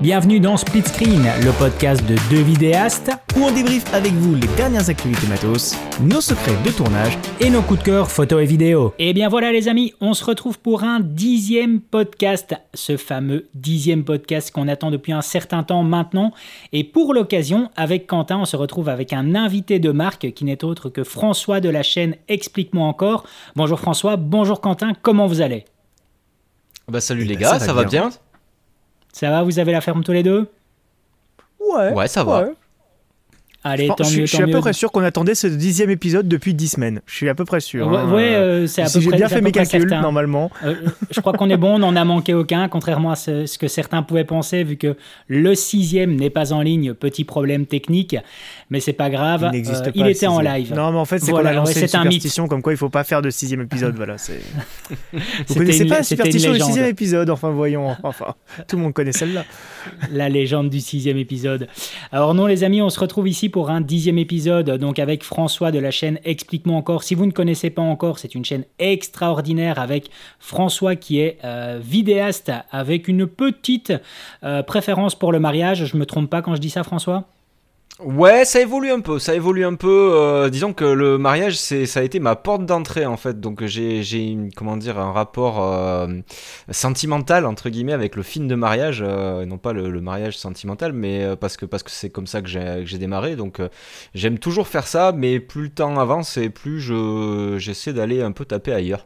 Bienvenue dans Split Screen, le podcast de deux vidéastes où on débriefe avec vous les dernières actualités matos, nos secrets de tournage et nos coups de cœur photo et vidéo. Et bien voilà les amis, on se retrouve pour un 10e podcast, ce fameux 10e podcast qu'on attend depuis un certain temps maintenant. Et pour l'occasion, avec Quentin, on se retrouve avec un invité de marque qui n'est autre que François de la chaîne Explique-moi encore. Bonjour François, bonjour Quentin, comment vous allez ? Salut les gars, ça va bien ? Ça va, vous avez la ferme tous les deux ? Ouais, ça va. Allez, tant mieux. Je suis à peu près sûr qu'on attendait ce 10e épisode depuis 10 semaines. Je suis à peu près sûr. C'est à peu si près. J'ai bien fait mes calculs, certain. Normalement. Je crois qu'on est bon, on n'en a manqué aucun, contrairement à ce que certains pouvaient penser, vu que le 6e n'est pas en ligne, petit problème technique, mais c'est pas grave, il n'existe pas. Il était en live. Non, mais en fait, c'est qu'on a lancé une superstition comme quoi il ne faut pas faire de 6e épisode. Voilà, Vous connaissez pas la superstition du 6e épisode, voyons. Tout le monde connaît celle-là. La légende du 6e épisode. Alors non, les amis, on se retrouve ici pour un 10e épisode, donc avec François de la chaîne Explique-moi encore. Si vous ne connaissez pas encore, c'est une chaîne extraordinaire avec François qui est vidéaste avec une petite préférence pour le mariage. Je me trompe pas quand je dis ça, François ? Ouais, ça évolue un peu. Disons que le mariage, ça a été ma porte d'entrée en fait. Donc j'ai un rapport sentimental entre guillemets avec le film de mariage, non pas le mariage sentimental, mais parce que c'est comme ça que j'ai démarré. Donc j'aime toujours faire ça, mais plus le temps avance et plus j'essaie d'aller un peu taper ailleurs.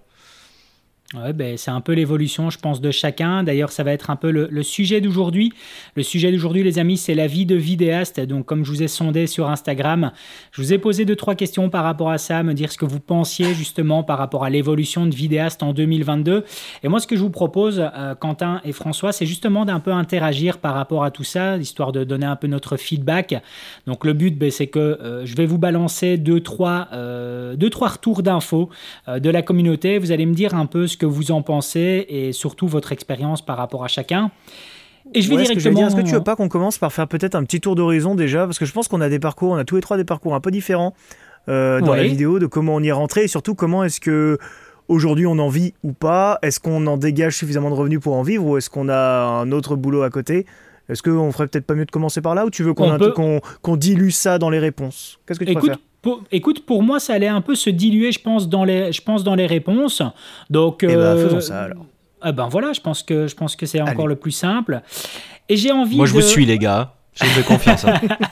Ouais, c'est un peu l'évolution, je pense, de chacun. D'ailleurs, ça va être un peu le sujet d'aujourd'hui. Le sujet d'aujourd'hui, les amis, c'est la vie de vidéaste. Donc, comme je vous ai sondé sur Instagram, je vous ai posé 2-3 questions par rapport à ça, me dire ce que vous pensiez justement par rapport à l'évolution de vidéaste en 2022. Et moi, ce que je vous propose, Quentin et François, c'est justement d'un peu interagir par rapport à tout ça, histoire de donner un peu notre feedback. Donc, le but, c'est que je vais vous balancer 2-3 retours d'infos de la communauté. Vous allez me dire un peu ce que vous en pensez et surtout votre expérience par rapport à chacun. Et je vais directement... Est-ce que tu veux pas qu'on commence par faire peut-être un petit tour d'horizon déjà, parce que je pense qu'on a on a tous les trois des parcours un peu différents dans la vidéo, de comment on y est rentré et surtout comment est-ce que aujourd'hui on en vit ou pas, est-ce qu'on en dégage suffisamment de revenus pour en vivre ou est-ce qu'on a un autre boulot à côté ? Est-ce qu'on ferait peut-être pas mieux de commencer par là ou tu veux qu'on dilue ça dans les réponses ? Qu'est-ce que tu préfères ? Écoute, pour moi, ça allait un peu se diluer, je pense, dans les réponses. Donc, faisons ça alors. Voilà, je pense que c'est encore le plus simple. Et j'ai envie Moi, je vous suis, les gars. Je vous fais confiance.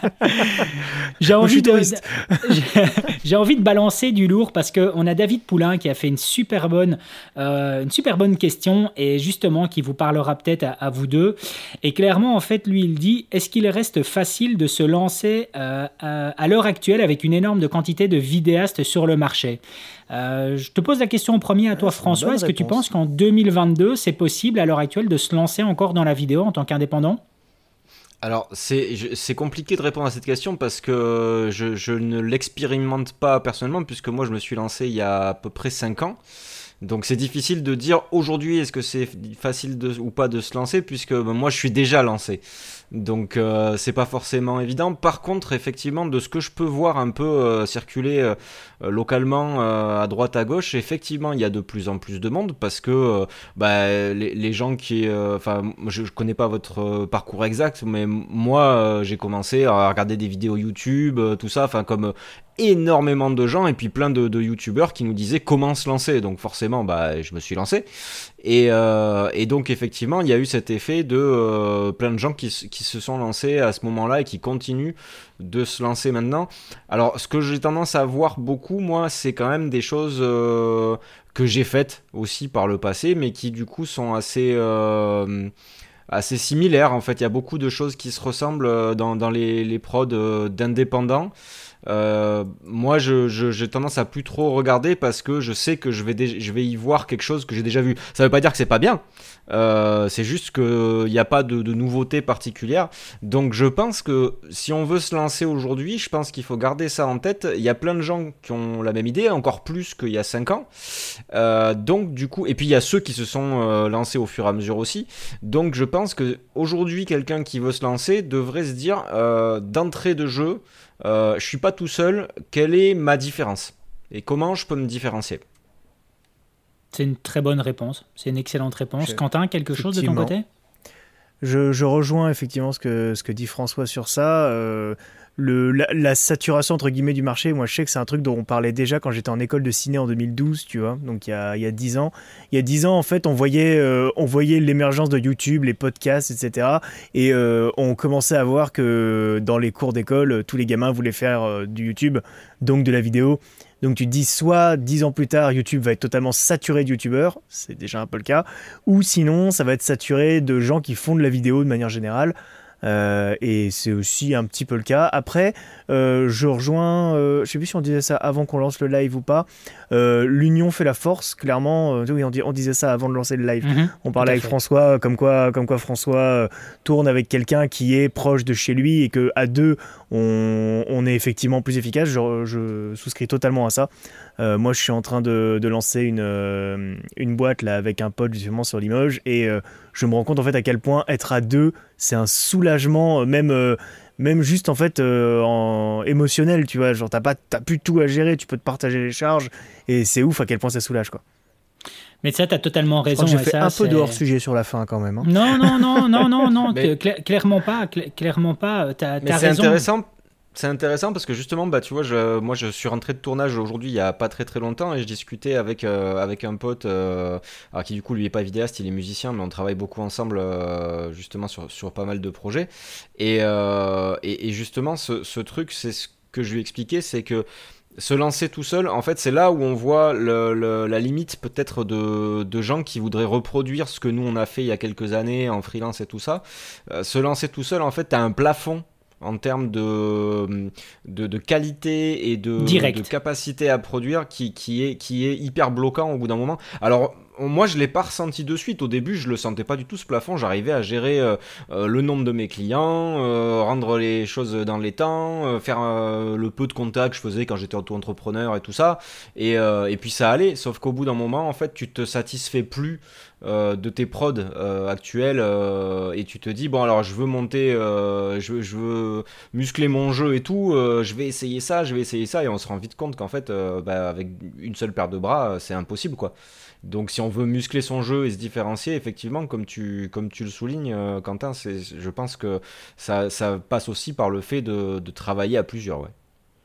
J'ai envie de balancer du lourd parce qu'on a David Poulain qui a fait une super bonne question et justement qui vous parlera peut-être à vous deux. Et clairement, en fait, lui, il dit, est-ce qu'il reste facile de se lancer à l'heure actuelle avec une énorme quantité de vidéastes sur le marché ? Je te pose la question en premier à toi, François. Est-ce que tu penses qu'en 2022, c'est possible à l'heure actuelle de se lancer encore dans la vidéo en tant qu'indépendant ? Alors, c'est compliqué de répondre à cette question parce que je ne l'expérimente pas personnellement puisque moi je me suis lancé il y a à peu près 5 ans. Donc c'est difficile de dire aujourd'hui est-ce que c'est facile ou pas de se lancer puisque moi je suis déjà lancé. Donc c'est pas forcément évident. Par contre, effectivement, de ce que je peux voir un peu circuler localement à droite à gauche, effectivement, il y a de plus en plus de monde parce que les gens qui... je connais pas votre parcours exact, mais moi, j'ai commencé à regarder des vidéos YouTube, tout ça, comme énormément de gens et puis plein de youtubeurs qui nous disaient comment se lancer. Donc forcément, je me suis lancé. Et donc effectivement, il y a eu cet effet de plein de gens qui se sont lancés à ce moment-là et qui continuent de se lancer maintenant. Alors, ce que j'ai tendance à voir beaucoup, moi, c'est quand même des choses que j'ai faites aussi par le passé, mais qui du coup sont assez similaires. En fait, il y a beaucoup de choses qui se ressemblent dans les prods d'indépendants. Moi j'ai tendance à plus trop regarder parce que je sais que je vais y voir quelque chose que j'ai déjà vu. Ça veut pas dire que c'est pas bien, c'est juste qu'il n'y a pas de nouveauté particulière. Donc je pense que si on veut se lancer aujourd'hui, je pense qu'il faut garder ça en tête. Il y a plein de gens qui ont la même idée, encore plus qu'il y a 5 ans. Donc du coup, et puis il y a ceux qui se sont lancés au fur et à mesure aussi. Donc je pense qu'aujourd'hui quelqu'un qui veut se lancer devrait se dire d'entrée de jeu, je suis pas tout seul, quelle est ma différence et comment je peux me différencier? C'est une très bonne réponse, c'est une excellente réponse. Quentin, quelque chose de ton côté? Je rejoins effectivement ce que dit François sur ça. La saturation entre guillemets du marché, moi je sais que c'est un truc dont on parlait déjà quand j'étais en école de ciné en 2012, tu vois, donc il y a 10 ans. Il y a 10 ans en fait on voyait l'émergence de YouTube, les podcasts, etc. Et on commençait à voir que dans les cours d'école, tous les gamins voulaient faire du YouTube, donc de la vidéo. Donc tu te dis soit 10 ans plus tard YouTube va être totalement saturé de youtubeurs, c'est déjà un peu le cas, ou sinon ça va être saturé de gens qui font de la vidéo de manière générale. Et c'est aussi un petit peu le cas. Après, je rejoins, je sais plus si on disait ça avant qu'on lance le live ou pas. L'union fait la force, clairement. Oui, on disait ça avant de lancer le live. On parlait avec François, comme quoi François tourne avec quelqu'un qui est proche de chez lui et que à deux, on est effectivement plus efficace. Je souscris totalement à ça. Moi, je suis en train de lancer une boîte là avec un pote justement sur Limoges et je me rends compte en fait à quel point être à deux, c'est un soulagement, même juste en fait émotionnel, tu vois. Genre t'as plus tout à gérer, tu peux te partager les charges et c'est ouf à quel point ça soulage, quoi. Mais ça, tu as totalement raison. J'ai fait un peu de hors-sujet sur la fin quand même. Hein. Non, mais... clairement pas. T'as c'est raison. C'est intéressant parce que justement, bah, tu vois, moi je suis rentré de tournage aujourd'hui il y a pas très très longtemps et je discutais avec un pote alors qui du coup lui est pas vidéaste, il est musicien, mais on travaille beaucoup ensemble justement sur pas mal de projets et justement ce truc, c'est ce que je lui expliquais, c'est que se lancer tout seul, en fait, c'est là où on voit la limite peut-être de gens qui voudraient reproduire ce que nous on a fait il y a quelques années en freelance et tout ça. Se lancer tout seul, en fait, t'as un plafond en termes de qualité et de capacité à produire qui est hyper bloquant au bout d'un moment. Alors moi je l'ai pas ressenti de suite, au début je le sentais pas du tout ce plafond, j'arrivais à gérer le nombre de mes clients, rendre les choses dans les temps, faire le peu de contacts que je faisais quand j'étais auto-entrepreneur et tout ça, et puis ça allait, sauf qu'au bout d'un moment en fait tu te satisfais plus de tes prods actuels et tu te dis bon alors je veux monter je veux muscler mon jeu et tout, je vais essayer ça et on se rend vite compte qu'en fait avec une seule paire de bras c'est impossible, quoi. Donc si on veut muscler son jeu et se différencier, effectivement, comme tu le soulignes, Quentin, je pense que ça passe aussi par le fait de travailler à plusieurs, ouais.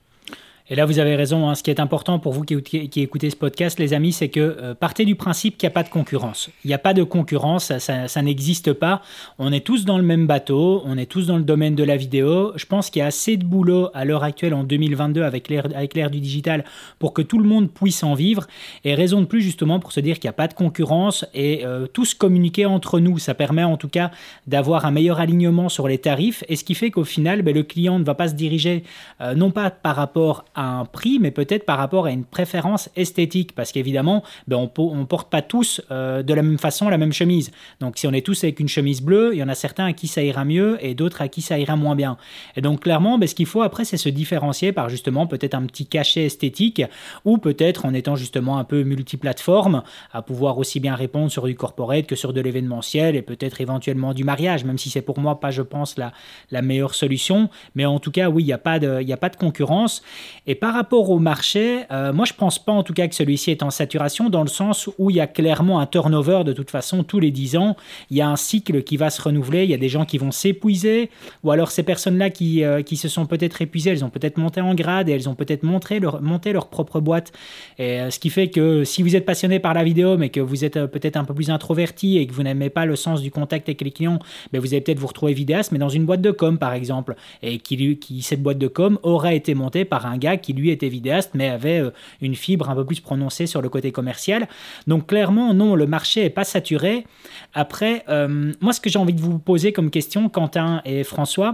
Et là, vous avez raison, hein. Ce qui est important pour vous qui écoutez ce podcast, les amis, c'est que partez du principe qu'il n'y a pas de concurrence. Il n'y a pas de concurrence, ça n'existe pas. On est tous dans le même bateau, on est tous dans le domaine de la vidéo. Je pense qu'il y a assez de boulot à l'heure actuelle, en 2022, avec l'ère du digital, pour que tout le monde puisse en vivre. Et raison de plus, justement, pour se dire qu'il n'y a pas de concurrence et tous communiquer entre nous. Ça permet en tout cas d'avoir un meilleur alignement sur les tarifs. Et ce qui fait qu'au final, le client ne va pas se diriger, non pas par rapport à un prix, mais peut-être par rapport à une préférence esthétique, parce qu'évidemment, on porte pas tous de la même façon la même chemise. Donc, si on est tous avec une chemise bleue, il y en a certains à qui ça ira mieux et d'autres à qui ça ira moins bien. Et donc, clairement, ce qu'il faut après, c'est se différencier par justement peut-être un petit cachet esthétique ou peut-être en étant justement un peu multiplateforme, à pouvoir aussi bien répondre sur du corporate que sur de l'événementiel et peut-être éventuellement du mariage, même si c'est pour moi pas, je pense, la meilleure solution. Mais en tout cas, oui, il n'y a pas de concurrence. Et par rapport au marché, moi je ne pense pas en tout cas que celui-ci est en saturation, dans le sens où il y a clairement un turnover de toute façon tous les 10 ans. Il y a un cycle qui va se renouveler, il y a des gens qui vont s'épuiser, ou alors ces personnes-là qui se sont peut-être épuisées, elles ont peut-être monté en grade et elles ont peut-être monté leur propre boîte. Et ce qui fait que si vous êtes passionné par la vidéo, mais que vous êtes peut-être un peu plus introverti et que vous n'aimez pas le sens du contact avec les clients, vous allez peut-être vous retrouver vidéaste, mais dans une boîte de com par exemple, et cette boîte de com aura été montée par un gars qui lui était vidéaste mais avait une fibre un peu plus prononcée sur le côté commercial. Donc clairement non, le marché n'est pas saturé. Après, moi ce que j'ai envie de vous poser comme question, Quentin et François,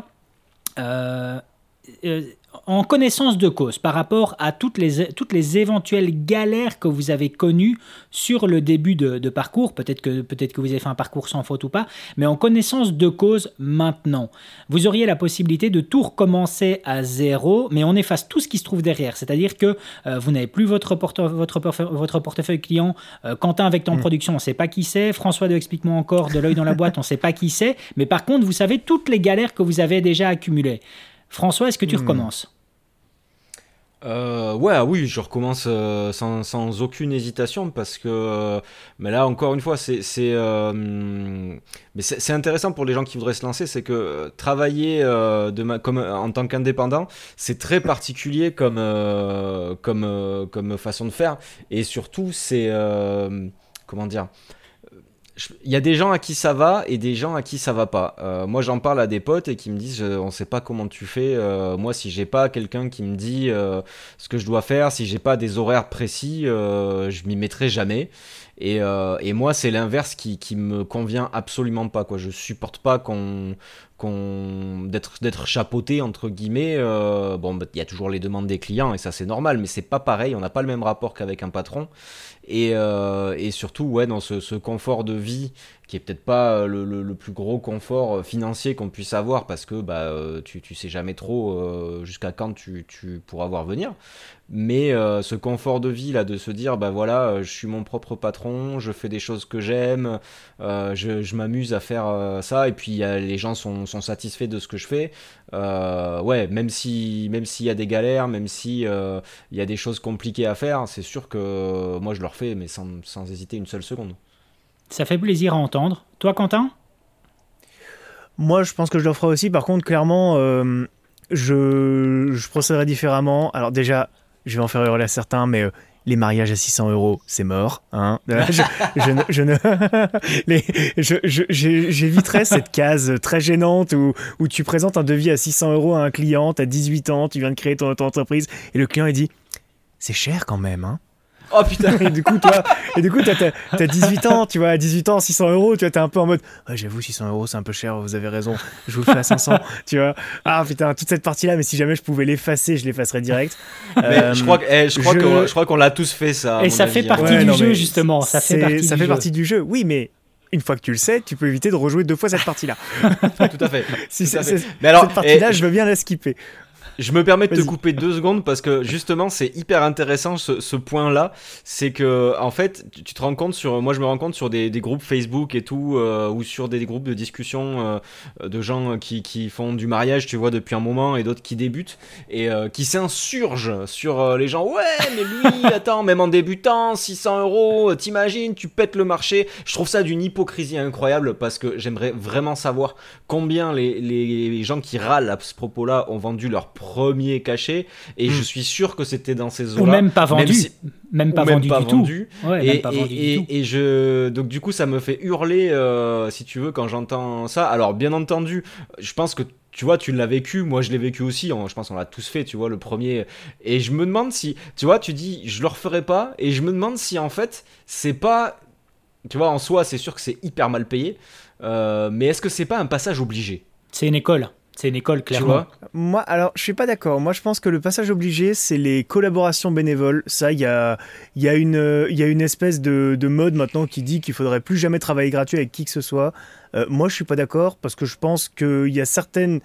en connaissance de cause, par rapport à toutes les éventuelles galères que vous avez connues sur le début de parcours, peut-être que vous avez fait un parcours sans faute ou pas, mais en connaissance de cause maintenant, vous auriez la possibilité de tout recommencer à zéro, mais on efface tout ce qui se trouve derrière, c'est-à-dire que vous n'avez plus votre portefeuille client, Quentin Vectan en production, on ne sait pas qui c'est, François de Explique-moi encore, de l'œil dans la boîte, on ne sait pas qui c'est, mais par contre, vous savez toutes les galères que vous avez déjà accumulées. François, est-ce que tu recommences ? Oui, je recommence sans aucune hésitation parce que, mais là encore une fois, mais c'est intéressant pour les gens qui voudraient se lancer, c'est que travailler comme en tant qu'indépendant, c'est très particulier comme façon de faire, et surtout c'est comment dire. Il y a des gens à qui ça va et des gens à qui ça va pas. Moi, j'en parle à des potes et qui me disent on sait pas comment tu fais. Moi, si j'ai pas quelqu'un qui me dit ce que je dois faire, si j'ai pas des horaires précis, je m'y mettrai jamais. Et moi, c'est l'inverse qui me convient absolument pas, quoi. Je supporte pas d'être chapeauté entre guillemets. Bon, il y a toujours les demandes des clients et ça c'est normal, mais c'est pas pareil. On n'a pas le même rapport qu'avec un patron. Et surtout, ouais, dans ce confort de vie qui est peut-être pas le plus gros confort financier qu'on puisse avoir, parce que tu sais jamais trop jusqu'à quand tu pourras voir venir. Mais ce confort de vie là, de se dire voilà, je suis mon propre patron, je fais des choses que j'aime, je m'amuse à faire ça, et puis les gens sont satisfaits de ce que je fais. Ouais, même s'il y a des galères, même si il y a des choses compliquées à faire, c'est sûr que moi je le refais, mais sans hésiter une seule seconde. Ça fait plaisir à entendre. Toi, Quentin ? Moi, je pense que je le ferai aussi. Par contre, clairement, je procéderai différemment. Alors déjà, je vais en faire hurler à certains, mais les mariages à 600 €, c'est mort. Hein. J'éviterai cette case très gênante où tu présentes un devis à 600 € à un client, tu as 18 ans, tu viens de créer ton entreprise, et le client il dit « c'est cher quand même, hein ». Oh putain. Et du coup, t'as 18 ans, tu vois, à 18 ans, 600 €, tu vois, t'es un peu en mode, ouais, j'avoue, 600 € c'est un peu cher, vous avez raison, je vous le fais à 500, tu vois. Ah putain, toute cette partie-là, mais si jamais je pouvais l'effacer, je l'effacerais direct. Mais je crois qu'on l'a tous fait ça. Et ça fait partie du jeu, justement. Ça fait partie du jeu, oui, mais une fois que tu le sais, tu peux éviter de rejouer 2 fois cette partie-là. Tout à fait. Mais alors, cette partie-là, je veux bien la skipper. Je me permets de te couper 2 secondes parce que justement c'est hyper intéressant ce point-là. C'est que en fait tu te rends compte moi je me rends compte sur des groupes Facebook et tout, ou sur des groupes de discussion de gens qui font du mariage, tu vois, depuis un moment, et d'autres qui débutent et qui s'insurgent sur les gens. Ouais, mais lui, attends, même en débutant, 600 €, t'imagines, tu pètes le marché. Je trouve ça d'une hypocrisie incroyable parce que j'aimerais vraiment savoir combien les gens qui râlent à ce propos-là ont vendu leur premier cachet, et je suis sûr que c'était dans ces eaux-là. Ou même pas vendu. Même pas vendu du tout. Ouais, et donc du coup ça me fait hurler si tu veux quand j'entends ça. Alors bien entendu, je pense que tu vois, tu l'as vécu, moi je l'ai vécu aussi, je pense qu'on l'a tous fait, tu vois, le premier. Et je me demande si, tu vois, tu dis je le referai pas, et je me demande si en fait c'est pas, tu vois, en soi c'est sûr que c'est hyper mal payé, mais est-ce que c'est pas un passage obligé ? C'est une école. C'est une école, clairement. Tu vois ? Moi, alors, je suis pas d'accord. Moi, je pense que le passage obligé, c'est les collaborations bénévoles. Ça, il y a une espèce de mode maintenant qui dit qu'il faudrait plus jamais travailler gratuit avec qui que ce soit. Moi, je suis pas d'accord parce que je pense qu'il y a certaines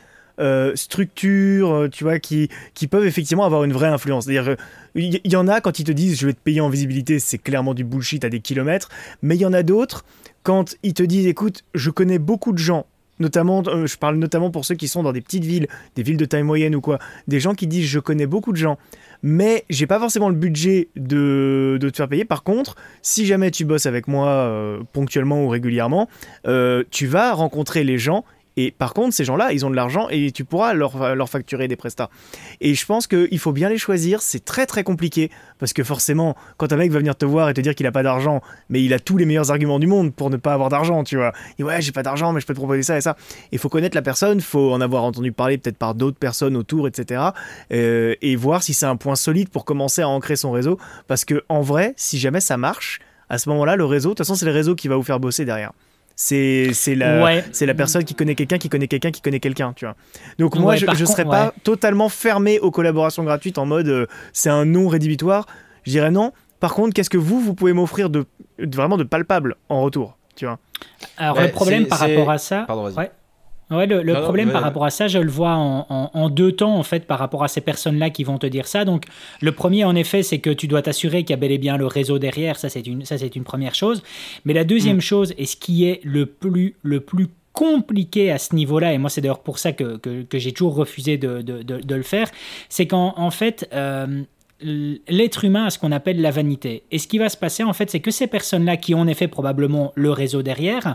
structures, tu vois, qui peuvent effectivement avoir une vraie influence. C'est-à-dire, il y en a quand ils te disent je vais te payer en visibilité, c'est clairement du bullshit à des kilomètres. Mais il y en a d'autres quand ils te disent écoute, je connais beaucoup de gens. Notamment, je parle notamment pour ceux qui sont dans des petites villes, des villes de taille moyenne ou quoi, des gens qui disent je connais beaucoup de gens, mais j'ai pas forcément le budget de te faire payer. Par contre, si jamais tu bosses avec moi ponctuellement ou régulièrement, tu vas rencontrer les gens. Et par contre, ces gens-là, ils ont de l'argent et tu pourras leur facturer des prestats. Et je pense qu'il faut bien les choisir. C'est très très compliqué parce que forcément, quand un mec va venir te voir et te dire qu'il a pas d'argent, mais il a tous les meilleurs arguments du monde pour ne pas avoir d'argent, tu vois. Et ouais, j'ai pas d'argent, mais je peux te proposer ça et ça. Il faut connaître la personne, faut en avoir entendu parler peut-être par d'autres personnes autour, etc. Et voir si c'est un point solide pour commencer à ancrer son réseau. Parce que en vrai, si jamais ça marche, à ce moment-là, le réseau, de toute façon, c'est le réseau qui va vous faire bosser derrière. C'est la personne qui connaît quelqu'un, qui connaît quelqu'un, qui connaît quelqu'un, tu vois. Donc moi, je ne serais pas totalement fermé aux collaborations gratuites en mode c'est un non rédhibitoire. Je dirais non. Par contre, qu'est-ce que vous pouvez m'offrir vraiment de palpable en retour, tu vois. Alors le problème par rapport à ça... Pardon, vas-y. Ouais, le problème par rapport à ça, je le vois en 2 temps, en fait, par rapport à ces personnes-là qui vont te dire ça. Donc, le premier, en effet, c'est que tu dois t'assurer qu'il y a bel et bien le réseau derrière. Ça, c'est une première chose. Mais la deuxième chose, et ce qui est le plus compliqué à ce niveau-là, et moi c'est d'ailleurs pour ça que j'ai toujours refusé de le faire, c'est qu'en fait, l'être humain a ce qu'on appelle la vanité. Et ce qui va se passer, en fait, c'est que ces personnes-là, qui ont en effet probablement le réseau derrière,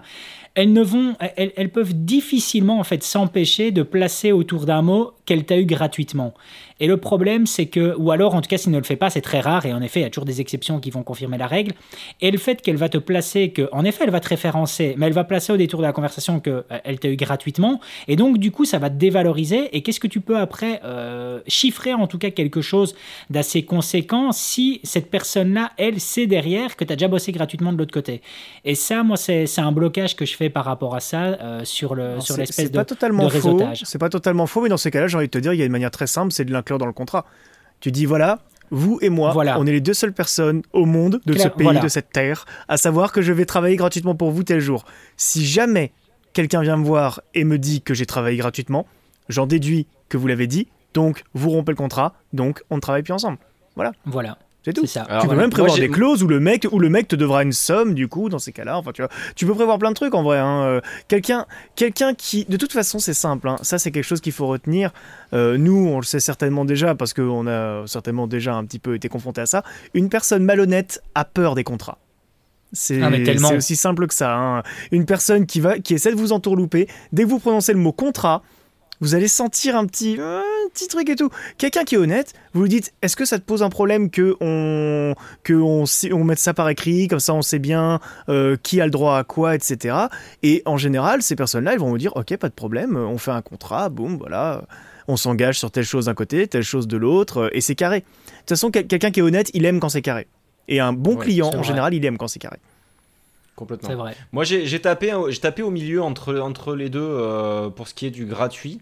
elles peuvent difficilement en fait s'empêcher de placer autour d'un mot qu'elle t'a eu gratuitement. Et le problème, c'est que, ou alors en tout cas s'il ne le fait pas, c'est très rare, et en effet il y a toujours des exceptions qui vont confirmer la règle, et le fait qu'elle va te placer, en effet elle va te référencer, mais elle va placer au détour de la conversation qu'elle t'a eu gratuitement, et donc du coup ça va te dévaloriser, et qu'est-ce que tu peux après chiffrer en tout cas quelque chose d'assez conséquent si cette personne-là, elle, sait derrière que tu as déjà bossé gratuitement de l'autre côté. Et ça, moi c'est un blocage que je fais par rapport à ça sur l'espèce de réseautage. C'est pas totalement faux, mais dans ces cas-là, j'ai envie de te dire, il y a une manière très simple, c'est de l'inclure dans le contrat. Tu dis, voilà, vous et moi, on est les 2 seules personnes au monde de ce pays, de cette terre, à savoir que je vais travailler gratuitement pour vous tel jour. Si jamais quelqu'un vient me voir et me dit que j'ai travaillé gratuitement, j'en déduis que vous l'avez dit, donc vous rompez le contrat, donc on ne travaille plus ensemble. Voilà. C'est tout. C'est ça. Alors, tu peux même prévoir des clauses où le mec te devra une somme, du coup, dans ces cas-là. Enfin, tu peux prévoir plein de trucs en vrai. Hein. Quelqu'un qui, de toute façon, c'est simple. Hein. Ça, c'est quelque chose qu'il faut retenir. Nous, on le sait certainement déjà parce qu'on a certainement déjà un petit peu été confronté à ça. Une personne malhonnête a peur des contrats. C'est aussi simple que ça. Hein. Une personne qui essaie de vous entourlouper, dès que vous prononcez le mot contrat, vous allez sentir un petit truc et tout. Quelqu'un qui est honnête, vous lui dites, est-ce que ça te pose un problème qu'on mette ça par écrit, comme ça on sait bien qui a le droit à quoi, etc. Et en général, ces personnes-là, elles vont vous dire, ok, pas de problème, on fait un contrat, boum, voilà, on s'engage sur telle chose d'un côté, telle chose de l'autre, et c'est carré. De toute façon, quelqu'un qui est honnête, il aime quand c'est carré. Et un bon client, en général, il aime quand c'est carré. Complètement. C'est vrai. Moi, j'ai tapé au milieu entre les deux pour ce qui est du gratuit.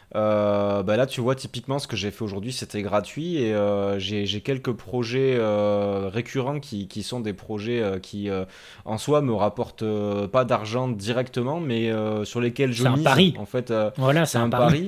Là, tu vois, typiquement, ce que j'ai fait aujourd'hui, c'était gratuit. Et j'ai quelques projets récurrents qui sont des projets qui, en soi, me rapportent pas d'argent directement, mais sur lesquels je mise. C'est un pari. En fait, voilà, c'est un pari.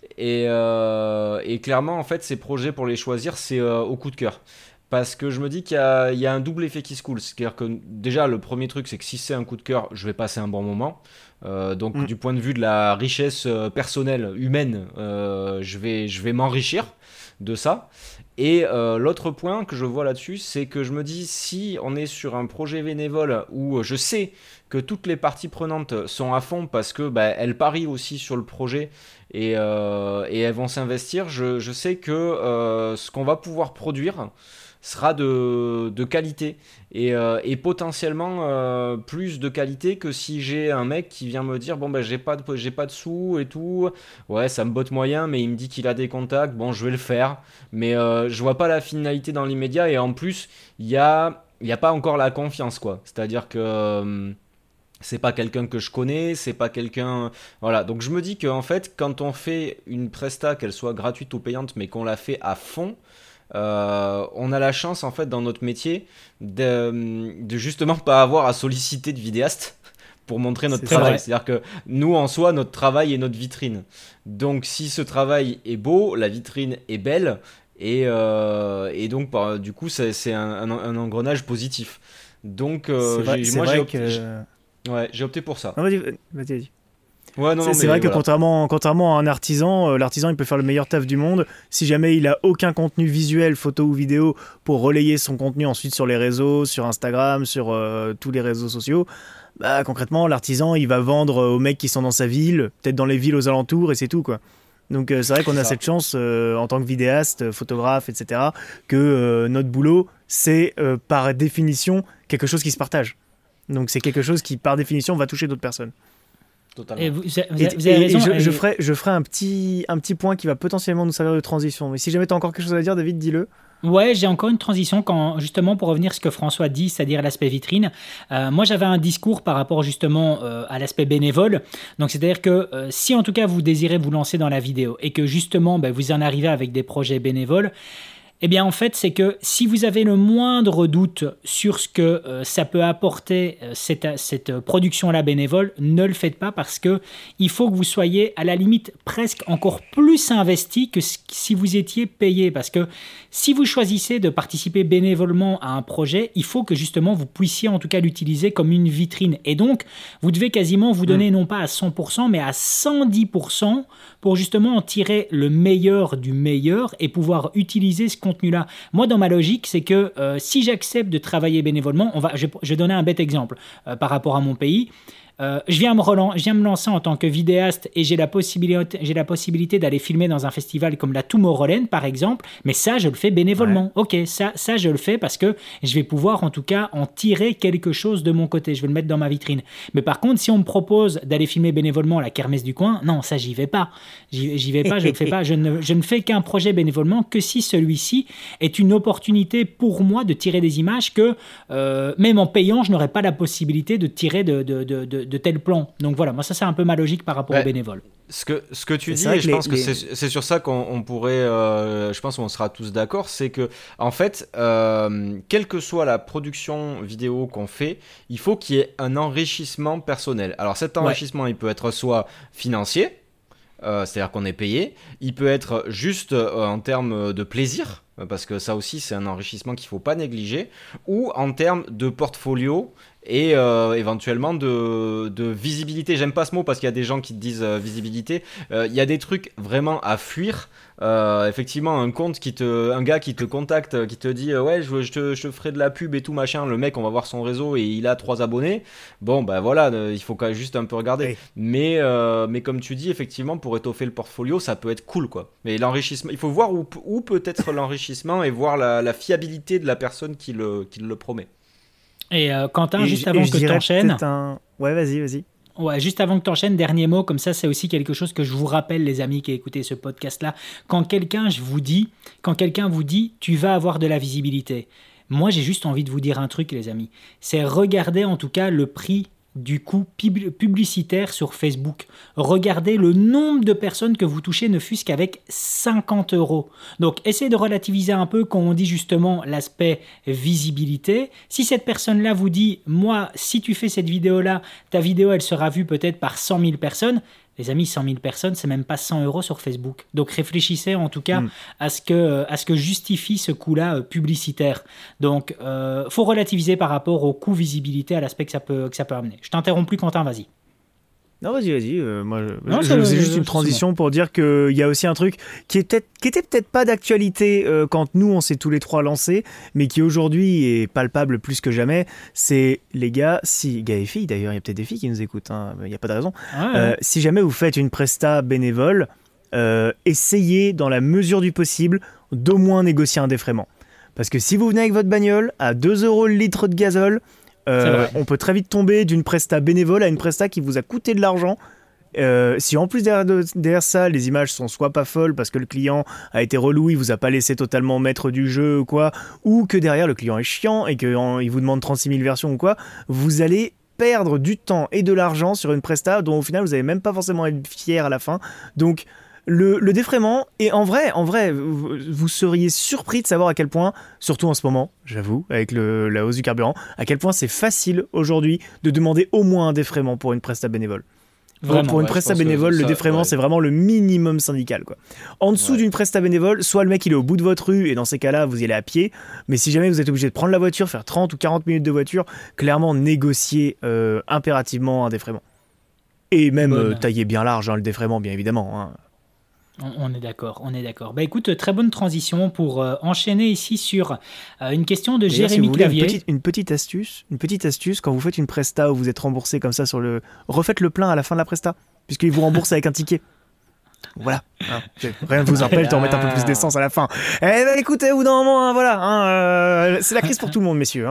Et clairement, en fait, ces projets, pour les choisir, c'est au coup de cœur. Parce que je me dis qu'il y a un double effet qui se coule. C'est-à-dire que déjà, le premier truc, c'est que si c'est un coup de cœur, je vais passer un bon moment. Du point de vue de la richesse personnelle, humaine, je vais m'enrichir de ça. Et l'autre point que je vois là-dessus, c'est que je me dis, si on est sur un projet bénévole où je sais que toutes les parties prenantes sont à fond parce que elles parient aussi sur le projet et elles vont s'investir, je sais que ce qu'on va pouvoir produire sera de qualité et potentiellement plus de qualité que si j'ai un mec qui vient me dire j'ai pas de sous et tout, ouais ça me botte moyen, mais il me dit qu'il a des contacts, bon je vais le faire, mais je vois pas la finalité dans l'immédiat, et en plus il y a pas encore la confiance, quoi. C'est-à-dire que c'est pas quelqu'un que je connais, c'est pas quelqu'un... Voilà, donc je me dis qu'en fait, quand on fait une presta, qu'elle soit gratuite ou payante, mais qu'on la fait à fond, on a la chance, en fait, dans notre métier, de justement pas avoir à solliciter de vidéastes pour montrer notre travail. C'est-à-dire que nous, en soi, notre travail est notre vitrine. Donc, si ce travail est beau, la vitrine est belle, et donc, du coup, c'est un engrenage positif. Donc, j'ai opté pour ça. Non, vas-y. Ouais, c'est vrai que contrairement à un artisan, l'artisan il peut faire le meilleur taf du monde. Si jamais il a aucun contenu visuel, photo ou vidéo, pour relayer son contenu ensuite sur les réseaux, sur Instagram, sur tous les réseaux sociaux, concrètement l'artisan il va vendre aux mecs qui sont dans sa ville, peut-être dans les villes aux alentours, et c'est tout, quoi. Donc c'est vrai qu'on a cette chance en tant que vidéaste, photographe, etc., que notre boulot c'est par définition quelque chose qui se partage. Donc c'est quelque chose qui par définition va toucher d'autres personnes. Totalement. Et vous avez raison. Je ferai un petit point qui va potentiellement nous servir de transition. Mais si jamais tu as encore quelque chose à dire, David, dis-le. Ouais, j'ai encore une transition justement pour revenir à ce que François dit, c'est-à-dire l'aspect vitrine. Moi, j'avais un discours par rapport justement à l'aspect bénévole. Donc, c'est-à-dire que si en tout cas vous désirez vous lancer dans la vidéo et que justement vous en arrivez avec des projets bénévoles, Eh bien, en fait, c'est que si vous avez le moindre doute sur ce que ça peut apporter, cette production-là bénévole, ne le faites pas parce que il faut que vous soyez à la limite presque encore plus investi que si vous étiez payé. Parce que si vous choisissez de participer bénévolement à un projet, il faut que justement vous puissiez en tout cas l'utiliser comme une vitrine. Et donc, vous devez quasiment vous donner non pas à 100%, mais à 110% pour justement en tirer le meilleur du meilleur et pouvoir utiliser ce contenu-là. Moi, dans ma logique, c'est que si j'accepte de travailler bénévolement, je vais donner un bête exemple par rapport à mon pays. Je viens me lancer en tant que vidéaste et j'ai la possibilité d'aller filmer dans un festival comme la Tomorrowland par exemple, mais ça je le fais bénévolement. Ouais. Ok, ça je le fais parce que je vais pouvoir en tout cas en tirer quelque chose de mon côté, je vais le mettre dans ma vitrine. Mais par contre, si on me propose d'aller filmer bénévolement la kermesse du coin, non, ça j'y vais pas. J'y vais pas, je le fais pas. Je ne fais qu'un projet bénévolement que si celui-ci est une opportunité pour moi de tirer des images que même en payant, je n'aurais pas la possibilité de tirer de tels plans. Donc voilà, moi ça c'est un peu ma logique par rapport aux bénévoles. Ce que tu dis, et je pense que c'est sur ça qu'on pourrait, je pense qu'on sera tous d'accord, c'est que en fait, quelle que soit la production vidéo qu'on fait, il faut qu'il y ait un enrichissement personnel. Alors cet enrichissement, il peut être soit financier, c'est-à-dire qu'on est payé, il peut être juste en termes de plaisir, parce que ça aussi c'est un enrichissement qu'il ne faut pas négliger, ou en termes de portfolio et éventuellement de visibilité. J'aime pas ce mot parce qu'il y a des gens qui te disent visibilité. Il y a des trucs vraiment à fuir. Effectivement, un gars qui te contacte, qui te dit ouais, je te ferai de la pub et tout machin. Le mec, on va voir son réseau et il a 3 abonnés. Bon, bah voilà, il faut quand même juste un peu regarder. Oui. Mais comme tu dis, effectivement, pour étoffer le portfolio, ça peut être cool, quoi. Mais l'enrichissement, il faut voir où peut être l'enrichissement et voir la fiabilité de la personne qui le promet. Et Quentin, juste avant que tu enchaînes... Ouais, vas-y. Ouais, juste avant que tu enchaînes, dernier mot, comme ça, c'est aussi quelque chose que je vous rappelle, les amis qui écoutez ce podcast-là. Quand quelqu'un vous dit, tu vas avoir de la visibilité. Moi, j'ai juste envie de vous dire un truc, les amis. C'est regarder en tout cas le prix du coût publicitaire sur Facebook. Regardez le nombre de personnes que vous touchez, ne fût-ce qu'avec 50 €. Donc, essayez de relativiser un peu quand on dit justement l'aspect visibilité. Si cette personne-là vous dit, moi, si tu fais cette vidéo-là, ta vidéo, elle sera vue peut-être par 100 000 personnes. Les amis, 100 000 personnes, c'est même pas 100 € sur Facebook. Donc réfléchissez en tout cas à ce que justifie ce coût-là publicitaire. Donc faut relativiser par rapport au coût visibilité, à l'aspect que ça peut amener. Je t'interromps plus, Quentin, vas-y. Non, vas-y. Je faisais juste une transition pour dire qu'il y a aussi un truc qui était peut-être pas d'actualité quand nous on s'est tous les trois lancés, mais qui aujourd'hui est palpable plus que jamais. C'est les gars et filles d'ailleurs, il y a peut-être des filles qui nous écoutent, il n'y a pas de raison. Si jamais vous faites une presta bénévole, essayez dans la mesure du possible d'au moins négocier un défraiement. Parce que si vous venez avec votre bagnole à 2 € le litre de gazole, on peut très vite tomber d'une presta bénévole à une presta qui vous a coûté de l'argent. Si en plus derrière ça, les images sont soit pas folles parce que le client a été relou, il vous a pas laissé totalement maître du jeu ou quoi, ou que derrière le client est chiant et qu'il vous demande 36 000 versions ou quoi, vous allez perdre du temps et de l'argent sur une presta dont au final vous n'allez même pas forcément être fier à la fin. Donc le défraiement, et en vrai, vous seriez surpris de savoir à quel point, surtout en ce moment, j'avoue, avec la hausse du carburant, à quel point c'est facile aujourd'hui de demander au moins un défraiement pour une presta bénévole. Vraiment, pour une presta bénévole, le défraiement, c'est vraiment le minimum syndical, quoi. En dessous d'une presta bénévole, soit le mec il est au bout de votre rue, et dans ces cas-là, vous y allez à pied, mais si jamais vous êtes obligé de prendre la voiture, faire 30 ou 40 minutes de voiture, clairement négocier impérativement un défraiement. Et même tailler bien large, le défraiement, bien évidemment, On est d'accord. Bah écoute, très bonne transition pour enchaîner ici sur une question de Jérémy Clavier. Une petite astuce, quand vous faites une presta où vous êtes remboursé comme ça refaites le plein à la fin de la presta, puisqu'ils vous remboursent avec un ticket. Voilà, rien ne vous empêche d'en mettre un peu plus d'essence à la fin. Écoutez, au bout d'un moment, c'est la crise pour tout le monde, messieurs.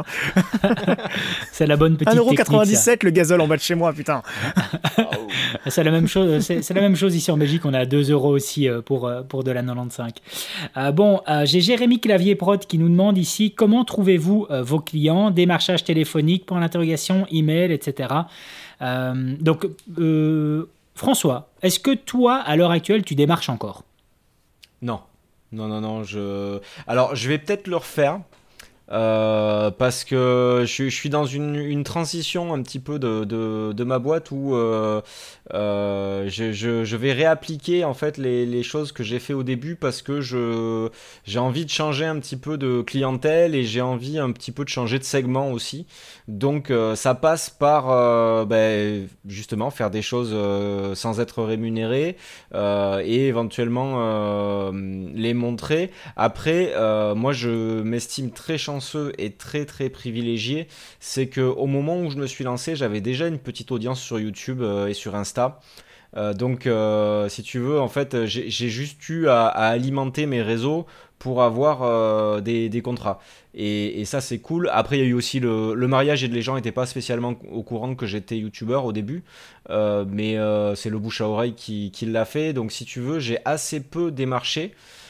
C'est la bonne petite 1,97 € le gazole en bas de chez moi, putain. C'est la même chose. C'est la même chose ici en Belgique. On est à 2 € aussi pour de la 95. J'ai Jérémy Clavier Prod qui nous demande ici comment trouvez-vous vos clients, démarchage téléphonique, point d'interrogation, email, etc. François, est-ce que toi, à l'heure actuelle, tu démarches encore ? Non. Non, non, non, Alors, je vais peut-être le refaire. Parce que je suis dans une transition un petit peu de ma boîte où je vais réappliquer en fait les choses que j'ai fait au début parce que j'ai envie de changer un petit peu de clientèle et j'ai envie un petit peu de changer de segment aussi. Donc ça passe par justement faire des choses sans être rémunéré et éventuellement les montrer. Après, moi je m'estime très chanceux et très très privilégié. C'est que au moment où je me suis lancé, j'avais déjà une petite audience sur YouTube et sur Insta. Donc, si tu veux, en fait, j'ai juste eu à alimenter mes réseaux pour avoir des contrats. Et ça, c'est cool. Après, il y a eu aussi le mariage et les gens n'étaient pas spécialement au courant que j'étais youtubeur au début. Mais c'est le bouche à oreille qui l'a fait. Donc, si tu veux, j'ai assez peu démarché.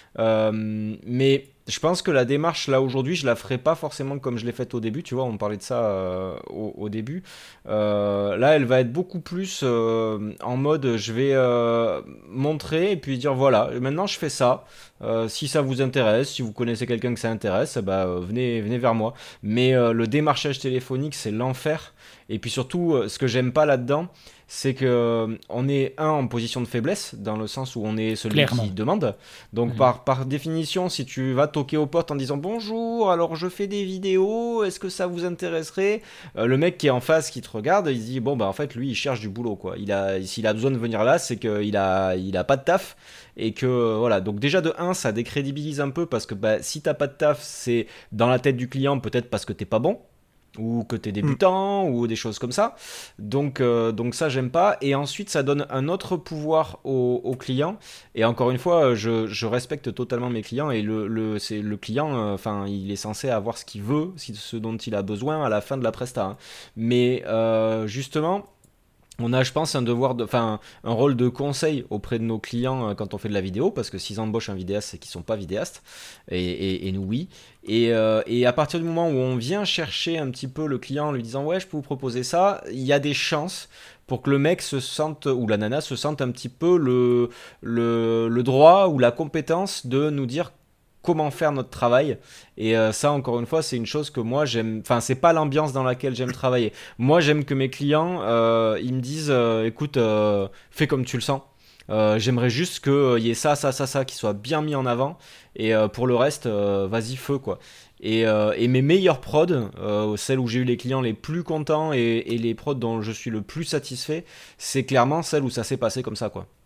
Mais je pense que la démarche là aujourd'hui, je la ferai pas forcément comme je l'ai faite au début. Tu vois, on parlait de ça au début. Là, elle va être beaucoup plus en mode je vais montrer et puis dire voilà, maintenant je fais ça. Si ça vous intéresse, si vous connaissez quelqu'un que ça intéresse, venez vers moi. Mais le démarchage téléphonique, c'est l'enfer. Et puis surtout, ce que j'aime pas là-dedans, c'est que on est en position de faiblesse dans le sens où on est celui Clairement. qui demande. Donc par définition, si tu vas toquer aux portes en disant bonjour, alors je fais des vidéos, est-ce que ça vous intéresserait? Le mec qui est en face, qui te regarde, il se dit bon bah en fait lui il cherche du boulot quoi. S'il a besoin de venir là, c'est qu'il a pas de taf et que voilà. Donc déjà de 1 ça décrédibilise un peu parce que si t'as pas de taf, c'est dans la tête du client peut-être parce que t'es pas bon ou que t'es débutant ou des choses comme ça. Donc ça j'aime pas. Et ensuite ça donne un autre pouvoir au client. Et encore une fois, je respecte totalement mes clients et c'est le client, enfin il est censé avoir ce qu'il veut, ce dont il a besoin à la fin de la presta. Hein. Mais justement. On a, je pense, un rôle de conseil auprès de nos clients quand on fait de la vidéo, parce que s'ils embauchent un vidéaste, c'est qu'ils sont pas vidéastes, et nous oui. Et à partir du moment où on vient chercher un petit peu le client en lui disant ouais, je peux vous proposer ça, il y a des chances pour que le mec se sente, ou la nana se sente un petit peu le droit ou la compétence de nous dire comment faire notre travail. Et ça, encore une fois, c'est une chose que moi j'aime. Enfin, c'est pas l'ambiance dans laquelle j'aime travailler. Moi, j'aime que mes clients, ils me disent, écoute, fais comme tu le sens. J'aimerais juste qu'il y ait ça qui soit bien mis en avant. Et pour le reste, vas-y, feu quoi. Et mes meilleures prods, celles où j'ai eu les clients les plus contents et les prods dont je suis le plus satisfait, c'est clairement celles où ça s'est passé comme ça quoi.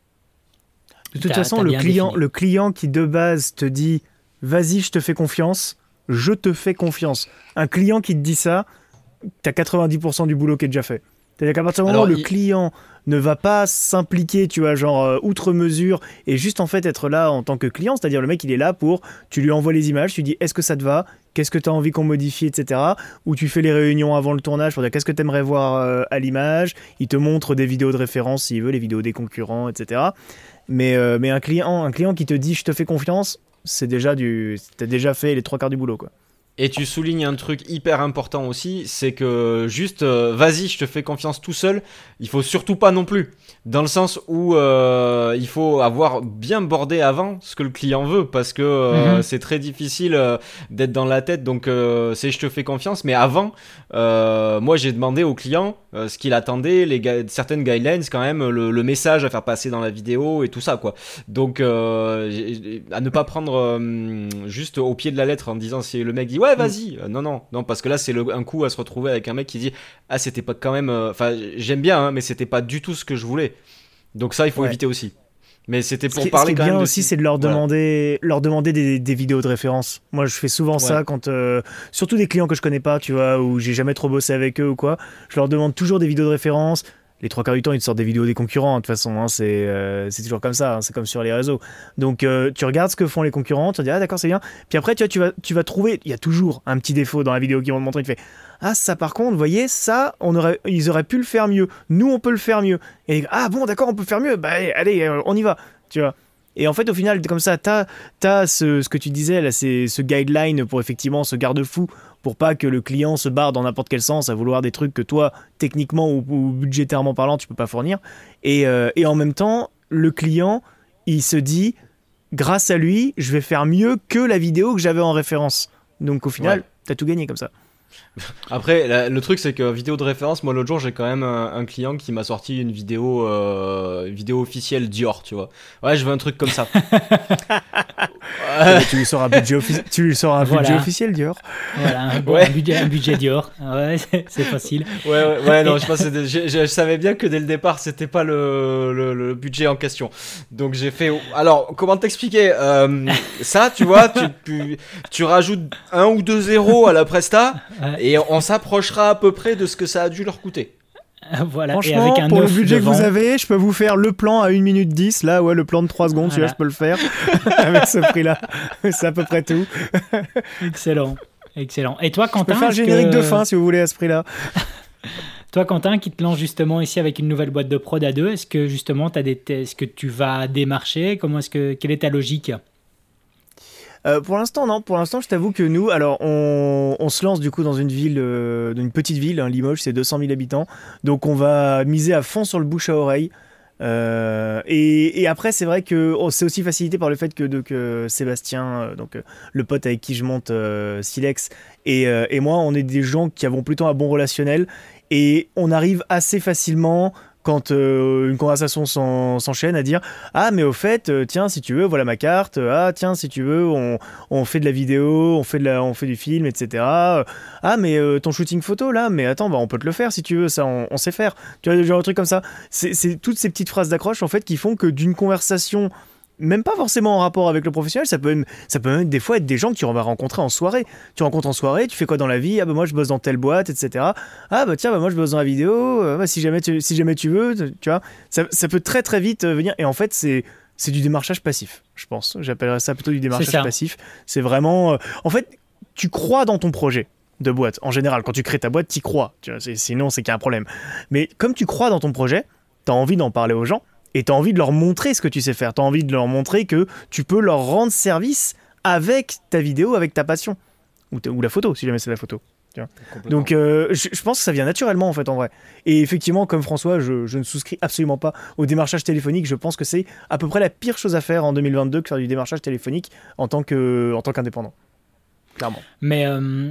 De toute façon, le client qui de base te dit « Vas-y, je te fais confiance », je te fais confiance. Un client qui te dit ça, t'as 90% du boulot qui est déjà fait. C'est-à-dire qu'à partir du moment où le client ne va pas s'impliquer, tu vois, genre outre mesure, et juste en fait être là en tant que client, c'est-à-dire le mec il est là pour, tu lui envoies les images, tu lui dis est-ce que ça te va, qu'est-ce que tu as envie qu'on modifie, etc. Ou tu fais les réunions avant le tournage pour dire qu'est-ce que tu aimerais voir à l'image, il te montre des vidéos de référence s'il veut, les vidéos des concurrents, etc. Mais un client qui te dit je te fais confiance, t'as déjà fait les 3/4 du boulot quoi. Et tu soulignes un truc hyper important aussi, c'est que juste vas-y, je te fais confiance tout seul, il faut surtout pas non plus. Dans le sens où il faut avoir bien bordé avant ce que le client veut, parce que c'est très difficile d'être dans la tête, donc c'est je te fais confiance, mais avant, moi j'ai demandé au client ce qu'il attendait, certaines guidelines quand même, le message à faire passer dans la vidéo et tout ça quoi. Donc à ne pas prendre juste au pied de la lettre en disant si le mec dit ouais vas-y, non parce que là c'est un coup à se retrouver avec un mec qui dit ah c'était pas quand même, enfin j'aime bien hein, mais c'était pas du tout ce que je voulais, donc ça il faut éviter aussi. Mais c'était pour parler quand même. Ce qui est bien aussi, c'est de leur demander des vidéos de référence. Moi, je fais souvent ça quand, surtout des clients que je connais pas, tu vois, ou j'ai jamais trop bossé avec eux ou quoi. Je leur demande toujours des vidéos de référence. Les 3/4 du temps, ils te sortent des vidéos des concurrents, de toute façon. Hein, c'est toujours comme ça. Hein, c'est comme sur les réseaux. Donc, tu regardes ce que font les concurrents, tu te dis ah d'accord, c'est bien. Puis après, tu vas trouver. Il y a toujours un petit défaut dans la vidéo qu'ils vont te montrer. Tu fais ah ça par contre, vous voyez, ça, ils auraient pu le faire mieux. Nous, on peut le faire mieux. Et ah bon, d'accord, on peut le faire mieux. Bah allez, on y va. Tu vois. Et en fait, au final, comme ça, t'as ce que tu disais là, c'est ce guideline pour effectivement ce garde-fou pour pas que le client se barre dans n'importe quel sens à vouloir des trucs que toi, techniquement ou budgétairement parlant, tu peux pas fournir. Et en même temps, le client, il se dit grâce à lui, je vais faire mieux que la vidéo que j'avais en référence. Donc au final, t'as tout gagné comme ça. Après, le truc, c'est que vidéo de référence, moi l'autre jour, j'ai quand même un client qui m'a sorti une vidéo officielle Dior, tu vois. Ouais, je veux un truc comme ça. Tu lui sors un budget, budget officiel Dior. Voilà, un budget Dior. Ouais, c'est facile. Ouais, non, je savais bien que dès le départ, c'était pas le budget en question. Donc j'ai fait. Alors, comment t'expliquer ça, tu vois, tu rajoutes 1 ou 2 zéros à la presta. Et on s'approchera à peu près de ce que ça a dû leur coûter. Voilà. Franchement, et avec pour le budget que vous avez, je peux vous faire le plan à 1 minute 10. Là, ouais, le plan de 3 secondes, celui-là, je peux le faire avec ce prix-là. C'est à peu près tout. Excellent. Et toi, Quentin, je peux faire un générique de fin si vous voulez à ce prix-là. Toi, Quentin, qui te lance justement ici avec une nouvelle boîte de prod à 2, est-ce que justement, est-ce que tu vas démarcher ? Quelle est ta logique ? Pour l'instant, non. Pour l'instant, je t'avoue que nous, alors, on se lance du coup dans une ville, une petite ville, hein, Limoges, c'est 200 000 habitants. Donc, on va miser à fond sur le bouche à oreille. Et après, c'est vrai que c'est aussi facilité par le fait que Sébastien, le pote avec qui je monte Silex, et moi, on est des gens qui avons plutôt un bon relationnel. Et on arrive assez facilement, quand une conversation s'enchaîne, à dire « Ah, mais au fait, tiens, si tu veux, voilà ma carte. Ah, tiens, si tu veux, on fait de la vidéo, on fait du film, etc. Ah, mais ton shooting photo, là, mais attends, on peut te le faire si tu veux, ça, on sait faire. » Tu vois, genre un truc comme ça. C'est toutes ces petites phrases d'accroche, en fait, qui font que d'une conversation... Même pas forcément en rapport avec le professionnel, ça peut même des fois être des gens que tu vas rencontrer en soirée. Tu rencontres en soirée, tu fais quoi dans la vie ? Ah bah moi je bosse dans telle boîte, etc. Ah bah tiens, moi je bosse dans la vidéo, si jamais tu veux, tu vois. Ça peut très très vite venir, et en fait c'est du démarchage passif, je pense. J'appellerais ça plutôt du démarchage passif. C'est vraiment... en fait, tu crois dans ton projet de boîte. En général, quand tu crées ta boîte, t'y crois. Tu vois, sinon c'est qu'il y a un problème. Mais comme tu crois dans ton projet, t'as envie d'en parler aux gens, et tu as envie de leur montrer ce que tu sais faire. Tu as envie de leur montrer que tu peux leur rendre service avec ta vidéo, avec ta passion. Ou la photo, si jamais c'est la photo. Tu vois. Donc je pense que ça vient naturellement, en fait, en vrai. Et effectivement, comme François, je ne souscris absolument pas au démarchage téléphonique. Je pense que c'est à peu près la pire chose à faire en 2022 que faire du démarchage téléphonique en tant qu'indépendant. Clairement. Mais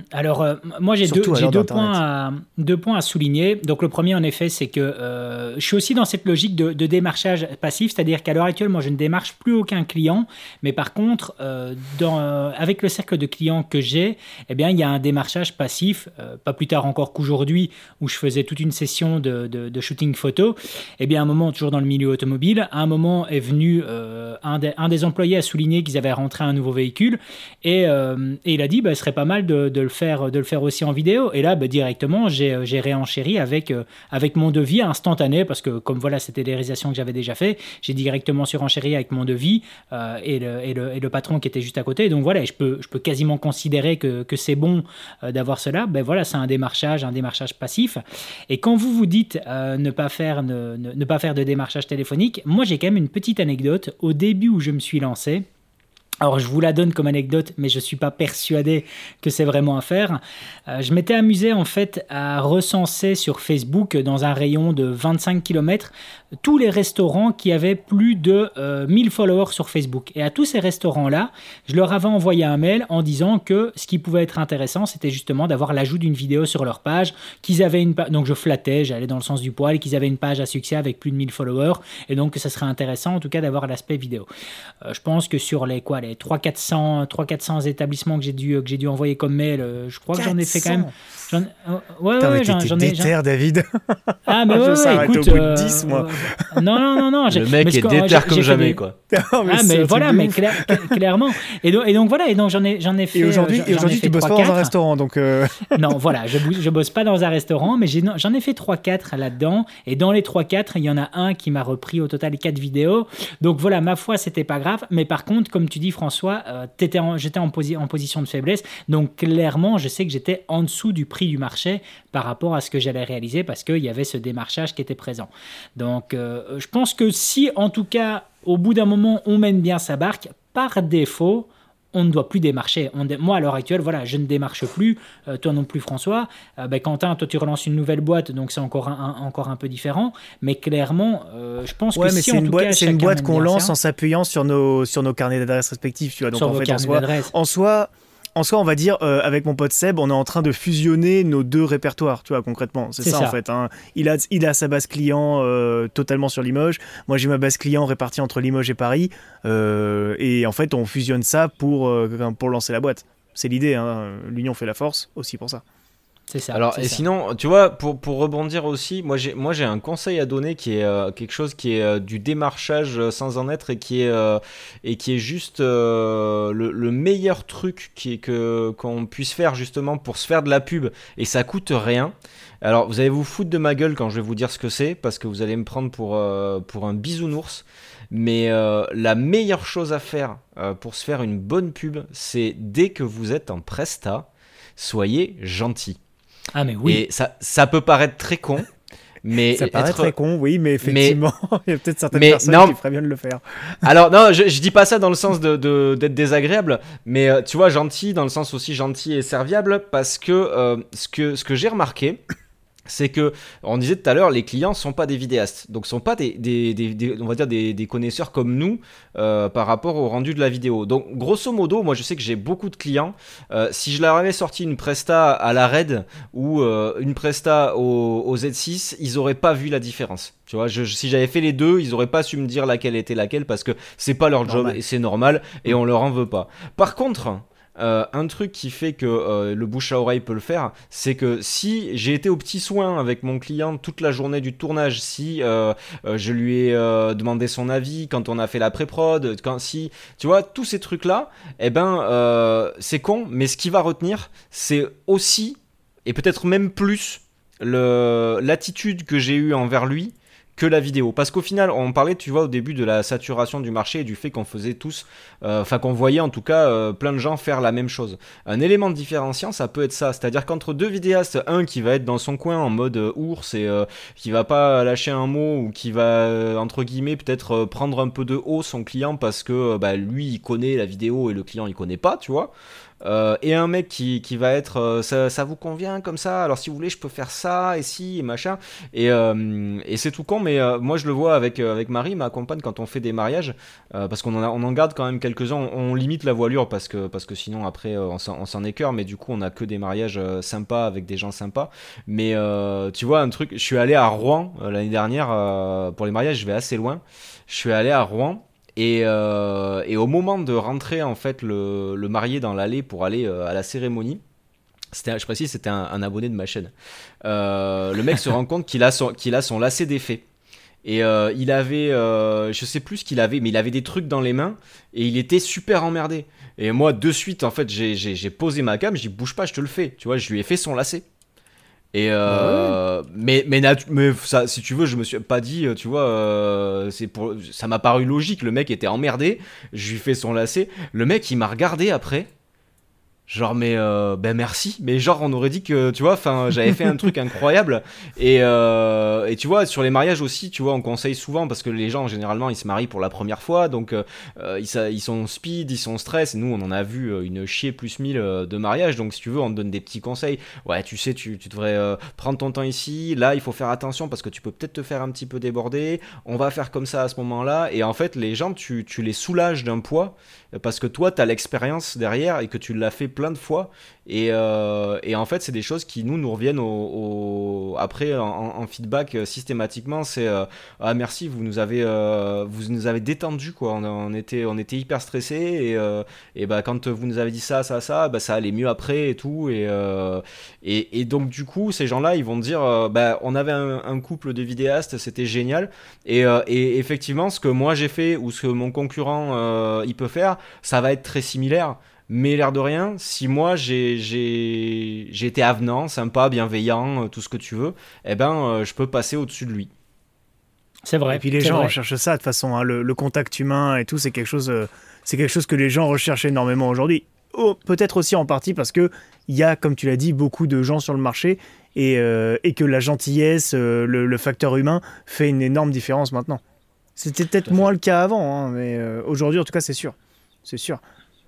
moi j'ai deux points à souligner. Donc le premier, en effet, c'est que je suis aussi dans cette logique de démarchage passif, c'est-à-dire qu'à l'heure actuelle, moi je ne démarche plus aucun client, mais par contre avec le cercle de clients que j'ai, eh bien il y a un démarchage passif, pas plus tard encore qu'aujourd'hui, où je faisais toute une session de shooting photo. Eh bien à un moment, toujours dans le milieu automobile, à un moment est venu un des employés à souligner qu'ils avaient rentré un nouveau véhicule, et il a dit ce serait pas mal de le faire aussi en vidéo. Et là directement j'ai réenchéri avec mon devis instantané, parce que comme voilà, c'était des réalisations que j'avais déjà fait, j'ai directement surenchéri avec mon devis et le patron qui était juste à côté. Donc voilà, je peux quasiment considérer que c'est bon d'avoir cela. Voilà, c'est un démarchage passif. Et quand vous dites ne pas faire de démarchage téléphonique, moi j'ai quand même une petite anecdote. Au début où je me suis lancé, alors je vous la donne comme anecdote, mais je ne suis pas persuadé que c'est vraiment à faire. Je m'étais amusé en fait à recenser sur Facebook, dans un rayon de 25 km, tous les restaurants qui avaient plus de 1000 followers sur Facebook. Et à tous ces restaurants-là, je leur avais envoyé un mail en disant que ce qui pouvait être intéressant, c'était justement d'avoir l'ajout d'une vidéo sur leur page, qu'ils avaient une page, donc je flattais, j'allais dans le sens du poil, qu'ils avaient une page à succès avec plus de 1000 followers, et donc que ça serait intéressant en tout cas d'avoir l'aspect vidéo. Je pense que sur les 300-400 établissements que j'ai dû envoyer comme mail, je crois que j'en ai fait quand même. J'en ai déter, David. Ah mais ouais, écoute, au bout de 10 mois. Non. Le mec est déter comme jamais, quoi. mais voilà, mais clairement. Et donc voilà, et donc j'en ai fait. Et aujourd'hui, tu bosses pas dans un restaurant, donc. Non, voilà, je bosse pas dans un restaurant, mais j'en ai fait 3-4 là-dedans, et dans les 3-4, il y en a un qui m'a repris au total 4 vidéos. Donc voilà, ma foi, c'était pas grave. Mais par contre, comme tu dis, François, j'étais en position de faiblesse, donc clairement, je sais que j'étais en dessous du prix du marché par rapport à ce que j'allais réaliser, parce qu'il y avait ce démarchage qui était présent. Donc je pense que si en tout cas au bout d'un moment on mène bien sa barque, par défaut on ne doit plus démarcher. Moi, à l'heure actuelle, voilà, je ne démarche plus. Toi non plus, François. Quentin, toi, tu relances une nouvelle boîte, donc c'est encore un peu différent. Mais clairement, je pense que si, en tout cas, c'est une boîte qu'on lance ça, en s'appuyant sur nos carnets d'adresses respectifs. Tu vois. Donc, sur en vos fait, carnets d'adresses. En soi, on va dire, avec mon pote Seb, on est en train de fusionner nos 2 répertoires, tu vois, concrètement. C'est ça, en fait. Hein. Il a sa base client totalement sur Limoges. Moi, j'ai ma base client répartie entre Limoges et Paris. Et en fait, on fusionne ça pour lancer la boîte. C'est l'idée, hein. L'union fait la force, aussi pour ça. C'est ça. Alors, et sinon, tu vois, pour rebondir aussi, moi j'ai un conseil à donner qui est quelque chose qui est du démarchage sans en être et qui est juste le meilleur truc qu'on puisse faire justement pour se faire de la pub et ça coûte rien. Alors, vous allez vous foutre de ma gueule quand je vais vous dire ce que c'est parce que vous allez me prendre pour un bisounours. Mais la meilleure chose à faire pour se faire une bonne pub, c'est dès que vous êtes en presta, soyez gentil. Ah mais oui. Et ça peut paraître très con, mais ça paraît très con, oui, mais effectivement, il y a peut-être certaines personnes qui feraient bien de le faire. Alors non, je dis pas ça dans le sens d'être désagréable, mais tu vois, gentil dans le sens aussi gentil et serviable, parce que ce que j'ai remarqué, c'est que, on disait tout à l'heure, les clients sont pas des vidéastes, donc sont pas on va dire des connaisseurs comme nous par rapport au rendu de la vidéo. Donc grosso modo, moi je sais que j'ai beaucoup de clients. Si je leur avais sorti une presta à la Red ou une presta au Z6, ils auraient pas vu la différence. Tu vois, si j'avais fait les deux, ils auraient pas su me dire laquelle était laquelle parce que c'est pas leur job et c'est normal et on leur en veut pas. Par contre, un truc qui fait que le bouche à oreille peut le faire, c'est que si j'ai été au petit soin avec mon client toute la journée du tournage, si je lui ai demandé son avis quand on a fait la pré-prod, tu vois, tous ces trucs là, c'est con, mais ce qu'il va retenir, c'est aussi, et peut-être même plus, l'attitude que j'ai eue envers lui que la vidéo, parce qu'au final on parlait, tu vois, au début de la saturation du marché et du fait qu'on faisait tous, qu'on voyait en tout cas plein de gens faire la même chose. Un élément différenciant, ça peut être ça, c'est-à-dire qu'entre deux vidéastes, un qui va être dans son coin en mode ours et qui va pas lâcher un mot ou qui va entre guillemets peut-être prendre un peu de haut son client parce que lui il connaît la vidéo et le client il connaît pas, tu vois. Et un mec qui va être ça vous convient comme ça, alors si vous voulez je peux faire ça et si et machin et c'est tout con, mais moi je le vois avec Marie, ma compagne, quand on fait des mariages, parce qu'on en garde quand même quelques-uns, on limite la voilure parce que sinon après on s'en écœure, mais du coup on a que des mariages sympas avec des gens sympas. Mais tu vois un truc, je suis allé à Rouen l'année dernière pour les mariages, je vais assez loin, je suis allé à Rouen. Et au moment de rentrer en fait le marié dans l'allée pour aller à la cérémonie, je précise, c'était un abonné de ma chaîne. Le mec se rend compte qu'il a son lacet défait. Et il avait, je sais plus ce qu'il avait, mais il avait des trucs dans les mains et il était super emmerdé. Et moi de suite en fait j'ai posé ma cam, j'ai dit bouge pas, je te le fais. Tu vois, je lui ai fait son lacet. Et mais ça, si tu veux, je me suis pas dit, tu vois, ça m'a paru logique. Le mec était emmerdé, je lui fais son lacet. Le mec il m'a regardé après, genre mais merci, mais genre on aurait dit que, tu vois, enfin j'avais fait un truc incroyable. Et tu vois, sur les mariages aussi, tu vois, on conseille souvent parce que les gens généralement ils se marient pour la première fois, donc ils sont speed, ils sont stress, et nous on en a vu une chier plus 1000 de mariages, donc si tu veux on te donne des petits conseils. Ouais, tu sais, tu devrais prendre ton temps ici, là il faut faire attention parce que tu peux peut-être te faire un petit peu déborder, on va faire comme ça à ce moment là, et en fait les gens tu les soulages d'un poids parce que toi t'as l'expérience derrière et que tu l'as fait plein de fois, et en fait c'est des choses qui nous reviennent après en feedback systématiquement. C'est ah merci, vous nous avez détendu quoi, on était hyper stressés, et quand vous nous avez dit ça ça allait mieux après et tout, et donc du coup ces gens là ils vont dire on avait un couple de vidéastes, c'était génial, et effectivement ce que moi j'ai fait ou ce que mon concurrent il peut faire, ça va être très similaire. Mais l'air de rien, si moi j'ai été avenant, sympa, bienveillant, tout ce que tu veux, je peux passer au-dessus de lui. C'est vrai. Et puis les gens recherchent ça de toute façon, hein, le contact humain et tout, c'est quelque chose que les gens recherchent énormément aujourd'hui. Oh, peut-être aussi en partie parce que il y a, comme tu l'as dit, beaucoup de gens sur le marché, et que la gentillesse, le facteur humain fait une énorme différence maintenant. C'était peut-être moins le cas avant, hein, mais aujourd'hui en tout cas c'est sûr. C'est sûr.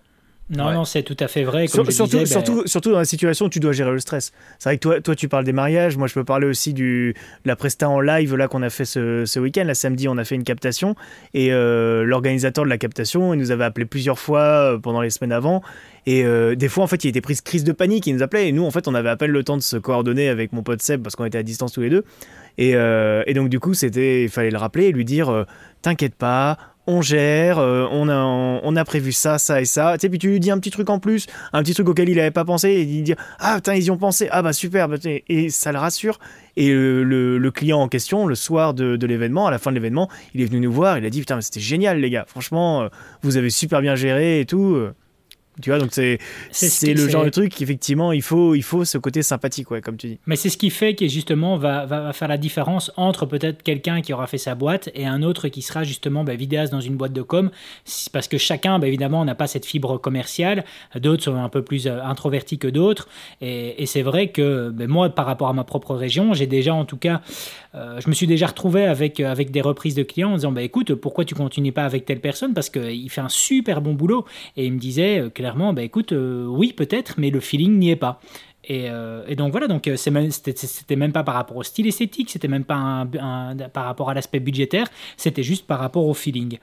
Non, c'est tout à fait vrai. Comme surtout dans la situation où tu dois gérer le stress. C'est vrai que toi, tu parles des mariages. Moi, je peux parler aussi de la presta en live là qu'on a fait ce week-end. Là, samedi, on a fait une captation. Et l'organisateur de la captation, il nous avait appelé plusieurs fois pendant les semaines avant. Et des fois, en fait, il était pris crise de panique. Il nous appelait. Et nous, en fait, on avait à peine le temps de se coordonner avec mon pote Seb parce qu'on était à distance tous les deux. Et donc, du coup, il fallait le rappeler et lui dire t'inquiète pas. On gère, on a prévu ça, ça et ça. Tu sais, puis tu lui dis un petit truc en plus, un petit truc auquel il n'avait pas pensé, et il dit ah putain, ils y ont pensé, ah bah super, et ça le rassure. Et le client en question, le soir de l'événement, à la fin de l'événement, il est venu nous voir, il a dit putain, mais c'était génial les gars, franchement, vous avez super bien géré et tout. Tu vois, donc c'est le genre de truc qu'effectivement il faut ce côté sympathique, ouais, comme tu dis. Mais c'est ce qui fait que justement va faire la différence entre peut-être quelqu'un qui aura fait sa boîte et un autre qui sera justement vidéaste dans une boîte de com, parce que chacun évidemment n'a pas cette fibre commerciale, d'autres sont un peu plus introvertis que d'autres, et c'est vrai que moi par rapport à ma propre région, j'ai déjà en tout cas je me suis déjà retrouvé avec des reprises de clients en disant écoute, pourquoi tu continues pas avec telle personne, parce qu'il fait un super bon boulot, et il me disait clairement écoute, oui peut-être, mais le feeling n'y est pas. Et donc voilà, donc c'était même pas par rapport au style esthétique, c'était même pas par rapport à l'aspect budgétaire, c'était juste par rapport au feeling.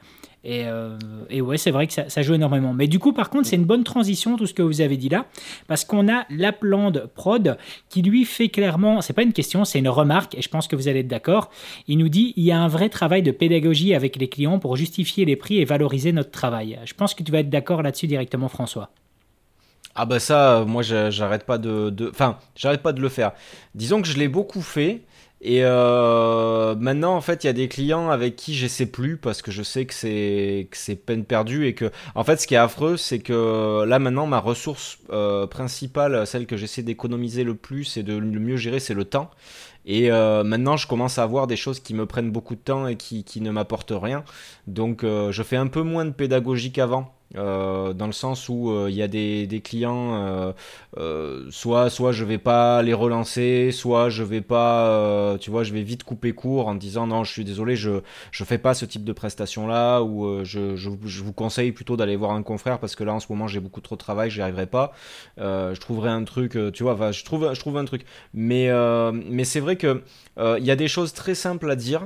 Et ouais, c'est vrai que ça joue énormément. Mais du coup, par contre, c'est une bonne transition, tout ce que vous avez dit là, parce qu'on a Lapland Prod qui lui fait clairement, c'est pas une question, c'est une remarque, et je pense que vous allez être d'accord. Il nous dit il y a un vrai travail de pédagogie avec les clients pour justifier les prix et valoriser notre travail. Je pense que tu vas être d'accord là-dessus directement, François. Ah bah ça, moi j'arrête pas j'arrête pas de le faire. Disons que je l'ai beaucoup fait. Et maintenant, en fait, il y a des clients avec qui j'essaie plus parce que je sais que c'est peine perdue et que, en fait, ce qui est affreux, c'est que là maintenant, ma ressource principale, celle que j'essaie d'économiser le plus et de le mieux gérer, c'est le temps. Et maintenant, je commence à avoir des choses qui me prennent beaucoup de temps et qui ne m'apportent rien. Donc, je fais un peu moins de pédagogie qu'avant. Dans le sens où il y a des clients, soit je vais pas les relancer, soit je vais pas, tu vois, je vais vite couper court en disant non, je suis désolé, je fais pas ce type de prestation là, ou je vous conseille plutôt d'aller voir un confrère parce que là en ce moment j'ai beaucoup trop de travail, j'y arriverai pas. Je trouverai un truc, tu vois, je trouve un truc. Mais c'est vrai que il y a des choses très simples à dire.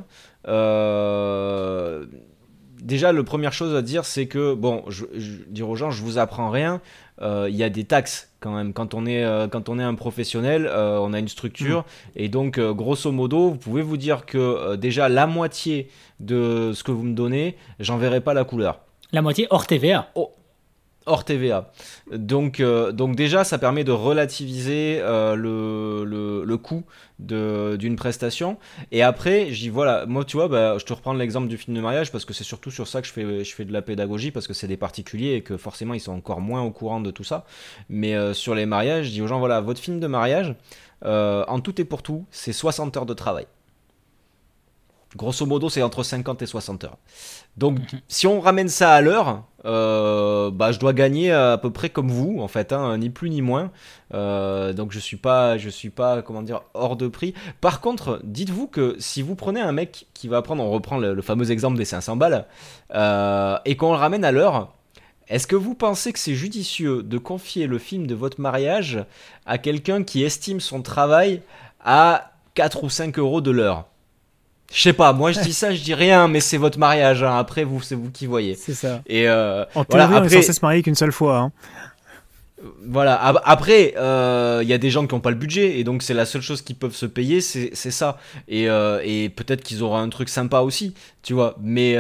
Déjà, la première chose à dire, c'est que, bon, je dire aux gens, je vous apprends rien. Il y a des taxes quand même. Quand on est un professionnel, on a une structure. Et donc, grosso modo, vous pouvez vous dire que déjà, la moitié de ce que vous me donnez, j'en verrai pas la couleur. La moitié hors TVA. Hors TVA. Donc déjà, ça permet de relativiser le coût d'une prestation. Et après, je dis voilà, moi tu vois, je te reprends l'exemple du film de mariage parce que c'est surtout sur ça que je fais de la pédagogie parce que c'est des particuliers et que forcément ils sont encore moins au courant de tout ça. Mais sur les mariages, je dis aux gens voilà, votre film de mariage, en tout et pour tout, c'est 60 heures de travail. Grosso modo, c'est entre 50 et 60 heures. Donc, si on ramène ça à l'heure, je dois gagner à peu près comme vous, en fait, hein, ni plus ni moins. Donc, je suis pas, comment dire, hors de prix. Par contre, dites-vous que si vous prenez un mec qui va prendre, on reprend le fameux exemple des 500 balles, et qu'on le ramène à l'heure, est-ce que vous pensez que c'est judicieux de confier le film de votre mariage à quelqu'un qui estime son travail à 4 ou 5 euros de l'heure ? Je sais pas, moi je dis ça, je dis rien, mais c'est votre mariage, hein. Après c'est vous qui voyez. C'est ça. Et en théorie, on est censé se marier qu'une seule fois. Hein. Voilà, après, il y a des gens qui n'ont pas le budget, et donc c'est la seule chose qu'ils peuvent se payer, c'est ça. Et peut-être qu'ils auront un truc sympa aussi, tu vois. Mais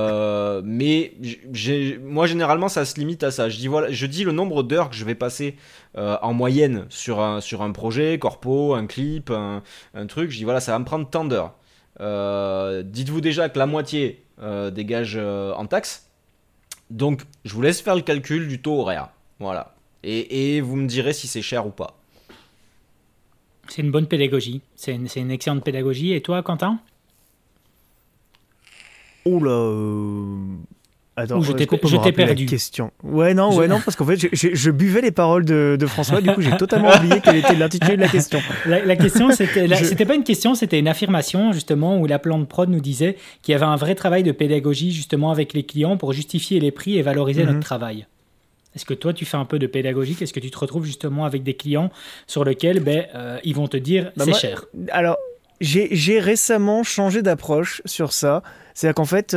moi généralement ça se limite à ça. Je dis le nombre d'heures que je vais passer en moyenne sur un projet, corpo, un clip, un truc. Je dis voilà, ça va me prendre tant d'heures. Dites-vous déjà que la moitié dégage en taxes, donc je vous laisse faire le calcul du taux horaire, voilà, et vous me direz si c'est cher ou pas. C'est une bonne pédagogie, c'est une excellente pédagogie. Et toi, Quentin ? Attends, je t'ai perdu. Question. Non, parce qu'en fait, je buvais les paroles de François, du coup, j'ai totalement oublié quel était l'intitulé de la question. La question, c'était pas une question, c'était une affirmation, justement, où Lapland Prod nous disait qu'il y avait un vrai travail de pédagogie, justement, avec les clients pour justifier les prix et valoriser notre travail. Est-ce que toi, tu fais un peu de pédagogique? Est-ce que tu te retrouves justement avec des clients sur lesquels ils vont te dire c'est cher? Alors, j'ai récemment changé d'approche sur ça. C'est-à-dire qu'en fait,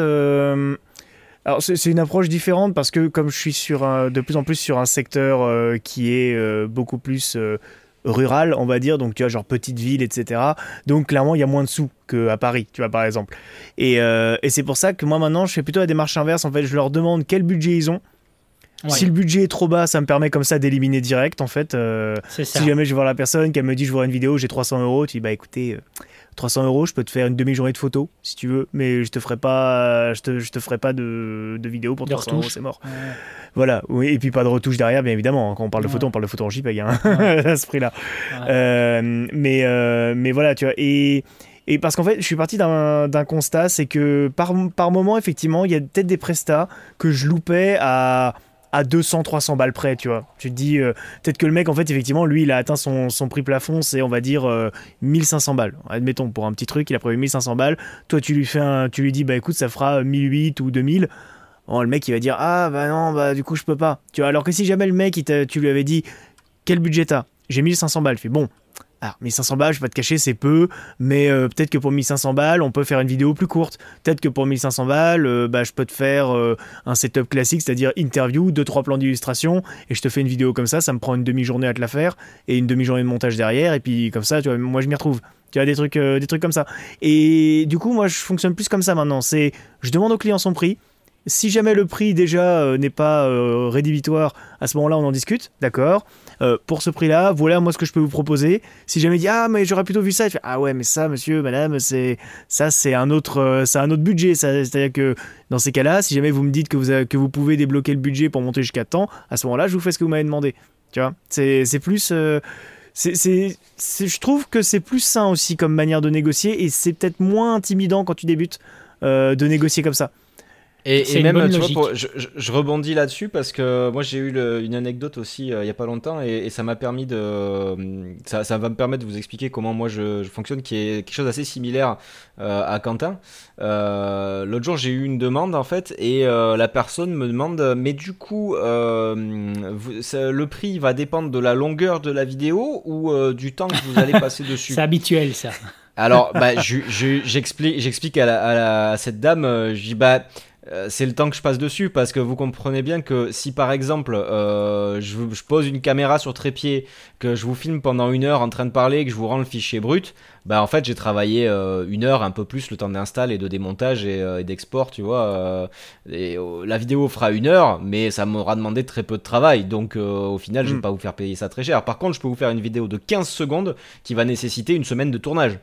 alors c'est une approche différente parce que comme je suis de plus en plus sur un secteur qui est beaucoup plus rural, on va dire, donc tu vois, genre petite ville, etc. Donc clairement, il y a moins de sous qu'à Paris, tu vois, par exemple. Et c'est pour ça que moi maintenant, je fais plutôt la démarche inverse. En fait, je leur demande quel budget ils ont. Ouais. Si le budget est trop bas, ça me permet comme ça d'éliminer direct, en fait. Si jamais je vais voir la personne, qu'elle me dit je vois une vidéo, j'ai 300 €, tu dis bah écoutez, 300 €, je peux te faire une demi-journée de photos si tu veux, mais je te ferai pas, je te ferai pas de vidéo pour 300 €, c'est mort. Ouais. Voilà, oui, et puis pas de retouche derrière, bien évidemment. Quand on parle de photo, on parle de photo en JPEG, hein, à ce prix-là. Ouais. Mais voilà, tu vois. Et parce qu'en fait, je suis parti d'un constat, c'est que par moment, effectivement, il y a peut-être des prestats que je loupais à 200-300 balles près, tu vois. Tu te dis, peut-être que le mec, en fait, effectivement, lui, il a atteint son prix plafond, c'est, on va dire, 1500 balles. Admettons, pour un petit truc, il a prévu 1500 balles. Toi, tu lui dis, bah écoute, ça fera 1008 ou 2000. Bon, le mec, il va dire, ah, bah non, bah du coup, je peux pas. Tu vois, alors que si jamais le mec, tu lui avais dit, quel budget t'as? J'ai 1500 balles. Il fait, bon, alors 1500 balles, je vais pas te cacher, c'est peu, mais peut-être que pour 1500 balles, on peut faire une vidéo plus courte. Peut-être que pour 1500 balles, je peux te faire un setup classique, c'est-à-dire interview, 2-3 plans d'illustration, et je te fais une vidéo comme ça me prend une demi-journée à te la faire, et une demi-journée de montage derrière, et puis comme ça, tu vois, moi je m'y retrouve. Tu as des trucs comme ça. Et du coup, moi je fonctionne plus comme ça maintenant. C'est, je demande au client son prix. Si jamais le prix déjà n'est pas rédhibitoire, à ce moment-là on en discute, d'accord. Pour ce prix-là, voilà moi ce que je peux vous proposer. Si jamais il dit ah mais j'aurais plutôt vu ça, je fais ah ouais mais ça monsieur, madame, c'est un autre budget. C'est-à-dire que dans ces cas-là, si jamais vous me dites que vous pouvez débloquer le budget pour monter jusqu'à temps, à ce moment-là je vous fais ce que vous m'avez demandé. Tu vois, c'est plus je trouve que c'est plus sain aussi comme manière de négocier et c'est peut-être moins intimidant quand tu débutes de négocier comme ça. Et même, tu vois, je rebondis là-dessus parce que moi j'ai eu une anecdote aussi il y a pas longtemps et ça m'a permis ça va me permettre de vous expliquer comment moi je fonctionne, qui est quelque chose d'assez similaire à Quentin. L'autre jour j'ai eu une demande en fait et la personne me demande mais du coup le prix va dépendre de la longueur de la vidéo ou du temps que vous allez passer dessus. C'est habituel ça. Alors j'explique à cette dame, je dis c'est le temps que je passe dessus parce que vous comprenez bien que si par exemple je pose une caméra sur trépied, que je vous filme pendant 1 heure en train de parler, que je vous rends le fichier brut, en fait j'ai travaillé 1 heure, un peu plus le temps d'install et de démontage et d'export, tu vois. La vidéo fera 1 heure, mais ça m'aura demandé très peu de travail, donc au final je vais pas vous faire payer ça très cher. Par contre je peux vous faire une vidéo de 15 secondes qui va nécessiter 1 semaine de tournage.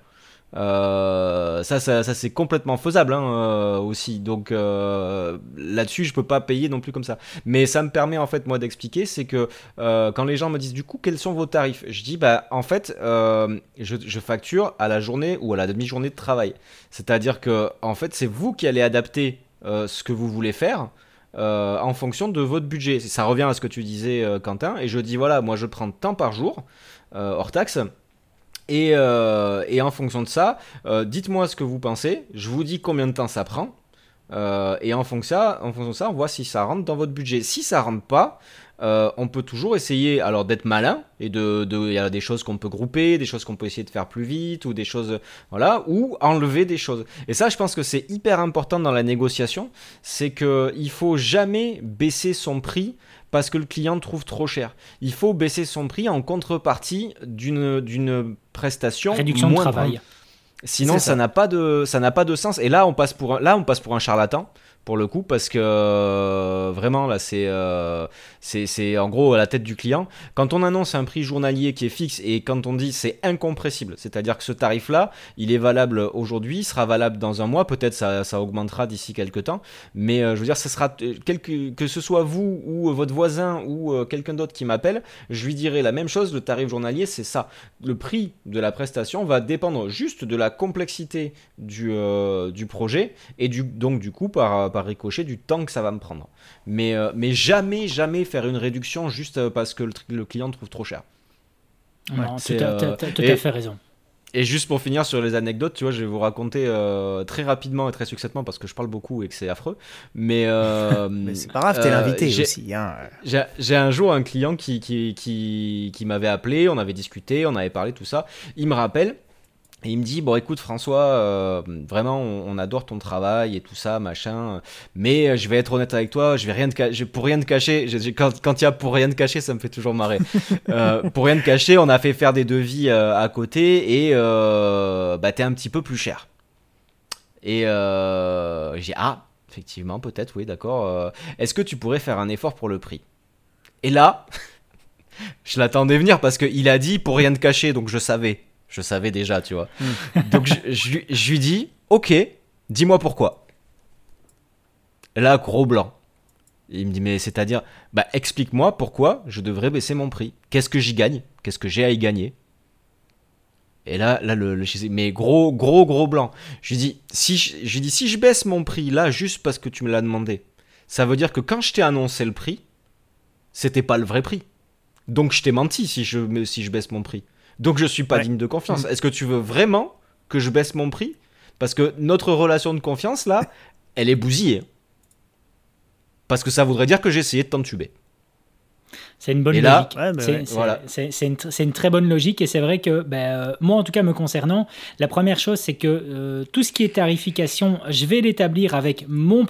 Ça c'est complètement faisable aussi, donc là-dessus je peux pas payer non plus comme ça, mais ça me permet en fait moi d'expliquer, c'est que quand les gens me disent du coup quels sont vos tarifs, je dis en fait je facture à la journée ou à la demi-journée de travail, c'est-à-dire que en fait c'est vous qui allez adapter ce que vous voulez faire en fonction de votre budget. Ça revient à ce que tu disais Quentin, et je dis voilà, moi je prends tant par jour hors taxe. Et en fonction de ça, dites-moi ce que vous pensez, je vous dis combien de temps ça prend, et en fonction de ça, on voit si ça rentre dans votre budget. Si ça rentre pas, on peut toujours essayer alors d'être malin, et il y a des choses qu'on peut grouper, des choses qu'on peut essayer de faire plus vite, ou des choses, voilà, ou enlever des choses. Et ça, je pense que c'est hyper important dans la négociation, c'est qu'il faut jamais baisser son prix parce que le client trouve trop cher. Il faut baisser son prix en contrepartie d'une prestation réduction de travail. Sinon, ça n'a pas de sens. Et là, on passe pour un charlatan. Pour le coup, parce que vraiment là c'est en gros à la tête du client. Quand on annonce un prix journalier qui est fixe et quand on dit c'est incompressible, c'est-à-dire que ce tarif là il est valable aujourd'hui, sera valable dans un mois, peut-être ça augmentera d'ici quelques temps, mais je veux dire ça sera que ce soit vous ou votre voisin ou quelqu'un d'autre qui m'appelle, je lui dirai la même chose. Le tarif journalier c'est ça, le prix de la prestation va dépendre juste de la complexité du projet et donc du coup par ricochet du temps que ça va me prendre, mais jamais faire une réduction juste parce que le client trouve trop cher. Non, tu as tout à fait raison. Et juste pour finir sur les anecdotes, tu vois, je vais vous raconter très rapidement et très succinctement parce que je parle beaucoup et que c'est affreux. Mais c'est pas grave, t'es l'invité aussi. Hein. J'ai un jour un client qui m'avait appelé, on avait discuté, on avait parlé, tout ça. Il me rappelle. Et il me dit, bon écoute François, vraiment on adore ton travail et tout ça, machin, mais je vais être honnête avec toi, je vais rien pour rien te cacher, quand il y a pour rien te cacher, ça me fait toujours marrer. Pour rien te cacher, on a fait faire des devis à côté et t'es un petit peu plus cher. Et j'ai dit, ah, effectivement, peut-être, oui, d'accord, est-ce que tu pourrais faire un effort pour le prix? Et là, je l'attendais venir parce qu'il a dit pour rien te cacher, donc je savais déjà, tu vois. Donc je lui dis, ok, dis-moi pourquoi. Et là, gros blanc. Et il me dit, mais c'est-à-dire, explique-moi pourquoi je devrais baisser mon prix. Qu'est-ce que j'y gagne? Qu'est-ce que j'ai à y gagner? Et là mais gros blanc. Je lui dis, si je baisse mon prix là, juste parce que tu me l'as demandé, ça veut dire que quand je t'ai annoncé le prix, c'était pas le vrai prix. Donc je t'ai menti si je baisse mon prix. Donc je suis pas digne de confiance. Est-ce que tu veux vraiment que je baisse mon prix? Parce que notre relation de confiance là, elle est bousillée. Parce que ça voudrait dire que j'ai essayé de t'entuber. C'est une bonne logique. C'est une très bonne logique et c'est vrai que moi, en tout cas me concernant, la première chose, c'est que tout ce qui est tarification, je vais l'établir avec mon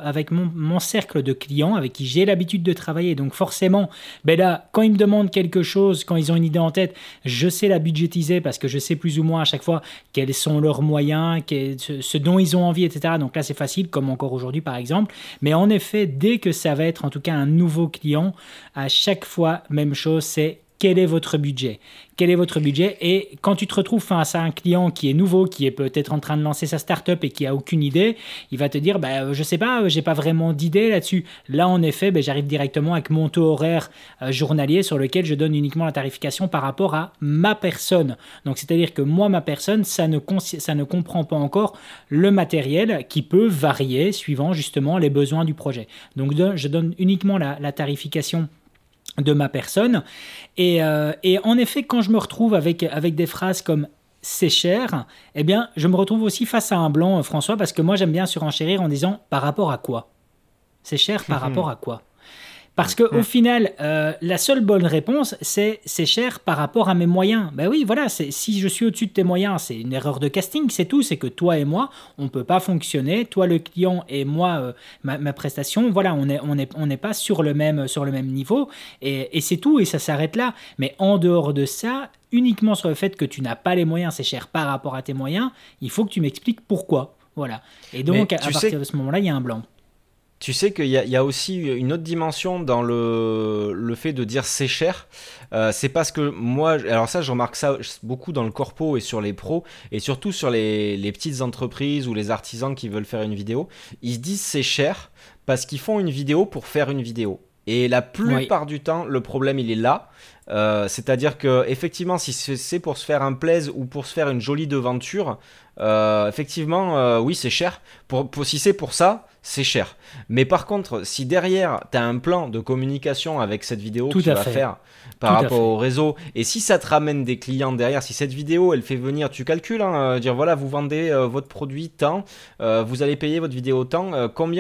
cercle de clients avec qui j'ai l'habitude de travailler. Donc forcément, là, quand ils me demandent quelque chose, quand ils ont une idée en tête, je sais la budgétiser parce que je sais plus ou moins à chaque fois quels sont leurs moyens, ce dont ils ont envie, etc. Donc là, c'est facile, comme encore aujourd'hui par exemple. Mais en effet, dès que ça va être en tout cas un nouveau client, à chaque fois, même chose, c'est quel est votre budget? Quel est votre budget? Et quand tu te retrouves face à un client qui est nouveau, qui est peut-être en train de lancer sa start-up et qui a aucune idée, il va te dire, je sais pas, j'ai pas vraiment d'idée là-dessus. Là, en effet, j'arrive directement avec mon taux horaire journalier sur lequel je donne uniquement la tarification par rapport à ma personne. Donc, c'est-à-dire que moi, ma personne, ça ne comprend pas encore le matériel qui peut varier suivant justement les besoins du projet. Donc, je donne uniquement la tarification de ma personne et en effet quand je me retrouve avec des phrases comme c'est cher, eh bien je me retrouve aussi face à un blanc, François, parce que moi j'aime bien surenchérir en disant par rapport à quoi? C'est cher par rapport à quoi? Parce qu'au final, la seule bonne réponse, c'est cher par rapport à mes moyens. Oui, voilà, si je suis au-dessus de tes moyens, c'est une erreur de casting, c'est tout. C'est que toi et moi, on ne peut pas fonctionner. Toi, le client, et moi, ma prestation, voilà, on n'est pas sur le même niveau. Et c'est tout, et ça s'arrête là. Mais en dehors de ça, uniquement sur le fait que tu n'as pas les moyens, c'est cher par rapport à tes moyens, il faut que tu m'expliques pourquoi. Voilà. Et donc, à partir de ce moment-là, il y a un blanc. Tu sais qu'il y a aussi une autre dimension dans le fait de dire c'est cher. C'est parce que moi, alors ça, je remarque ça beaucoup dans le corpo et sur les pros, et surtout sur les petites entreprises ou les artisans qui veulent faire une vidéo. Ils se disent c'est cher parce qu'ils font une vidéo pour faire une vidéo. Et la plupart du temps, le problème, il est là. C'est-à-dire que effectivement, si c'est pour se faire un plaise ou pour se faire une jolie devanture, effectivement, oui, c'est cher. Si c'est pour ça, c'est cher. Mais par contre, si derrière, tu as un plan de communication avec cette vidéo que tu vas faire par rapport au réseau, et si ça te ramène des clients derrière, si cette vidéo, elle fait venir, tu calcules, dire voilà, vous vendez votre produit tant, vous allez payer votre vidéo tant,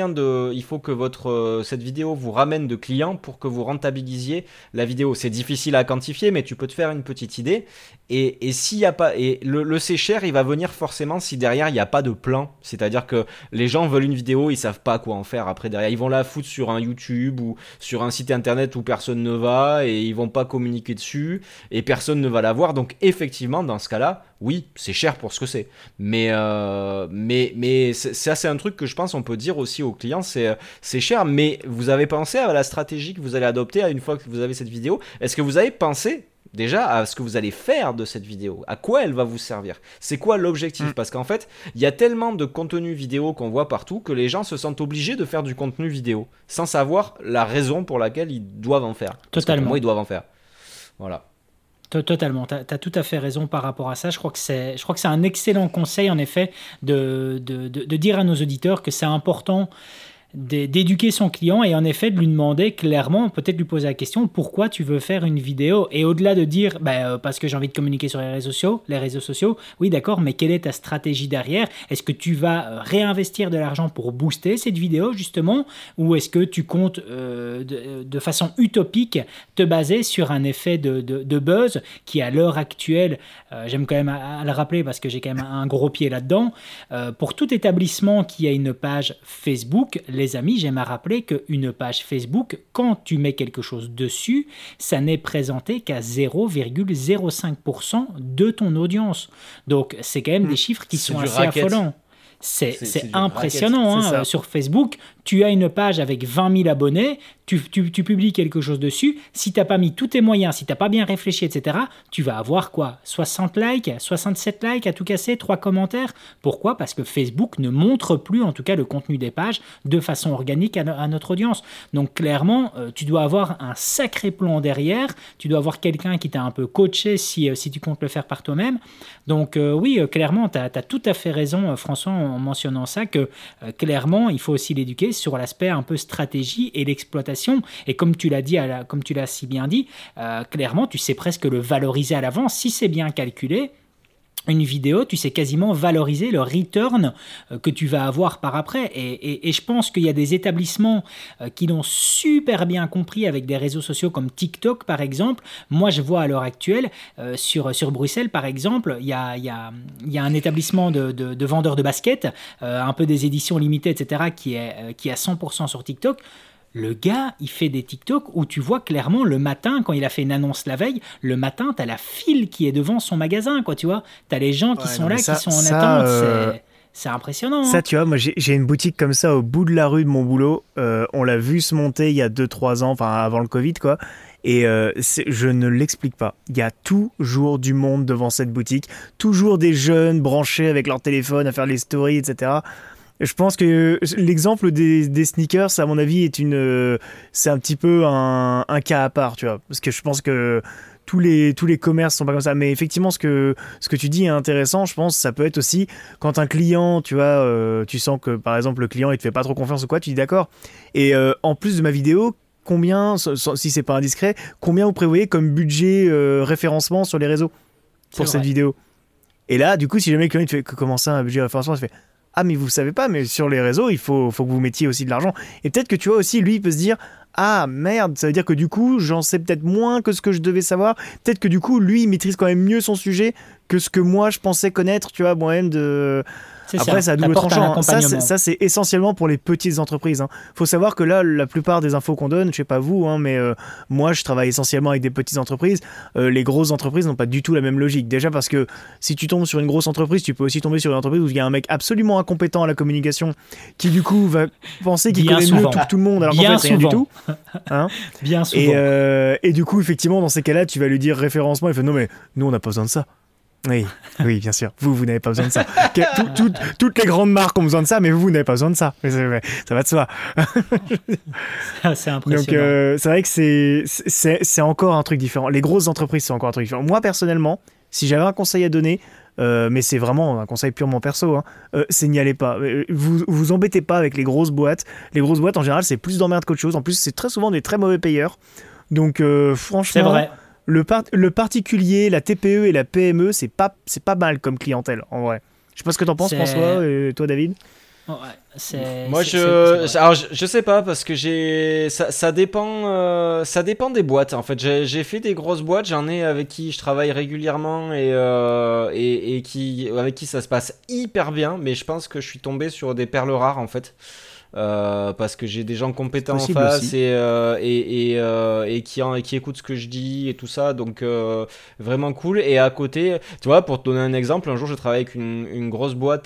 il faut que cette vidéo vous ramène de clients pour que vous rentabilisiez la vidéo. C'est difficile à quantifier, mais tu peux te faire une petite idée. Et s'il y a pas, et le c'est cher, il va venir forcément si derrière il n'y a pas de plan. C'est-à-dire que les gens veulent une vidéo, ils savent pas quoi en faire après derrière. Ils vont la foutre sur un YouTube ou sur un site internet où personne ne va et ils vont pas communiquer dessus et personne ne va la voir. Donc effectivement, dans ce cas-là, oui, c'est cher pour ce que c'est. Mais ça, c'est un truc que je pense on peut dire aussi aux clients, c'est cher. Mais vous avez pensé à la stratégie que vous allez adopter une fois que vous avez cette vidéo? Est-ce que vous avez pensé déjà à ce que vous allez faire de cette vidéo, à quoi elle va vous servir, c'est quoi l'objectif? Parce qu'en fait, il y a tellement de contenu vidéo qu'on voit partout que les gens se sentent obligés de faire du contenu vidéo sans savoir la raison pour laquelle ils doivent en faire. Parce que pour moi, ils doivent en faire. Voilà. Totalement, tu as tout à fait raison par rapport à ça. Je crois que c'est un excellent conseil en effet de dire à nos auditeurs que c'est important d'éduquer son client et en effet de lui demander clairement, peut-être lui poser la question pourquoi tu veux faire une vidéo, et au-delà de dire parce que j'ai envie de communiquer sur les réseaux sociaux, oui d'accord, mais quelle est ta stratégie derrière? Est-ce que tu vas réinvestir de l'argent pour booster cette vidéo justement, ou est-ce que tu comptes de façon utopique te baser sur un effet de buzz qui à l'heure actuelle, j'aime quand même à le rappeler parce que j'ai quand même un gros pied là-dedans, pour tout établissement qui a une page Facebook, les amis, j'aime à rappeler qu'une page Facebook, quand tu mets quelque chose dessus, ça n'est présenté qu'à 0,05% de ton audience. Donc, c'est quand même des chiffres qui sont assez affolants. C'est impressionnant hein, sur Facebook. Tu as une page avec 20 000 abonnés, tu publies quelque chose dessus. Si tu n'as pas mis tous tes moyens, si tu n'as pas bien réfléchi, etc., tu vas avoir quoi? 60 likes, 67 likes à tout casser, 3 commentaires. Pourquoi? Parce que Facebook ne montre plus, en tout cas, le contenu des pages de façon organique à notre audience. Donc, clairement, tu dois avoir un sacré plan derrière. Tu dois avoir quelqu'un qui t'a un peu coaché si tu comptes le faire par toi-même. Donc, oui, clairement, tu as tout à fait raison, François, en mentionnant ça, que clairement, il faut aussi l'éduquer sur l'aspect un peu stratégie et l'exploitation. Et comme tu l'as dit, comme tu l'as si bien dit, clairement, tu sais presque le valoriser à l'avance. Si c'est bien calculé, une vidéo, tu sais quasiment valoriser le return que tu vas avoir par après. Et je pense qu'il y a des établissements qui l'ont super bien compris avec des réseaux sociaux comme TikTok, par exemple. Moi, je vois à l'heure actuelle, sur Bruxelles, par exemple, il y a un établissement de vendeurs de baskets, un peu des éditions limitées, etc., qui est à 100% sur TikTok. Le gars, il fait des TikTok où tu vois clairement le matin, quand il a fait une annonce la veille, le matin, t'as la file qui est devant son magasin, quoi, tu vois. T'as les gens qui sont là, qui sont en attente. C'est impressionnant. Ça, tu vois, moi, j'ai une boutique comme ça au bout de la rue de mon boulot. On l'a vu se monter il y a 2-3 ans, enfin avant le Covid, quoi. Et je ne l'explique pas. Il y a toujours du monde devant cette boutique. Toujours des jeunes branchés avec leur téléphone à faire les stories, etc. Je pense que l'exemple des sneakers, à mon avis, c'est un petit peu un cas à part, tu vois. Parce que je pense que tous les commerces sont pas comme ça. Mais effectivement, ce que tu dis est intéressant. Je pense que ça peut être aussi quand un client, tu vois, tu sens que par exemple le client il te fait pas trop confiance ou quoi, tu dis d'accord. Et en plus de ma vidéo, combien, si c'est pas indiscret, combien vous prévoyez comme budget référencement sur les réseaux pour cette vidéo? Et là, du coup, si jamais le client il te fait comment ça un budget référencement, il fait ah mais vous savez pas, mais sur les réseaux il faut que vous mettiez aussi de l'argent. Et peut-être que tu vois aussi lui il peut se dire ah merde, ça veut dire que du coup j'en sais peut-être moins que ce que je devais savoir. Peut-être que du coup lui il maîtrise quand même mieux son sujet que ce que moi je pensais connaître, tu vois, moi-même de... Après, c'est à double tranchant. Ça, c'est essentiellement pour les petites entreprises. Faut savoir que là, la plupart des infos qu'on donne, je sais pas vous, mais moi, je travaille essentiellement avec des petites entreprises. Les grosses entreprises n'ont pas du tout la même logique. Déjà parce que si tu tombes sur une grosse entreprise, tu peux aussi tomber sur une entreprise où il y a un mec absolument incompétent à la communication qui, du coup, va penser qu'il connaît mieux tout le monde, alors qu'en fait, rien du tout. Bien souvent. Et du coup, effectivement, dans ces cas-là, tu vas lui dire référencement. Il fait non, mais nous, on n'a pas besoin de ça. Oui, bien sûr. Vous n'avez pas besoin de ça. Toutes les grandes marques ont besoin de ça, mais vous n'avez pas besoin de ça. Ça va de soi. C'est impressionnant. Donc, c'est vrai que c'est encore un truc différent. Les grosses entreprises, c'est encore un truc différent. Moi, personnellement, si j'avais un conseil à donner, mais c'est vraiment un conseil purement perso, c'est n'y allez pas. Vous embêtez pas avec les grosses boîtes. Les grosses boîtes, en général, c'est plus d'emmerde qu'autre chose. En plus, c'est très souvent des très mauvais payeurs. Donc, franchement... C'est vrai. Le particulier, la TPE et la PME, c'est pas mal comme clientèle, en vrai. Je sais pas ce que t'en penses, François, et toi, David. Moi, je sais pas parce que ça dépend des boîtes. En fait, j'ai fait des grosses boîtes, j'en ai avec qui je travaille régulièrement et avec qui ça se passe hyper bien. Mais je pense que je suis tombé sur des perles rares en fait. Parce que j'ai des gens compétents en face et qui écoutent ce que je dis et tout ça, donc vraiment cool. Et à côté, tu vois, pour te donner un exemple, un jour je travaillais avec une grosse boîte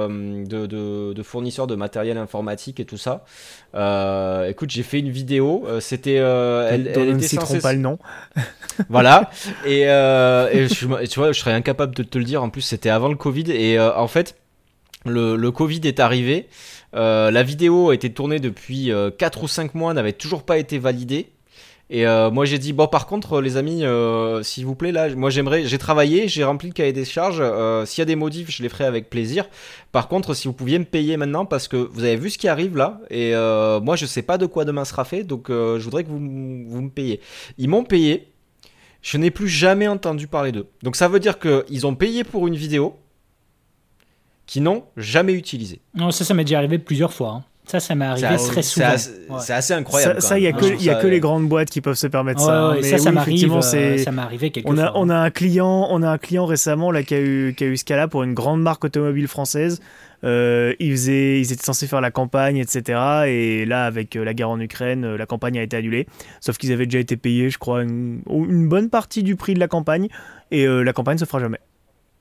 de fournisseurs de matériel informatique et tout ça. Écoute, j'ai fait une vidéo, c'était elle était censée pas le nom. Voilà. Et tu vois, je serais incapable de te le dire. En plus, c'était avant le Covid et en fait le Covid est arrivé. La vidéo a été tournée depuis 4 ou 5 mois, n'avait toujours pas été validée. Et moi j'ai dit bon par contre les amis s'il vous plaît là moi j'ai travaillé, j'ai rempli le cahier des charges, s'il y a des modifs je les ferai avec plaisir. Par contre si vous pouviez me payer maintenant parce que vous avez vu ce qui arrive là et moi je sais pas de quoi demain sera fait donc je voudrais que vous me payiez. Ils m'ont payé, je n'ai plus jamais entendu parler d'eux. Donc ça veut dire qu'ils ont payé pour une vidéo qu'ils n'ont jamais utilisée. Non, ça m'est déjà arrivé plusieurs fois. Hein. Ça m'est arrivé très souvent. C'est assez incroyable. Ça, il n'y a que les grandes boîtes qui peuvent se permettre ça. Ouais, mais ça m'arrive. C'est... Ça m'est arrivé quelquefois. On a un client récemment là, qui a eu ce cas-là pour une grande marque automobile française. Ils étaient censés faire la campagne, etc. Et là, avec la guerre en Ukraine, la campagne a été annulée. Sauf qu'ils avaient déjà été payés, je crois, une bonne partie du prix de la campagne. Et la campagne ne se fera jamais.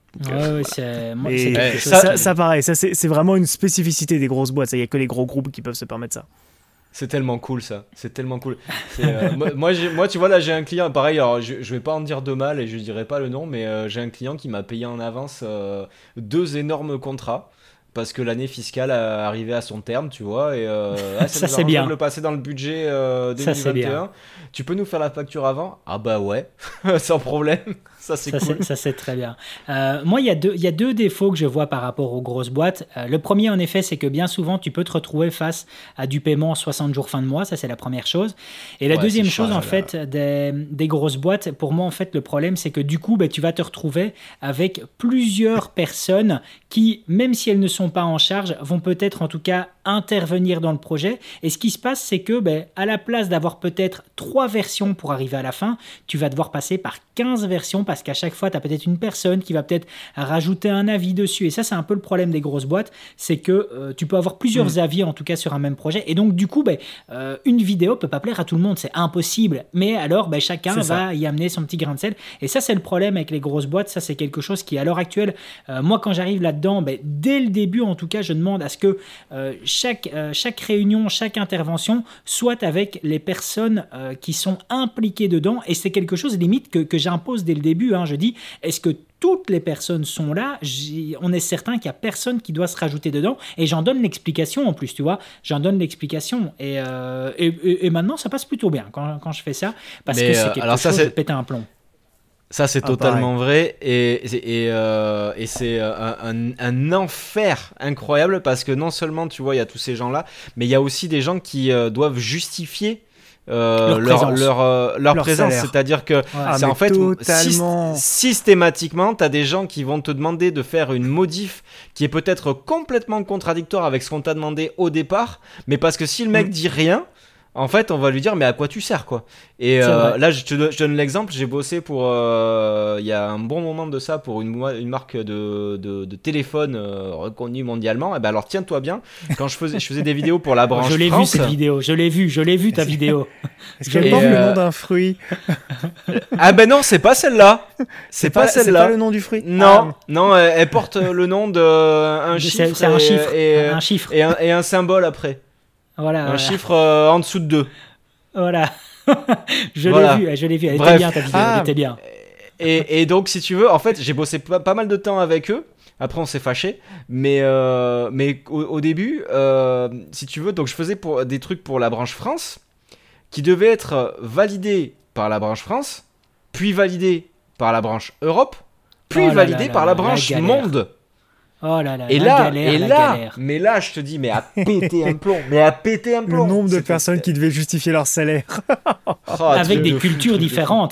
Ça, pareil, c'est vraiment une spécificité des grosses boîtes. Il n'y a que les gros groupes qui peuvent se permettre ça. C'est tellement cool ça, c'est tellement cool. Moi, tu vois là j'ai un client, pareil, alors je vais pas en dire de mal et je dirai pas le nom, mais j'ai un client qui m'a payé en avance 2 énormes contrats. Parce que l'année fiscale arrivait à son terme, tu vois, et ça c'est bien. De le passer dans le budget 2021. Tu peux nous faire la facture avant ? Ah bah ouais, sans problème. Ça c'est cool. Ça c'est très bien. Moi, il y a deux défauts que je vois par rapport aux grosses boîtes. Le premier, en effet, c'est que bien souvent, tu peux te retrouver face à du paiement 60 jours fin de mois. Ça, c'est la première chose. Et la deuxième chose, en fait, des grosses boîtes, pour moi, en fait, le problème, c'est que du coup, tu vas te retrouver avec plusieurs personnes qui, même si elles ne sont pas en charge, vont peut-être, en tout cas, intervenir dans le projet. Et ce qui se passe, c'est que, à la place d'avoir peut-être 3 versions pour arriver à la fin, tu vas devoir passer par 15 versions parce qu'à chaque fois, tu as peut-être une personne qui va peut-être rajouter un avis dessus. Et ça, c'est un peu le problème des grosses boîtes, c'est que tu peux avoir plusieurs avis, en tout cas, sur un même projet. Et donc, du coup, une vidéo peut pas plaire à tout le monde, c'est impossible. Mais alors, chacun va y amener son petit grain de sel. Et ça, c'est le problème avec les grosses boîtes. Ça, c'est quelque chose qui, à l'heure actuelle, moi, quand j'arrive là-dedans, dès le début, en tout cas, je demande à ce que chaque réunion, chaque intervention soit avec les personnes qui sont impliquées dedans. Et c'est quelque chose, limite, que j'impose dès le début. Je dis, est-ce que toutes les personnes sont là, on est certain qu'il n'y a personne qui doit se rajouter dedans, et j'en donne l'explication en plus, tu vois, j'en donne l'explication, et maintenant ça passe plutôt bien quand je fais ça, parce que c'est quelque chose de péter un plomb. Ça c'est totalement vrai, et c'est un enfer incroyable, parce que non seulement tu vois il y a tous ces gens là, mais il y a aussi des gens qui doivent justifier leur présence, c'est-à-dire que c'est en fait systématiquement t'as des gens qui vont te demander de faire une modif qui est peut-être complètement contradictoire avec ce qu'on t'a demandé au départ, mais parce que si le mec dit rien, en fait, on va lui dire mais à quoi tu sers quoi. Et là, je donne l'exemple. J'ai bossé pour il y a un bon moment de ça pour une marque de téléphone reconnue mondialement. Et alors tiens-toi bien, quand je faisais des vidéos pour la branche je l'ai France, vu cette vidéo, je l'ai vu ta vidéo. Est-ce qu'elle porte le nom d'un fruit? Ah ben non, c'est pas celle-là. C'est pas celle-là. C'est pas le nom du fruit. Non, non, elle porte le nom d'un chiffre. C'est un chiffre. Un chiffre. Et un symbole après. Voilà, chiffre en dessous de 2. Voilà. Je l'ai vu. Elle était bien ta vidéo, elle était bien. Et donc, si tu veux, en fait, j'ai bossé pas mal de temps avec eux. Après, on s'est fâchés. Mais au début, si tu veux, donc je faisais des trucs pour la branche France qui devaient être validés par la branche France, puis validés par la branche Europe, puis validés par la branche Monde. Oh là là, galère. Mais là, je te dis, mais à péter un plomb. Le nombre de personnes qui devaient justifier leur salaire. Avec des cultures différentes.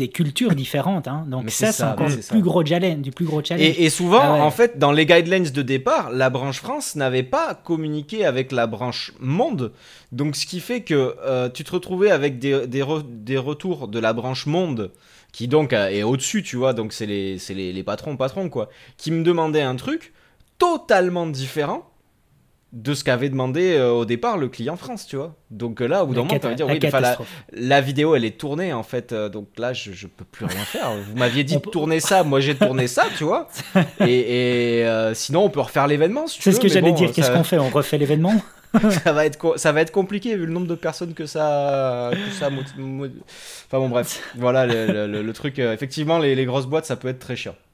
Hein. Donc ça, c'est encore du plus gros challenge. Et souvent, en fait, dans les guidelines de départ, la branche France n'avait pas communiqué avec la branche Monde. Donc, ce qui fait que tu te retrouvais avec des retours de la branche Monde, qui donc est au-dessus, tu vois, donc c'est les patrons, quoi, qui me demandaient un truc totalement différent de ce qu'avait demandé au départ le client France, tu vois. Donc là, au bout d'un moment, tu vas dire, oui, la vidéo, elle est tournée, en fait, donc là, je peux plus rien faire. Vous m'aviez dit de tourner ça, moi j'ai tourné ça, tu vois. Et sinon, on peut refaire l'événement, si tu veux. C'est ce que j'allais dire, qu'est-ce qu'on fait? On refait l'événement? ça va être compliqué vu le nombre de personnes que ça enfin bon bref, voilà le truc, effectivement les grosses boîtes ça peut être très chiant.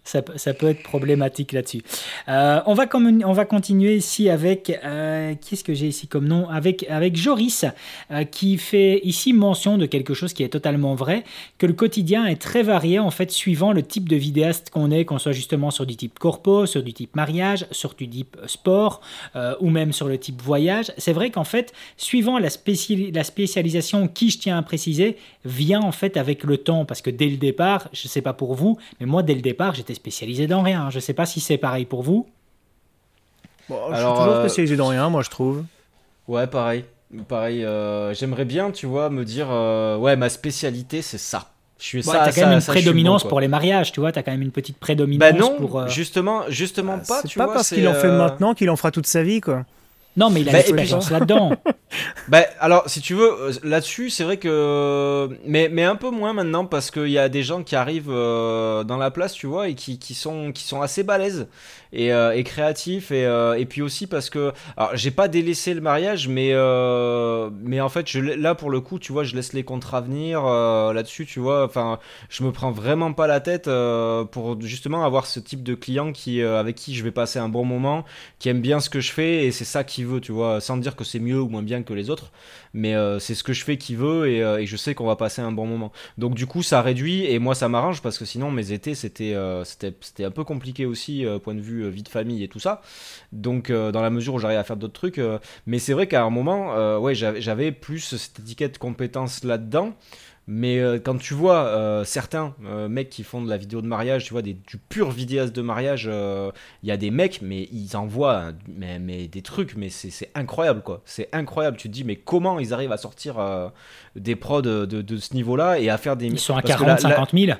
Ça peut être problématique là-dessus. On va continuer ici avec... qui est-ce que j'ai ici comme nom? Avec Joris, qui fait ici mention de quelque chose qui est totalement vrai, que le quotidien est très varié, en fait, suivant le type de vidéaste qu'on est, qu'on soit justement sur du type corpo, sur du type mariage, sur du type sport, ou même sur le type voyage. C'est vrai qu'en fait, suivant la spécialisation qui, je tiens à préciser, vient en fait avec le temps, parce que dès le départ, je ne sais pas pour vous, mais moi, dès le départ, j'étais spécialisé dans rien. Je ne sais pas si c'est pareil pour vous. Bon, je suis toujours spécialisé dans rien, moi, je trouve. Ouais, pareil. J'aimerais bien, tu vois, me dire, ouais, ma spécialité, c'est ça. Je suis ça, t'as quand même une prédominance pour les mariages, tu vois, t'as quand même une petite prédominance. Bah non, pour, justement pas, tu vois. C'est pas parce qu'il en fait maintenant qu'il en fera toute sa vie, quoi. Non, mais il a l'expérience là-dedans. Alors, si tu veux, là-dessus, c'est vrai que... Mais un peu moins maintenant, parce qu'il y a des gens qui arrivent dans la place, tu vois, et qui sont assez balèzes et créatifs. Et puis aussi parce que... Alors, j'ai pas délaissé le mariage, mais en fait, là, pour le coup, tu vois, je laisse les contrats venir là-dessus, tu vois. Enfin, je me prends vraiment pas la tête pour justement avoir ce type de client avec qui je vais passer un bon moment, qui aime bien ce que je fais, et c'est ça qu'il veut, tu vois, sans dire que c'est mieux ou moins bien que les autres, mais c'est ce que je fais qu'il veut, et je sais qu'on va passer un bon moment. Donc du coup ça réduit, et moi ça m'arrange, parce que sinon mes étés c'était un peu compliqué aussi, point de vue vie de famille et tout ça. Donc dans la mesure où j'arrive à faire d'autres trucs, mais c'est vrai qu'à un moment ouais, j'avais plus cette étiquette compétence là-dedans. Mais quand tu vois certains mecs qui font de la vidéo de mariage, tu vois, du pur vidéaste de mariage, il y a des mecs, mais ils envoient mais des trucs, mais c'est incroyable, quoi. C'est incroyable. Tu te dis, mais comment ils arrivent à sortir des prods de ce niveau-là et à faire des... Ils sont à 40, 50 000.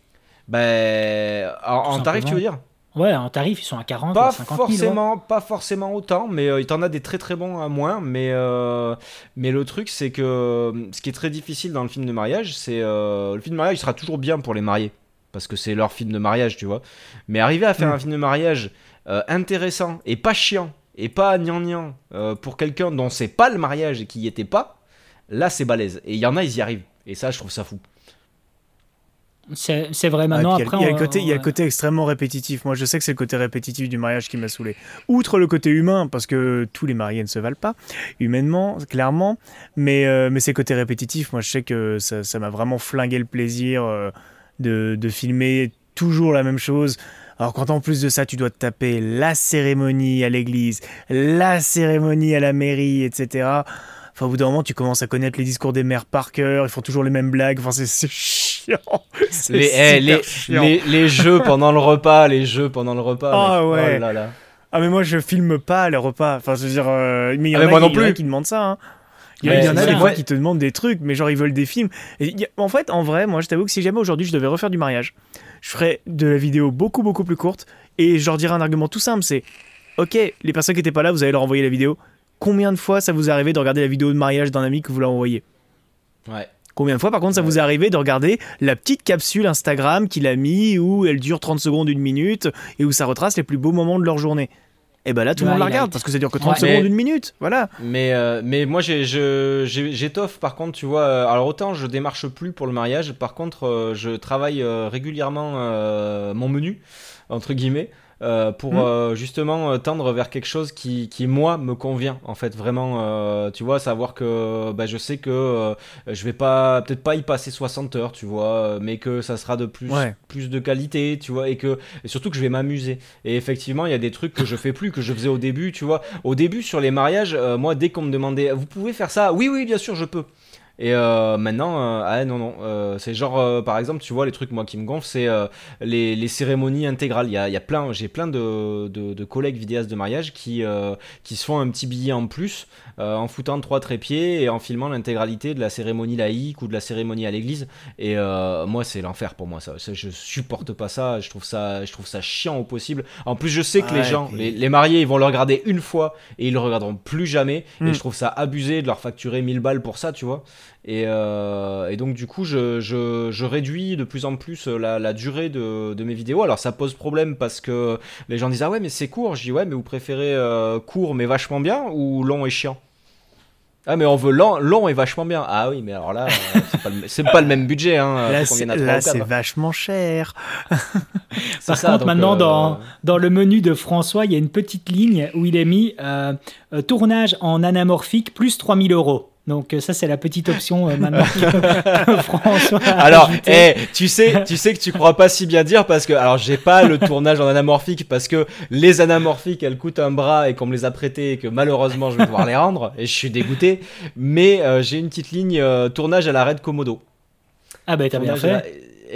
Ben, en tarif, tu veux dire? Ouais, en tarif, ils sont à 40 pas ou 50 000. Pas forcément autant, mais il t'en a des très très bons à moins. Mais le truc, c'est que ce qui est très difficile dans le film de mariage, c'est le film de mariage, il sera toujours bien pour les mariés, parce que c'est leur film de mariage, tu vois. Mais arriver à faire un film de mariage intéressant et pas chiant et pas gnangnan pour quelqu'un dont c'est pas le mariage et qui y était pas, là c'est balèze. Et il y en a, ils y arrivent. Et ça, je trouve ça fou. C'est vrai maintenant. Après, il y a le côté extrêmement répétitif. Moi, je sais que c'est le côté répétitif du mariage qui m'a saoulé. Outre le côté humain, parce que tous les mariés ne se valent pas, humainement, clairement. Mais c'est le côté répétitif. Moi, je sais que ça m'a vraiment flingué le plaisir de filmer toujours la même chose. Alors quand en plus de ça, tu dois te taper la cérémonie à l'église, la cérémonie à la mairie, etc. Enfin, au bout d'un moment, tu commences à connaître les discours des mères par cœur. Ils font toujours les mêmes blagues. Enfin, c'est chiant. Les jeux pendant le repas, Ah ouais. Oh là là. Ah mais moi, je filme pas les repas. Enfin, je veux dire, mais il y en a qui demandent ça. Hein. Il y en a des fois qui te demandent des trucs, mais genre ils veulent des films. En fait, en vrai, moi, je t'avoue que si jamais aujourd'hui je devais refaire du mariage, je ferais de la vidéo beaucoup beaucoup plus courte et je leur dirais un argument tout simple, c'est ok, les personnes qui étaient pas là, vous allez leur envoyer la vidéo. Combien de fois ça vous est arrivé de regarder la vidéo de mariage d'un ami que vous leur envoyez ? Ouais. Combien de fois, par contre, ça vous est arrivé de regarder la petite capsule Instagram qu'il a mis où elle dure 30 secondes, 1 minute et où ça retrace les plus beaux moments de leur journée ? Et ben là, tout le monde la regarde parce que ça dure que 30 secondes, 1 minute. Voilà. Mais moi, j'étoffe, par contre, tu vois. Alors, autant je démarche plus pour le mariage, par contre, je travaille régulièrement mon menu, entre guillemets. Pour justement tendre vers quelque chose qui moi me convient en fait vraiment, tu vois, savoir que je sais que je vais peut-être pas y passer 60 heures, tu vois, mais que ça sera de plus de qualité, tu vois, et surtout que je vais m'amuser. Et effectivement il y a des trucs que je fais plus, que je faisais au début, tu vois, au début sur les mariages, moi dès qu'on me demandait vous pouvez faire ça, oui bien sûr je peux. Et maintenant, non. C'est genre, par exemple, tu vois, les trucs moi qui me gonflent, c'est les cérémonies intégrales. J'ai plein de collègues vidéastes de mariage qui se font un petit billet en plus en foutant 3 trépieds et en filmant l'intégralité de la cérémonie laïque ou de la cérémonie à l'église. Et moi, c'est l'enfer pour moi. Ça, je supporte pas ça. Je trouve ça chiant au possible. En plus, je sais que les gens, les mariés, ils vont le regarder une fois et ils le regarderont plus jamais. Et je trouve ça abusé de leur facturer 1000 balles pour ça, tu vois. Et donc du coup je réduis de plus en plus la durée de mes vidéos. Alors ça pose problème parce que les gens disent ah ouais mais c'est court. Je dis ouais mais vous préférez court mais vachement bien ou long et chiant? Ah mais on veut long et vachement bien. Ah oui mais alors là c'est pas le même budget hein. Là c'est vachement cher. Par contre maintenant dans le menu de François il y a une petite ligne où il est mis tournage en anamorphique plus 3 000 €. Donc ça c'est la petite option maintenant que François a alors ajoutée. tu sais que tu crois pas si bien dire parce que alors j'ai pas le tournage en anamorphique parce que les anamorphiques elles coûtent un bras et qu'on me les a prêtés et que malheureusement je vais devoir les rendre et je suis dégoûté, mais j'ai une petite ligne tournage à la Red Komodo. Ah bah t'as bien fait.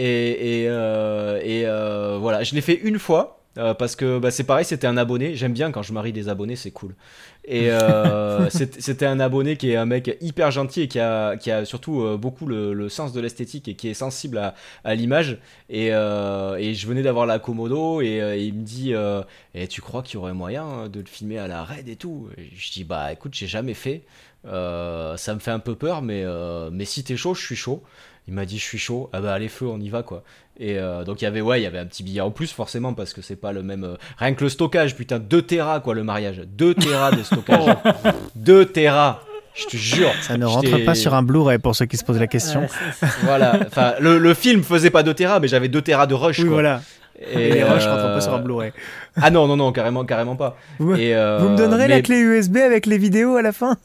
Voilà, je l'ai fait une fois. Parce que c'est pareil, c'était un abonné. J'aime bien quand je marie des abonnés, c'est cool. Et c'était un abonné qui est un mec hyper gentil et qui a surtout beaucoup le sens de l'esthétique et qui est sensible à l'image. Et je venais d'avoir la Komodo et il me dit tu crois qu'il y aurait moyen de le filmer à la Red et tout? Et je dis bah écoute, j'ai jamais fait. Ça me fait un peu peur, mais si t'es chaud, je suis chaud. Il m'a dit je suis chaud, ah bah allez feu, on y va quoi. Et donc il y avait un petit billet en plus forcément parce que c'est pas le même. Rien que le stockage, putain, 2 Tera quoi le mariage, 2 Tera de stockage, 2 Tera. Je te jure. Ça ne rentre pas sur un Blu-ray pour ceux qui se posent la question. Voilà, enfin le film faisait pas 2 Tera, mais j'avais 2 Tera de rush. Oui quoi. Voilà. Et les rushs rentrent pas sur un Blu-ray. Ah non, carrément pas. Vous me donnerez la clé USB avec les vidéos à la fin?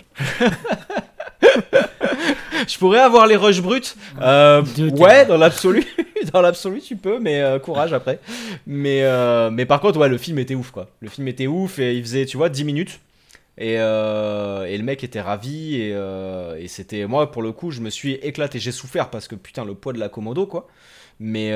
Je pourrais avoir les rushs bruts. Ouais, dans l'absolu, tu peux, mais courage après. Mais par contre, ouais, le film était ouf, quoi. Le film était ouf et il faisait, tu vois, 10 minutes. Et le mec était ravi et c'était moi pour le coup, je me suis éclaté. J'ai souffert parce que putain le poids de la Komodo, quoi. Mais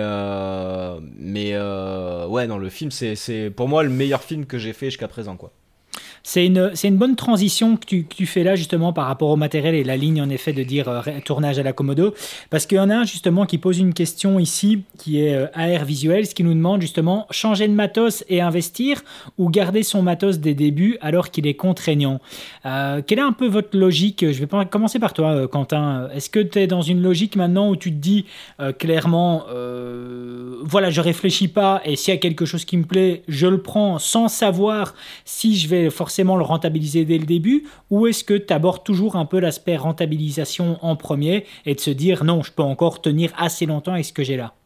ouais, non, le film, c'est pour moi le meilleur film que j'ai fait jusqu'à présent, quoi. C'est une bonne transition que tu fais là justement par rapport au matériel et la ligne en effet de dire tournage à la Komodo, parce qu'il y en a un justement qui pose une question ici qui est AR Visuel, ce qui nous demande justement changer de matos et investir ou garder son matos des débuts alors qu'il est contraignant. Quelle est un peu votre logique? Je vais commencer par toi Quentin. Est-ce que tu es dans une logique maintenant où tu te dis clairement voilà, je réfléchis pas et s'il y a quelque chose qui me plaît je le prends sans savoir si je vais forcément le rentabiliser dès le début, ou est-ce que tu abordes toujours un peu l'aspect rentabilisation en premier et de se dire non, je peux encore tenir assez longtemps avec ce que j'ai là?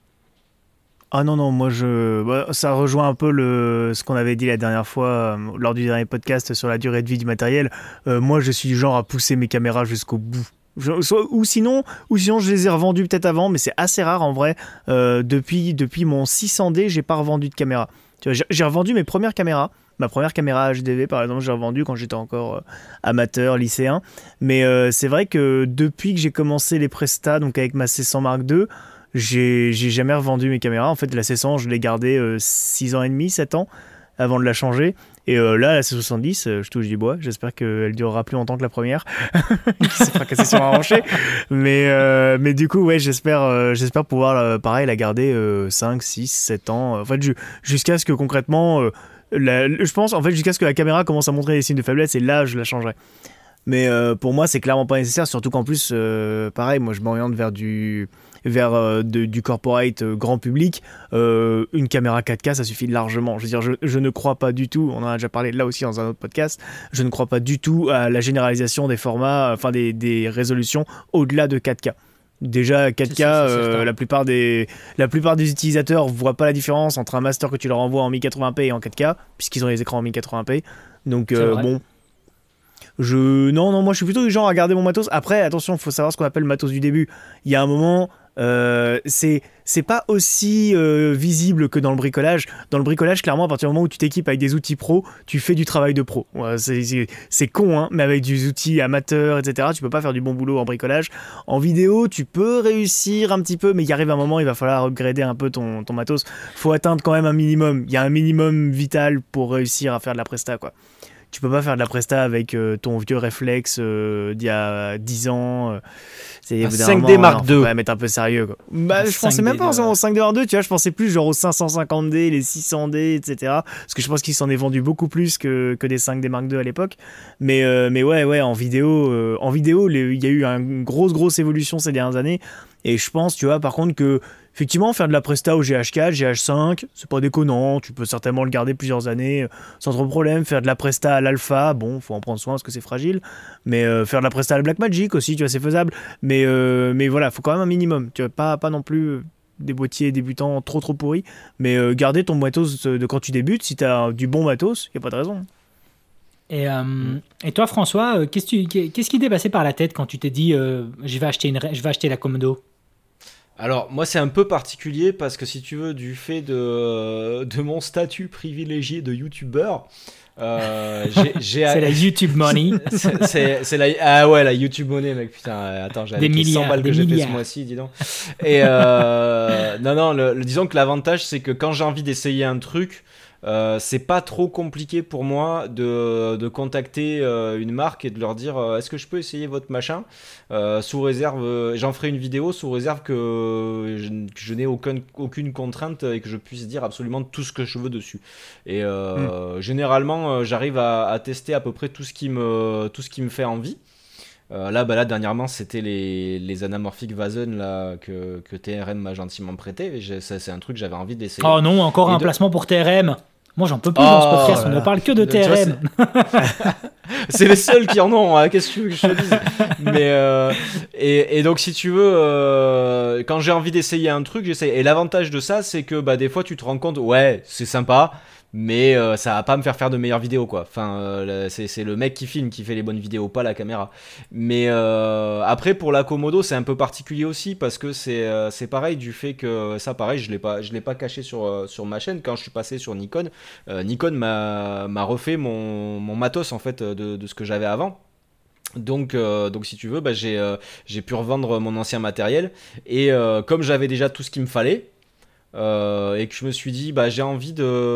Ah non, moi ça rejoint un peu ce qu'on avait dit la dernière fois lors du dernier podcast sur la durée de vie du matériel. Moi je suis du genre à pousser mes caméras jusqu'au bout. Ou sinon je les ai revendues peut-être avant, mais c'est assez rare en vrai. Depuis mon 600D, j'ai pas revendu de caméra. Tu vois, j'ai revendu mes premières caméras. Ma première caméra HDV, par exemple, j'ai revendu quand j'étais encore amateur, lycéen. Mais c'est vrai que depuis que j'ai commencé les prestats, donc avec ma C100 Mark II, j'ai jamais revendu mes caméras. En fait, la C100, je l'ai gardée 6 ans et demi, 7 ans, avant de la changer. Et là, la C70, je touche du bois. J'espère qu'elle durera plus longtemps que la première, qui s'est fracassée sur un rocher. Mais du coup, ouais, j'espère pouvoir, pareil, la garder 5, 6, 7 ans. En fait, jusqu'à ce que concrètement... je pense en fait jusqu'à ce que la caméra commence à montrer des signes de faiblesse et là je la changerai. Mais pour moi c'est clairement pas nécessaire, surtout qu'en plus pareil, moi je m'oriente vers du corporate grand public. Une caméra 4K ça suffit largement. Je veux dire, je ne crois pas du tout, on en a déjà parlé là aussi dans un autre podcast, je ne crois pas du tout à la généralisation des formats, enfin des résolutions au-delà de 4K. Déjà 4K, la plupart des utilisateurs voient pas la différence entre un master que tu leur envoies en 1080p et en 4K, puisqu'ils ont les écrans en 1080p. Donc bon, non, moi je suis plutôt du genre à garder mon matos. Après, attention, il faut savoir ce qu'on appelle le matos du début. Il y a un moment, c'est pas aussi visible que dans le bricolage. Dans le bricolage, clairement, à partir du moment où tu t'équipes avec des outils pro, tu fais du travail de pro. C'est con, hein, mais avec des outils amateurs, etc., tu peux pas faire du bon boulot en bricolage. En vidéo, tu peux réussir un petit peu, mais il arrive un moment, il va falloir upgrader un peu ton matos. Faut atteindre quand même un minimum. Il y a un minimum vital pour réussir à faire de la presta, quoi. Tu peux pas faire de la presta avec ton vieux réflexe d'il y a 10 ans. C'est 5D Mark II. On va mettre un peu sérieux, quoi. Je pensais même pas forcément au 5D Mark II, tu vois, je pensais plus genre aux 550D, les 600D, etc. Parce que je pense qu'il s'en est vendu beaucoup plus que des 5D Mark II à l'époque. Mais ouais, en vidéo, il y a eu une grosse évolution ces dernières années. Et je pense, tu vois, par contre que effectivement, faire de la presta au GH4, GH5, c'est pas déconnant, tu peux certainement le garder plusieurs années sans trop de problème. Faire de la presta à l'alpha, bon, faut en prendre soin parce que c'est fragile, mais faire de la presta à la Blackmagic aussi, tu vois, c'est faisable. Mais voilà, faut quand même un minimum, tu vois, pas non plus des boîtiers débutants trop pourris, mais garder ton matos de quand tu débutes, si t'as du bon matos, y a pas de raison. Et toi, François, qu'est-ce qui t'est passé par la tête quand tu t'es dit je vais acheter la Komodo? Alors, moi, c'est un peu particulier parce que si tu veux, du fait de mon statut privilégié de youtubeur, c'est la YouTube money. la YouTube money, mec, putain, attends, j'avais les 100 balles que j'ai fait ce mois-ci, dis donc. Et non, disons que l'avantage, c'est que quand j'ai envie d'essayer un truc, c'est pas trop compliqué pour moi de contacter une marque et de leur dire est-ce que je peux essayer votre machin, sous réserve, j'en ferai une vidéo sous réserve que je n'ai aucune contrainte et que je puisse dire absolument tout ce que je veux dessus. Et généralement j'arrive à tester à peu près tout ce qui me fait envie. Là, dernièrement, c'était les anamorphiques Vazen là, que TRM m'a gentiment prêté. C'est un truc que j'avais envie d'essayer. Oh non, encore un placement pour TRM. Moi, j'en peux plus dans ce podcast. On ne parle que de TRM. C'est les seuls qui en ont. Hein. Qu'est-ce que tu veux que je te dise? Mais et donc, si tu veux, quand j'ai envie d'essayer un truc, j'essaye. Et l'avantage de ça, c'est que des fois, tu te rends compte, ouais, c'est sympa. Mais ça va pas me faire de meilleures vidéos quoi. Enfin, c'est le mec qui filme qui fait les bonnes vidéos, pas la caméra. Mais après pour la Komodo c'est un peu particulier aussi parce que c'est pareil du fait que ça pareil je l'ai pas caché sur ma chaîne quand je suis passé sur Nikon. Nikon m'a refait mon matos en fait de ce que j'avais avant. Donc si tu veux j'ai pu revendre mon ancien matériel et comme j'avais déjà tout ce qu'il me fallait. Et que je me suis dit j'ai envie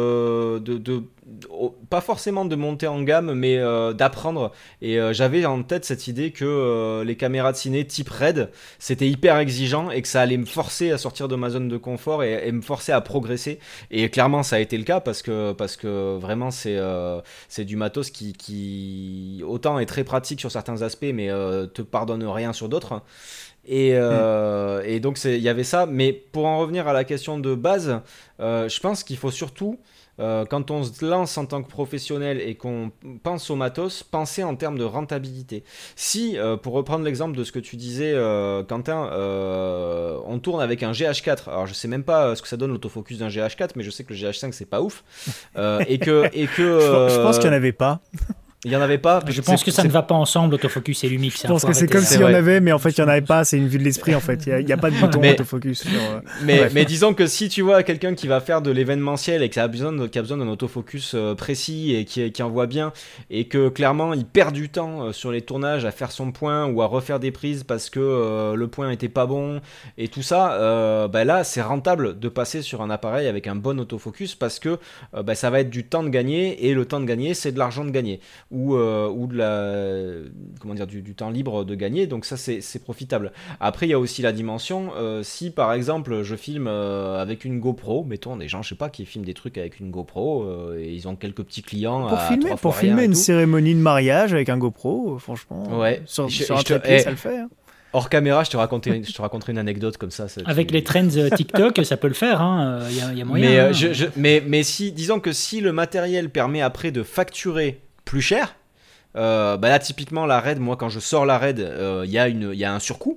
pas forcément de monter en gamme mais d'apprendre et j'avais en tête cette idée que les caméras de ciné type RED c'était hyper exigeant et que ça allait me forcer à sortir de ma zone de confort et me forcer à progresser et clairement ça a été le cas parce que vraiment c'est du matos qui autant est très pratique sur certains aspects mais te pardonne rien sur d'autres. Et donc il y avait ça, mais pour en revenir à la question de base, je pense qu'il faut surtout quand on se lance en tant que professionnel et qu'on pense au matos, penser en termes de rentabilité. Si, pour reprendre l'exemple de ce que tu disais Quentin, on tourne avec un GH4, alors je sais même pas ce que ça donne l'autofocus d'un GH4, mais je sais que le GH5 c'est pas ouf, et que je pense qu'il n'y en avait pas. Il n'y en avait pas. Je pense que ça ne va pas ensemble, l'autofocus et l'UMIX. Je pense que c'est comme s'il y en avait, mais en fait, il n'y en avait pas. C'est une vue de l'esprit, en fait. Il n'y a pas de bouton autofocus. Mais disons que si tu vois quelqu'un qui va faire de l'événementiel et qui a besoin d'un autofocus précis et qui envoie bien, et que clairement, il perd du temps sur les tournages à faire son point ou à refaire des prises parce que le point n'était pas bon et tout ça, là, c'est rentable de passer sur un appareil avec un bon autofocus parce que ça va être du temps de gagner et le temps de gagner, c'est de l'argent de gagner. Ou de du temps libre de gagner, donc ça c'est profitable. Après il y a aussi la dimension, si par exemple je filme avec une GoPro, mettons des gens je sais pas qui filment des trucs avec une GoPro et ils ont quelques petits clients pour filmer une cérémonie de mariage avec un GoPro, franchement ouais. sur un trépied ça le fait hein. Hors caméra, je te raconterai une anecdote comme ça. Avec les trends TikTok, ça peut le faire, y a moyen. Mais si, disons que si le matériel permet après de facturer plus cher, là typiquement la RED, moi quand je sors la RED, il y a un surcoût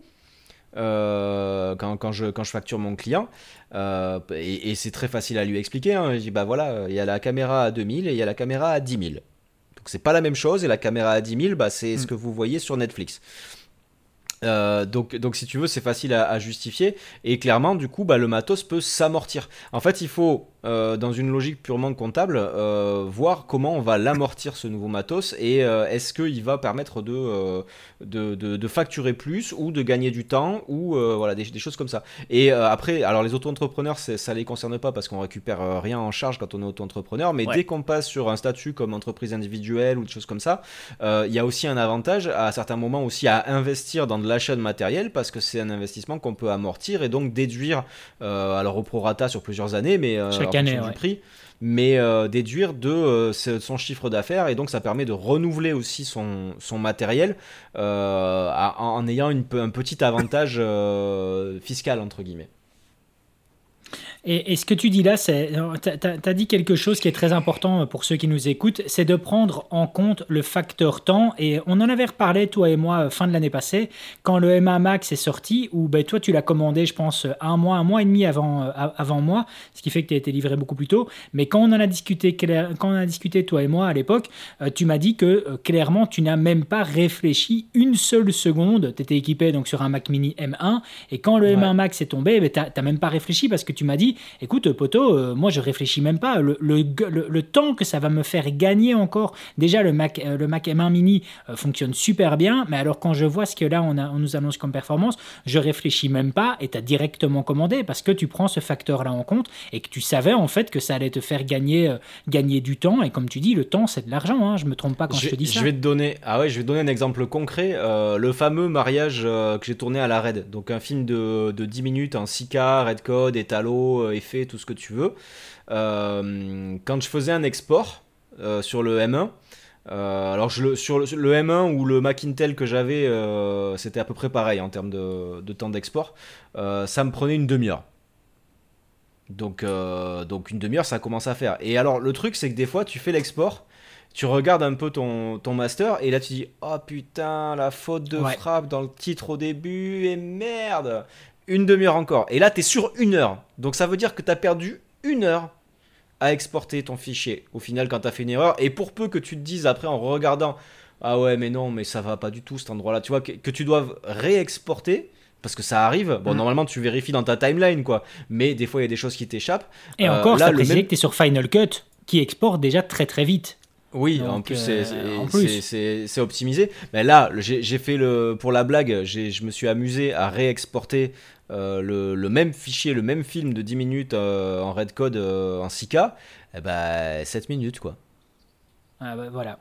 quand je facture mon client et c'est très facile à lui expliquer. Je dis voilà, il y a la caméra à 2000 et il y a la caméra à 10 000. Donc c'est pas la même chose et la caméra à 10 000, c'est ce que vous voyez sur Netflix. Donc si tu veux c'est facile à justifier et clairement du coup le matos peut s'amortir. En fait il faut dans une logique purement comptable voir comment on va l'amortir ce nouveau matos et est-ce qu'il va permettre de facturer plus ou de gagner du temps ou des choses comme ça. Et après alors les auto-entrepreneurs ça les concerne pas parce qu'on récupère rien en charge quand on est auto-entrepreneur, mais dès qu'on passe sur un statut comme entreprise individuelle ou des choses comme ça, il y a aussi un avantage à certains moments aussi à investir dans de l'achat de matériel parce que c'est un investissement qu'on peut amortir et donc déduire alors au prorata sur plusieurs années, mais fonction du prix, mais déduire de son chiffre d'affaires, et donc ça permet de renouveler aussi son matériel en ayant un petit avantage fiscal entre guillemets. Et ce que tu dis là, t'as dit quelque chose qui est très important pour ceux qui nous écoutent, c'est de prendre en compte le facteur temps. Et on en avait reparlé, toi et moi, fin de l'année passée, quand le M1 Max est sorti, où toi tu l'as commandé, je pense, un mois et demi avant moi, ce qui fait que tu as été livré beaucoup plus tôt. Mais quand on en a discuté, toi et moi à l'époque, tu m'as dit que clairement tu n'as même pas réfléchi une seule seconde. Tu étais équipé donc sur un Mac Mini M1, et quand le M1 Max est tombé, tu n'as même pas réfléchi, parce que tu m'as dit, écoute poto, moi je réfléchis même pas, le temps que ça va me faire gagner encore, déjà le Mac M1 Mini fonctionne super bien, mais alors quand je vois ce que là on nous annonce comme performance, je réfléchis même pas, et tu as directement commandé parce que tu prends ce facteur là en compte, et que tu savais en fait que ça allait te faire gagner du temps, et comme tu dis, le temps c'est de l'argent, hein, je me trompe pas quand je te dis ça. Je vais te donner un exemple concret, le fameux mariage que j'ai tourné à la Red, donc un film de 10 minutes en 4K, Red Code, étalo, effet, tout ce que tu veux. Quand je faisais un export sur le M1, alors sur le M1 ou le Mac Intel que j'avais, c'était à peu près pareil en termes de temps d'export, ça me prenait une demi-heure. Donc une demi-heure, ça commence à faire. Et alors le truc, c'est que des fois tu fais l'export, tu regardes un peu ton master, et là tu dis oh putain, la faute de frappe dans le titre au début, et merde, une demi-heure encore. Et là t'es sur 1 heure. Donc ça veut dire que t'as perdu 1 heure à exporter ton fichier au final quand t'as fait une erreur. Et pour peu que tu te dises après en regardant, ah ouais mais non, mais ça va pas du tout cet endroit là, tu vois, que tu doives réexporter, parce que ça arrive. Bon, normalement tu vérifies dans ta timeline quoi, mais des fois il y a des choses qui t'échappent. Et encore, ça précise que t'es sur Final Cut qui exporte déjà très très vite. Oui, donc, en plus c'est optimisé. Mais là, j'ai fait pour la blague, je me suis amusé à réexporter le même fichier, le même film de 10 minutes en Red Code en 6K, 7 minutes quoi. Ah bah voilà.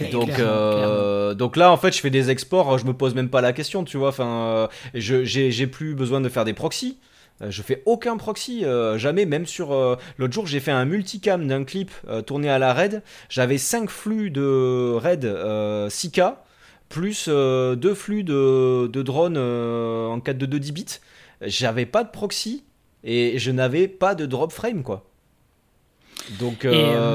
Donc là en fait je fais des exports, je me pose même pas la question, tu vois, enfin j'ai plus besoin de faire des proxys. Je fais aucun proxy, jamais, même sur... l'autre jour, j'ai fait un multicam d'un clip tourné à la RAID. J'avais 5 flux de RAID 6K, plus 2 flux de drone en 422 10 bits. J'avais pas de proxy, et je n'avais pas de drop frame, quoi. Donc,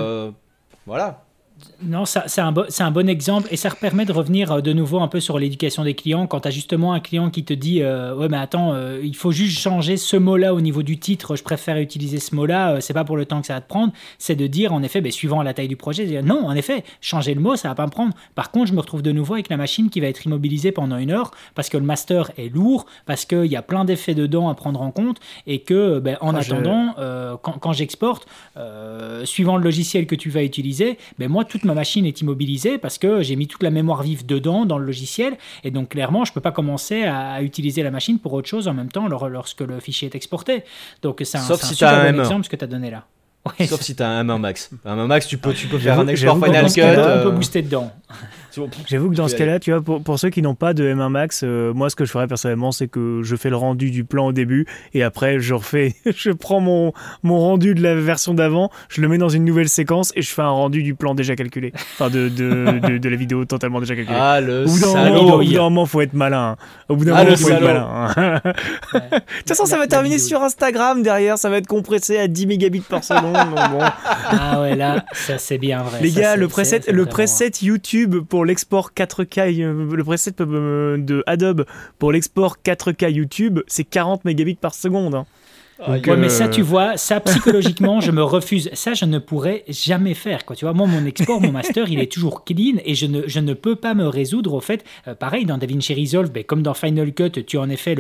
voilà. Non, c'est un bon exemple, et ça permet de revenir de nouveau un peu sur l'éducation des clients. Quand tu as justement un client qui te dit ouais mais attends, il faut juste changer ce mot-là au niveau du titre, je préfère utiliser ce mot-là, c'est pas pour le temps que ça va te prendre, c'est de dire en effet, suivant la taille du projet, dire, non en effet, changer le mot ça va pas me prendre. Par contre je me retrouve de nouveau avec la machine qui va être immobilisée pendant 1 heure parce que le master est lourd, parce qu'il y a plein d'effets dedans à prendre en compte, et que attendant, quand j'exporte, suivant le logiciel que tu vas utiliser, moi toute ma machine est immobilisée parce que j'ai mis toute la mémoire vive dedans dans le logiciel, et donc clairement je peux pas commencer à utiliser la machine pour autre chose en même temps lorsque le fichier est exporté. Donc c'est un super bon exemple ce que tu as donné là. Ouais, sauf si tu as un M1 Max. Un M1 Max, tu peux faire un export Final Cut. On peut booster dedans. J'avoue que dans ce cas-là, tu vois, pour ceux qui n'ont pas de M1 Max, moi ce que je ferais personnellement, c'est que je fais le rendu du plan au début, et après je prends mon rendu de la version d'avant, je le mets dans une nouvelle séquence, et je fais un rendu du plan déjà calculé. Enfin, de la vidéo totalement déjà calculée. Ah, le salaud. Au bout d'un moment, faut être malin. Au bout d'un moment, faut être malin. De toute façon, ça va terminer sur Instagram derrière, ça va être compressé à 10 mégabits par seconde. Donc bon. Ah ouais, là, ça c'est bien vrai. Les gars, le preset YouTube pour l'export 4K, le preset de Adobe pour l'export 4K YouTube, c'est 40 mégabits par seconde. Hein. Donc, ouais, mais ça, tu vois, ça psychologiquement, je me refuse. Ça, je ne pourrais jamais faire. Quoi. Tu vois, moi, mon export, mon master, il est toujours clean, et je ne peux pas me résoudre au fait. Pareil, dans DaVinci Resolve, comme dans Final Cut, tu as en effet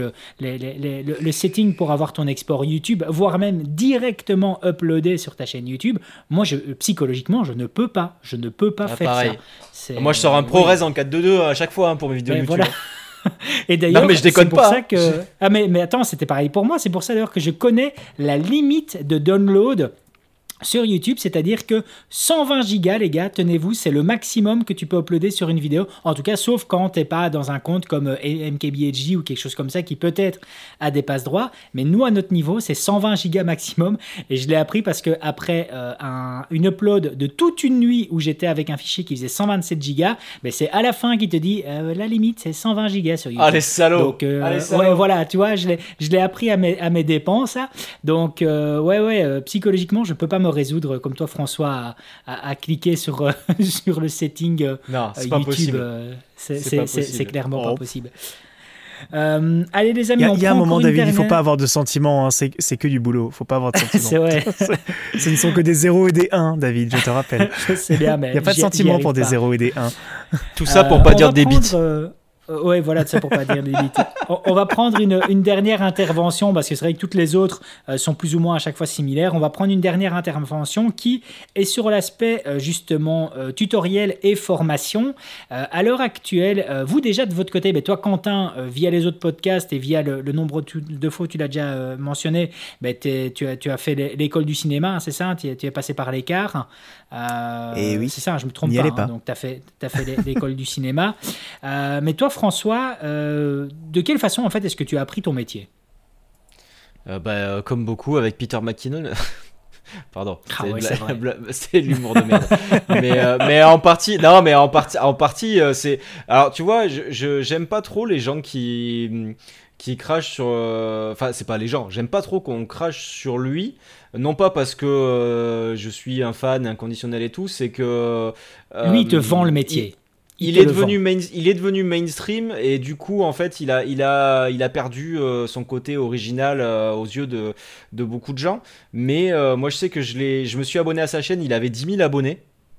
le setting pour avoir ton export YouTube, voire même directement uploadé sur ta chaîne YouTube. Moi, psychologiquement, je ne peux pas. Je ne peux pas faire pareil. Ça. Moi, je sors un ProRes en 4.2.2 à chaque fois pour mes vidéos YouTube. Voilà. Et d'ailleurs, non, mais je déconne c'est pour pas. ça que... Ah mais attends, c'était pareil pour moi. C'est pour ça d'ailleurs que je connais la limite de download sur YouTube, c'est-à-dire que 120 gigas, les gars, tenez-vous, c'est le maximum que tu peux uploader sur une vidéo, en tout cas, sauf quand t'es pas dans un compte comme MKBHD ou quelque chose comme ça qui peut-être a des passe-droits, mais nous, à notre niveau, c'est 120 gigas maximum, et je l'ai appris parce que après une upload de toute une nuit où j'étais avec un fichier qui faisait 127 gigas, ben c'est à la fin qui te dit, la limite, c'est 120 gigas sur YouTube. Ah, les salauds. Donc, ouais, voilà, tu vois, je l'ai appris à mes dépens, ça. Donc, psychologiquement, je peux pas me résoudre comme toi François à cliquer sur sur le setting non, c'est YouTube. pas possible. C'est clairement pas possible. Allez les amis, il y a un moment, David, il faut pas avoir de sentiments, hein. C'est que du boulot, faut pas avoir de sentiments. C'est vrai. Ce ne sont que des 0 et des 1, David, je te rappelle. Je sais bien, mais il n'y a pas de sentiments pour des 0 et des 1. Tout ça pour pas dire des bits. Ouais, voilà, ça pour pas dire des bits. On va prendre une dernière intervention, parce que c'est vrai que toutes les autres sont plus ou moins à chaque fois similaires. On va prendre une dernière intervention qui est sur l'aspect justement tutoriel et formation. À l'heure actuelle, vous déjà de votre côté, toi Quentin, via les autres podcasts et via le nombre de fois où tu l'as déjà mentionné, tu as fait l'école du cinéma, hein, c'est ça, tu es passé par l'écart. Et oui, c'est ça, je me trompe pas. Donc tu as fait l'école du cinéma. Mais toi François, de quelle façon en fait est-ce que tu as appris ton métier? Comme beaucoup avec Peter McKinnon. Pardon, c'est l'humour de merde. mais en partie, c'est. Alors tu vois, j'aime pas trop les gens qui crachent sur. Enfin, c'est pas les gens. J'aime pas trop qu'on crache sur lui. Non pas parce que je suis un fan inconditionnel et tout, c'est que. Lui, il te vend le métier. Il est devenu mainstream et du coup en fait il a perdu son côté original aux yeux de beaucoup de gens. Mais moi je sais que je me suis abonné à sa chaîne, il avait 10 000 abonnés.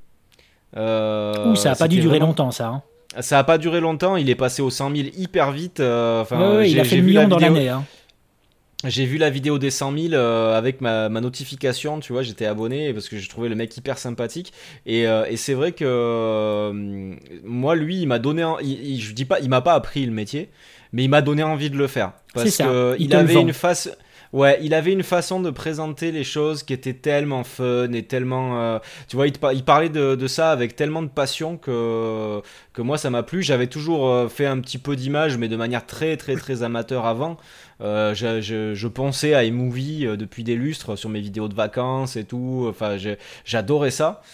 Ça a pas dû durer longtemps ça. Hein. Ça a pas duré longtemps, il est passé aux 100 000 hyper vite. Il a fait le million dans l'année. Hein. J'ai vu la vidéo des 100 000 avec ma notification, tu vois, j'étais abonné parce que je trouvais le mec hyper sympathique. Et c'est vrai que moi, lui, il m'a donné, je dis pas, il m'a pas appris le métier, mais il m'a donné envie de le faire. Parce qu'il avait une face. Ouais, il avait une façon de présenter les choses qui était tellement fun et tellement... tu vois, il parlait de ça avec tellement de passion que moi, ça m'a plu. J'avais toujours fait un petit peu d'images, mais de manière très, très, très amateur avant. Je pensais à iMovie depuis des lustres sur mes vidéos de vacances et tout. Enfin, j'adorais ça.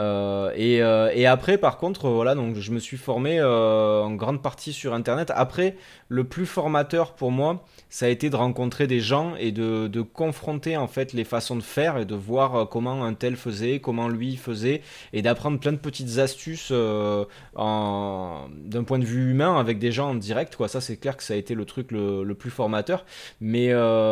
Et après, par contre, voilà, donc je me suis formé en grande partie sur Internet. Après, le plus formateur pour moi, ça a été de rencontrer des gens et de confronter en fait les façons de faire et de voir comment un tel faisait, comment lui faisait, et d'apprendre plein de petites astuces d'un point de vue humain avec des gens en direct, quoi. Ça, c'est clair que ça a été le truc le plus formateur. Mais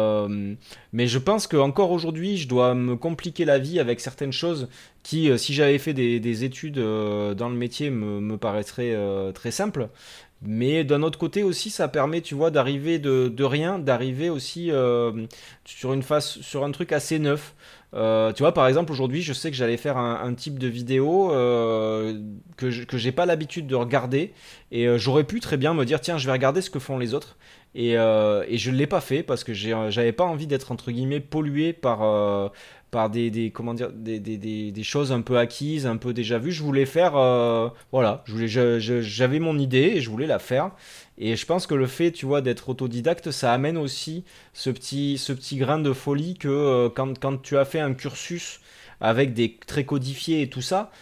je pense qu'encore aujourd'hui, je dois me compliquer la vie avec certaines choses qui, si j'avais fait des études dans le métier, me paraîtraient très simples. Mais d'un autre côté aussi, ça permet, tu vois, d'arriver de rien, d'arriver aussi sur un truc assez neuf. Tu vois, par exemple, aujourd'hui, je sais que j'allais faire un type de vidéo que j'ai pas l'habitude de regarder. Et j'aurais pu très bien me dire, tiens, je vais regarder ce que font les autres. Et je l'ai pas fait parce que j'avais pas envie d'être, entre guillemets, pollué par comment dire, des choses un peu acquises, un peu déjà vues. Je voulais faire, voilà, j'avais mon idée et je voulais la faire. Et je pense que le fait, tu vois, d'être autodidacte, ça amène aussi ce petit grain de folie que quand tu as fait un cursus avec des traits codifiés et tout ça,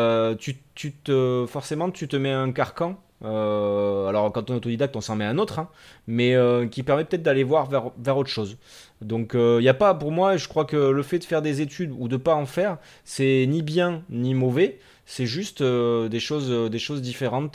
forcément, tu te mets un carcan. Alors quand on est autodidacte on s'en met un autre, hein, mais qui permet peut-être d'aller voir vers autre chose. Donc y a pas, pour moi, je crois que le fait de faire des études ou de pas en faire, c'est ni bien ni mauvais, c'est juste des choses différentes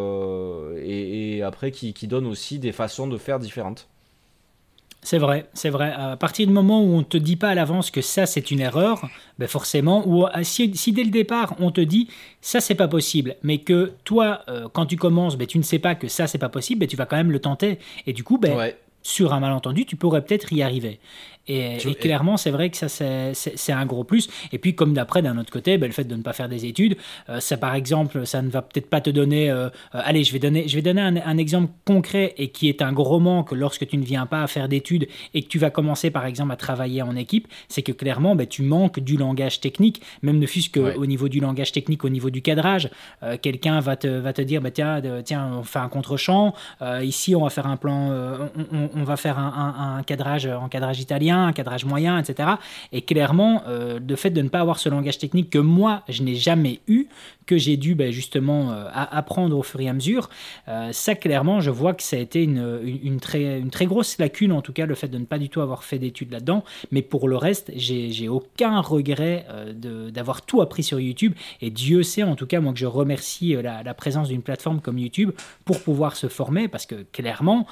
et après qui donnent aussi des façons de faire différentes. C'est vrai. À partir du moment où on ne te dit pas à l'avance que ça, c'est une erreur, ben forcément, ou si dès le départ, on te dit ça, c'est pas possible, mais que toi, quand tu commences, ben, tu ne sais pas que ça, c'est pas possible, ben, tu vas quand même le tenter. Et du coup, ben, ouais. sur un malentendu, tu pourrais peut-être y arriver. Et clairement, c'est vrai que ça, c'est un gros plus. Et puis, comme d'après, d'un autre côté, le fait de ne pas faire des études, ça, par exemple, ça ne va peut-être pas te donner... allez, je vais donner un exemple concret et qui est un gros manque lorsque tu ne viens pas à faire d'études et que tu vas commencer, par exemple, à travailler en équipe, c'est que clairement, tu manques du langage technique, même ne fût-ce qu'au niveau du langage technique, au niveau du cadrage. Quelqu'un va te dire, tiens, on fait un contre-champ, ici, on va faire un plan, on va faire un cadrage en cadrage italien, un cadrage moyen, etc. Et clairement, le fait de ne pas avoir ce langage technique que moi, je n'ai jamais eu, que j'ai dû justement apprendre au fur et à mesure, ça, clairement, je vois que ça a été une très grosse lacune, en tout cas, le fait de ne pas du tout avoir fait d'études là-dedans. Mais pour le reste, j'ai aucun regret d'avoir tout appris sur YouTube. Et Dieu sait, en tout cas, moi, que je remercie la présence d'une plateforme comme YouTube pour pouvoir se former, parce que clairement,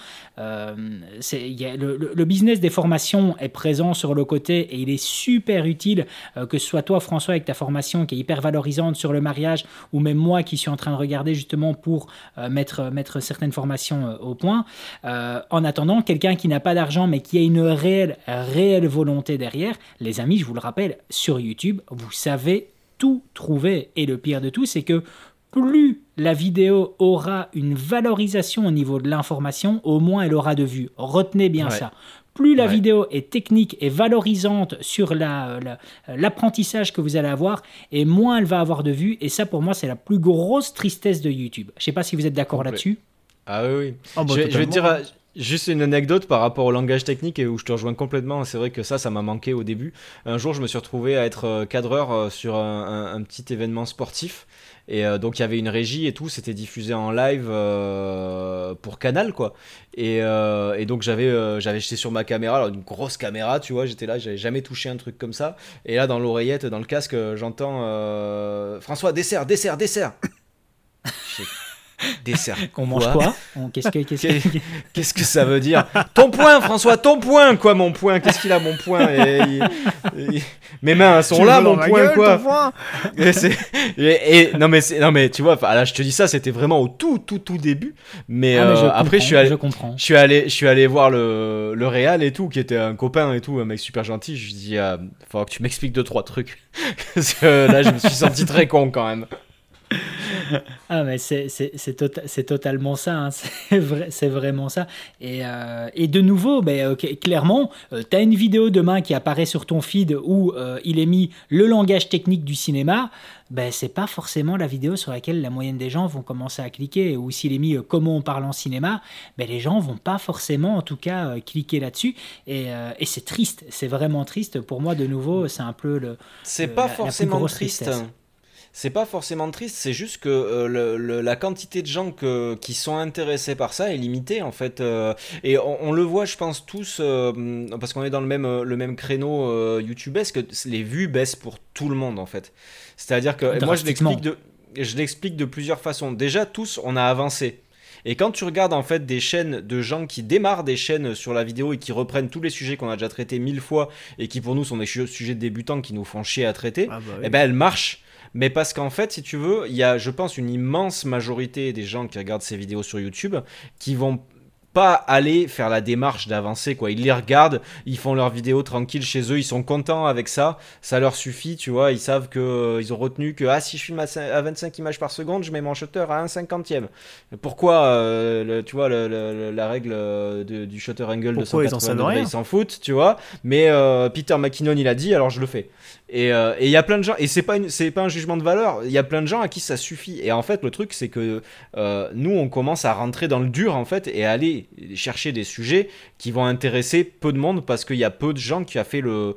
le business des formations est présent sur le côté et il est super utile, que ce soit toi, François, avec ta formation qui est hyper valorisante sur le mariage, ou même moi qui suis en train de regarder justement pour mettre certaines formations au point. En attendant, quelqu'un qui n'a pas d'argent mais qui a une réelle volonté derrière, les amis, je vous le rappelle, sur YouTube, vous savez tout trouver. Et le pire de tout, c'est que plus la vidéo aura une valorisation au niveau de l'information, au moins elle aura de vues. Retenez bien ça. Plus la vidéo est technique et valorisante sur l'apprentissage que vous allez avoir, et moins elle va avoir de vues. Et ça, pour moi, c'est la plus grosse tristesse de YouTube. Je ne sais pas si vous êtes d'accord là-dessus. Ah oui. Je vais te dire juste une anecdote par rapport au langage technique et où je te rejoins complètement. C'est vrai que ça m'a manqué au début. Un jour, je me suis retrouvé à être cadreur sur un petit événement sportif. Et donc il y avait une régie et tout, c'était diffusé en live pour Canal, quoi. Et donc j'étais sur ma caméra, alors une grosse caméra, tu vois, j'étais là, j'avais jamais touché un truc comme ça. Et là, dans l'oreillette, dans le casque, j'entends François, dessert. Dessert. On mange quoi? Qu'est-ce que ça veut dire? Ton poing, François, ton poing, quoi, mon poing? Qu'est-ce qu'il a, mon poing? Mes mains sont là, mon poing, quoi. Non mais tu vois, là je te dis ça, c'était vraiment au tout début. Mais après je suis allé voir le réal et tout, qui était un copain et tout, un mec super gentil. Je lui dis, faut que tu m'expliques 2-3 trucs. Parce que là je me suis senti très con quand même. Ah mais c'est totalement ça, hein. C'est vraiment ça. Et de nouveau, clairement, tu as une vidéo demain qui apparaît sur ton feed où il est mis le langage technique du cinéma. C'est pas forcément la vidéo sur laquelle la moyenne des gens vont commencer à cliquer. Ou s'il est mis comment on parle en cinéma, les gens vont pas forcément, en tout cas, cliquer là-dessus. Et c'est triste, c'est vraiment triste. Pour moi, de nouveau, c'est un peu c'est pas forcément triste. Tristesse. C'est pas forcément triste, c'est juste que la quantité de gens qui sont intéressés par ça est limitée, en fait. Et on le voit, je pense, tous, parce qu'on est dans le même créneau YouTubesque, les vues baissent pour tout le monde, en fait. C'est-à-dire que moi, je l'explique de plusieurs façons. Déjà, tous, on a avancé. Et quand tu regardes en fait des chaînes de gens qui démarrent des chaînes sur la vidéo et qui reprennent tous les sujets qu'on a déjà traités 1000 fois et qui pour nous sont des sujets de débutants qui nous font chier à traiter, elles marchent. Mais parce qu'en fait, si tu veux, il y a, je pense, une immense majorité des gens qui regardent ces vidéos sur YouTube qui vont pas aller faire la démarche d'avancer, quoi. Ils les regardent, ils font leurs vidéos tranquilles chez eux, ils sont contents avec ça, ça leur suffit, tu vois. Ils savent que ils ont retenu que si je filme à 25 images par seconde, je mets mon shutter à 1/50. Pourquoi tu vois la règle du shutter angle de 180 degrés, ils s'en foutent, tu vois. Mais Peter McKinnon il a dit, alors je le fais. Et il y a plein de gens, et c'est pas un jugement de valeur, il y a plein de gens à qui ça suffit. Et en fait, le truc, c'est que nous, on commence à rentrer dans le dur, en fait, et à aller chercher des sujets qui vont intéresser peu de monde, parce qu'il y a peu de gens qui ont fait le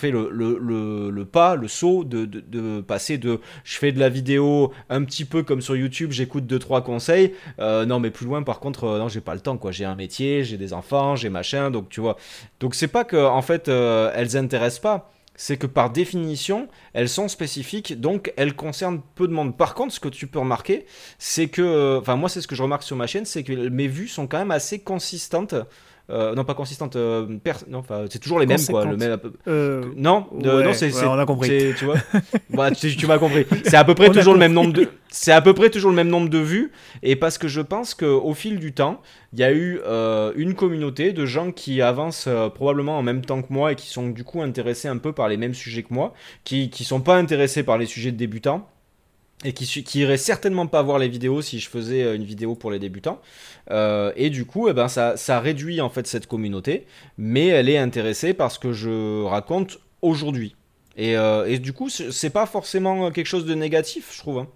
pas, le saut de passer de je fais de la vidéo un petit peu comme sur YouTube, j'écoute 2-3 conseils. Non, mais plus loin, par contre, non, j'ai pas le temps, quoi. J'ai un métier, j'ai des enfants, j'ai machin, donc tu vois. Donc c'est pas que, en fait, elles intéressent pas. C'est que par définition, elles sont spécifiques, donc elles concernent peu de monde. Par contre, ce que tu peux remarquer, c'est que, moi c'est ce que je remarque sur ma chaîne, c'est que mes vues sont quand même assez consistantes non pas consistante, non, c'est toujours les mêmes quoi. Le même, non, ouais, non, c'est, on a compris. tu vois, bah, tu m'as compris. C'est à peu près toujours le même nombre de, c'est à peu près toujours le même nombre de vues, et parce que je pense qu'au fil du temps, il y a eu une communauté de gens qui avancent probablement en même temps que moi et qui sont du coup intéressés un peu par les mêmes sujets que moi, qui sont pas intéressés par les sujets de débutants. Et qui irait certainement pas voir les vidéos si je faisais une vidéo pour les débutants. Et du coup, ça réduit en fait cette communauté, mais elle est intéressée par ce que je raconte aujourd'hui. Et du coup, c'est pas forcément quelque chose de négatif, je trouve. Hein.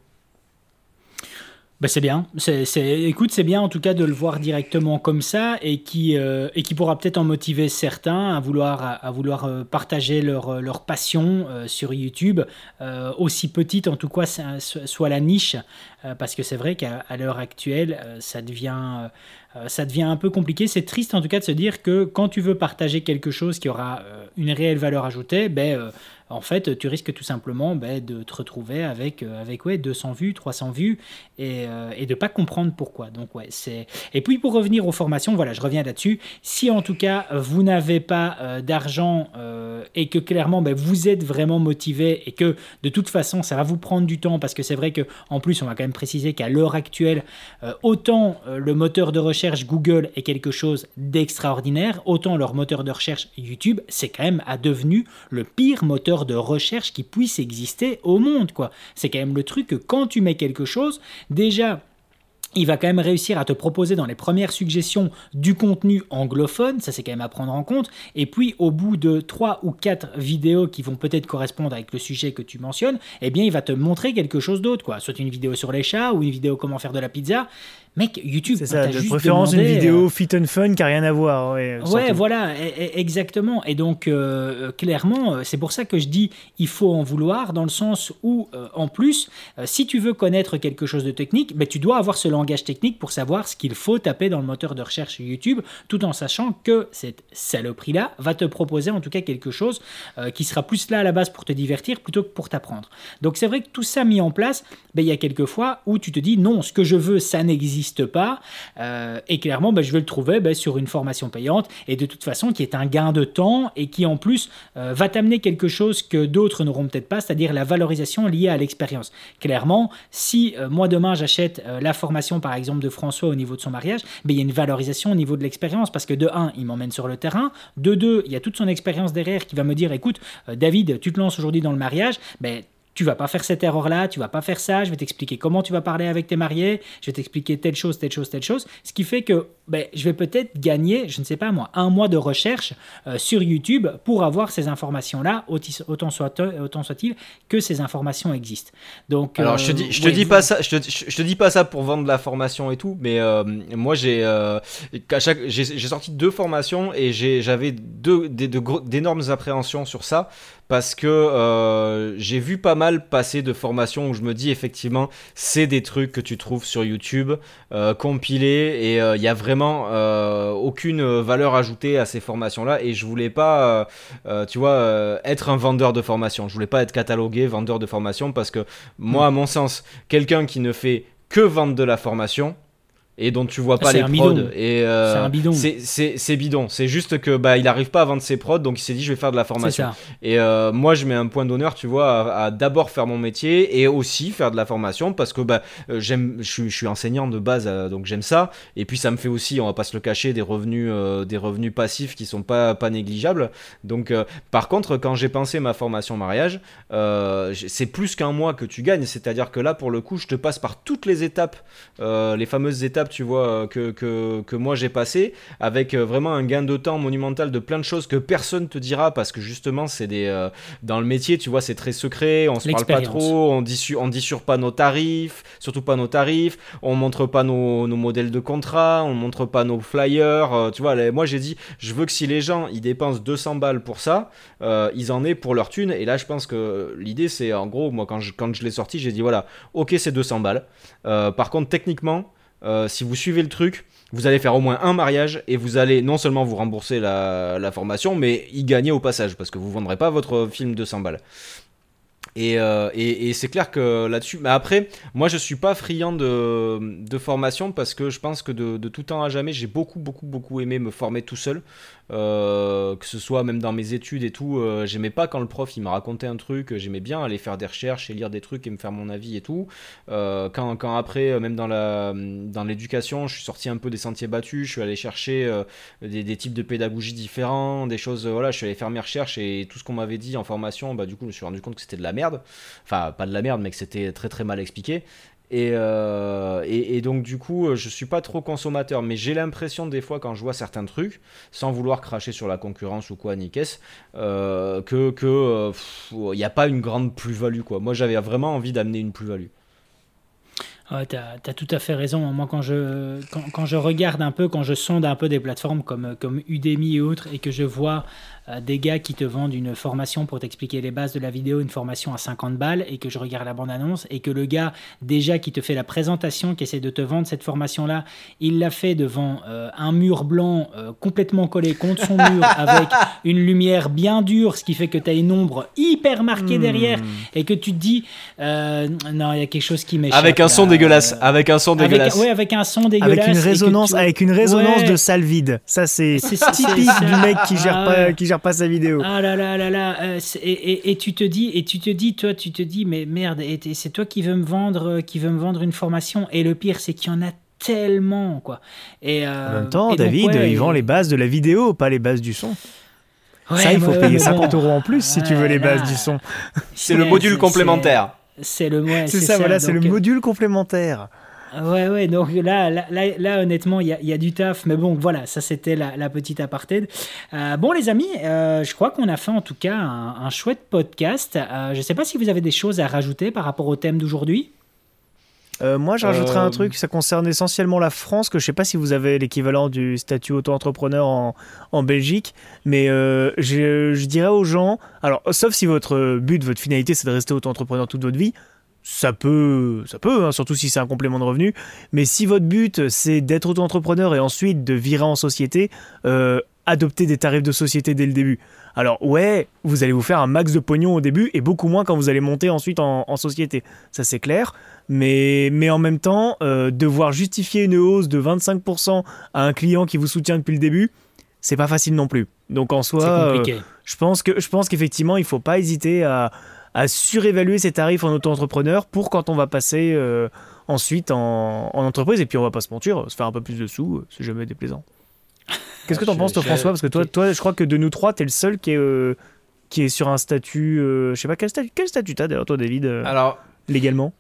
Ben c'est bien. Écoute, c'est bien en tout cas de le voir directement comme ça et qui pourra peut-être en motiver certains à vouloir partager leur passion sur YouTube, aussi petite en tout cas soit la niche, parce que c'est vrai qu'à l'heure actuelle, ça devient un peu compliqué. C'est triste en tout cas de se dire que quand tu veux partager quelque chose qui aura une réelle valeur ajoutée, en fait, tu risques tout simplement de te retrouver avec 200 vues, 300 vues et de ne pas comprendre pourquoi. Donc, Et puis, pour revenir aux formations, voilà, je reviens là-dessus. Si en tout cas, vous n'avez pas d'argent et que clairement, vous êtes vraiment motivé et que de toute façon, ça va vous prendre du temps parce que c'est vrai qu'en plus, on va quand même préciser qu'à l'heure actuelle, autant le moteur de recherche Google est quelque chose d'extraordinaire, autant leur moteur de recherche YouTube, c'est quand même devenu le pire moteur de recherche qui puisse exister au monde, quoi. C'est quand même le truc que quand tu mets quelque chose, déjà, il va quand même réussir à te proposer dans les premières suggestions du contenu anglophone, ça c'est quand même à prendre en compte, et puis au bout de 3 ou 4 vidéos qui vont peut-être correspondre avec le sujet que tu mentionnes, eh bien il va te montrer quelque chose d'autre, quoi. Soit une vidéo sur les chats, ou une vidéo comment faire de la pizza. Mec, YouTube, c'est ça, de préférence une vidéo fit and fun qui n'a rien à voir. Ouais, voilà, exactement. Et donc, clairement, c'est pour ça que je dis il faut en vouloir, dans le sens où, en plus, si tu veux connaître quelque chose de technique, tu dois avoir ce langage technique pour savoir ce qu'il faut taper dans le moteur de recherche YouTube, tout en sachant que cette saloperie-là va te proposer en tout cas quelque chose qui sera plus là à la base pour te divertir plutôt que pour t'apprendre. Donc, c'est vrai que tout ça mis en place, il y a quelques fois où tu te dis non, ce que je veux, ça n'existe pas, et clairement je vais le trouver sur une formation payante, et de toute façon qui est un gain de temps et qui en plus va t'amener quelque chose que d'autres n'auront peut-être pas, c'est-à-dire la valorisation liée à l'expérience. Clairement, si moi demain j'achète la formation par exemple de François au niveau de son mariage, il y a une valorisation au niveau de l'expérience, parce que de 1, il m'emmène sur le terrain, de 2, il y a toute son expérience derrière qui va me dire écoute David, tu te lances aujourd'hui dans le mariage, tu vas pas faire cette erreur-là, tu vas pas faire ça, je vais t'expliquer comment tu vas parler avec tes mariés, je vais t'expliquer telle chose, ce qui fait que je vais peut-être gagner, je ne sais pas moi, 1 mois de recherche sur YouTube pour avoir ces informations-là, autant soit-il que ces informations existent. Donc, alors je te dis pas ça pour vendre la formation et tout, mais moi j'ai sorti 2 formations et j'avais d'énormes appréhensions sur ça, parce que j'ai vu pas mal passer de formations où je me dis effectivement c'est des trucs que tu trouves sur YouTube compilés, et il y a vraiment aucune valeur ajoutée à ces formations là, et je voulais pas être un vendeur de formation, je voulais pas être catalogué vendeur de formation, parce que moi à mon sens, quelqu'un qui ne fait que vendre de la formation et dont tu vois pas les prods, et c'est un bidon. C'est bidon. C'est juste que il arrive pas à vendre ses prods, donc il s'est dit je vais faire de la formation. Et moi je mets un point d'honneur, tu vois, à d'abord faire mon métier et aussi faire de la formation, parce que je suis enseignant de base, donc j'aime ça, et puis ça me fait aussi, on va pas se le cacher, des revenus passifs qui sont pas négligeables. Donc par contre, quand j'ai pensé ma formation mariage, c'est plus qu'1 mois que tu gagnes, c'est-à-dire que là pour le coup je te passe par toutes les étapes, les fameuses étapes, tu vois, que moi j'ai passé, avec vraiment un gain de temps monumental de plein de choses que personne te dira, parce que justement c'est dans le métier, tu vois, c'est très secret, on se parle pas trop, on dit pas nos tarifs, surtout pas nos tarifs, on montre pas nos modèles de contrat, on montre pas nos flyers, tu vois. Moi j'ai dit je veux que si les gens ils dépensent 200 balles pour ça, ils en aient pour leur thune. Et là je pense que l'idée c'est, en gros, moi quand je l'ai sorti, j'ai dit voilà, ok c'est 200 balles, par contre techniquement si vous suivez le truc, vous allez faire au moins un mariage, et vous allez non seulement vous rembourser la formation, mais y gagner au passage, parce que vous ne vendrez pas votre film 200 balles. Et c'est clair que là-dessus, mais après, moi je suis pas friand de formation parce que je pense que de tout temps à jamais, j'ai beaucoup aimé me former tout seul. Que ce soit même dans mes études et tout, j'aimais pas quand le prof il me racontait un truc, j'aimais bien aller faire des recherches et lire des trucs et me faire mon avis et tout. Quand après, même dans l'éducation, je suis sorti un peu des sentiers battus, je suis allé chercher des types de pédagogie différents, des choses, voilà, je suis allé faire mes recherches et tout ce qu'on m'avait dit en formation, bah du coup je me suis rendu compte que c'était de la merde. Enfin, pas de la merde, mais que c'était très mal expliqué. Et donc du coup je suis pas trop consommateur, mais j'ai l'impression des fois quand je vois certains trucs, sans vouloir cracher sur la concurrence ou quoi ni qu'est-ce, il n'y a pas une grande plus-value quoi. Moi j'avais vraiment envie d'amener une plus-value. Ouais, t'as tout à fait raison. Moi, quand je regarde un peu, quand je sonde un peu des plateformes comme Udemy et autres, et que je vois des gars qui te vendent une formation pour t'expliquer les bases de la vidéo, une formation à 50 balles, et que je regarde la bande-annonce, et que le gars, déjà, qui te fait la présentation, qui essaie de te vendre cette formation-là, il l'a fait devant un mur blanc complètement collé contre son mur, avec une lumière bien dure, ce qui fait que tu as une ombre hyper marquée derrière, et que tu te dis, non, il y a quelque chose qui m'échappe. Avec un son dégueulasse. Avec un son dégueulasse. Avec un son dégueulasse. Avec une résonance de salle vide. Ça, c'est typique du mec qui gère pas sa vidéo. Ah là là là là. Et tu te dis, mais merde, c'est toi qui veux me vendre une formation. Et le pire, c'est qu'il y en a tellement, quoi. En même temps, David, il vend les bases de la vidéo, pas les bases du son. Ouais, ça, il faut payer 50 € en plus si tu veux les bases du son. C'est le module complémentaire. C'est ça, voilà, c'est le module complémentaire. Ouais, donc là honnêtement, il y a du taf, mais bon, voilà, ça c'était la petite aparté. Bon, les amis, je crois qu'on a fait en tout cas un chouette podcast. Je ne sais pas si vous avez des choses à rajouter par rapport au thème d'aujourd'hui. Moi, je rajouterais un truc, ça concerne essentiellement la France, que je ne sais pas si vous avez l'équivalent du statut auto-entrepreneur en Belgique, mais je dirais aux gens, alors sauf si votre finalité, c'est de rester auto-entrepreneur toute votre vie, ça peut hein, surtout si c'est un complément de revenu, mais si votre but, c'est d'être auto-entrepreneur et ensuite de virer en société, adoptez des tarifs de société dès le début. Alors ouais, vous allez vous faire un max de pognon au début et beaucoup moins quand vous allez monter ensuite en société. Ça c'est clair, mais en même temps, devoir justifier une hausse de 25% à un client qui vous soutient depuis le début, c'est pas facile non plus. Donc en soi, je pense qu'effectivement, il faut pas hésiter à surévaluer ses tarifs en auto-entrepreneur pour quand on va passer ensuite en entreprise, et puis on va pas se mentir, se faire un peu plus de sous, c'est jamais déplaisant. Qu'est-ce que t'en penses, toi, François? Parce que toi, je crois que de nous trois, t'es le seul qui est sur un statut. Je sais pas quel statut t'as d'ailleurs, toi, David. Alors, légalement.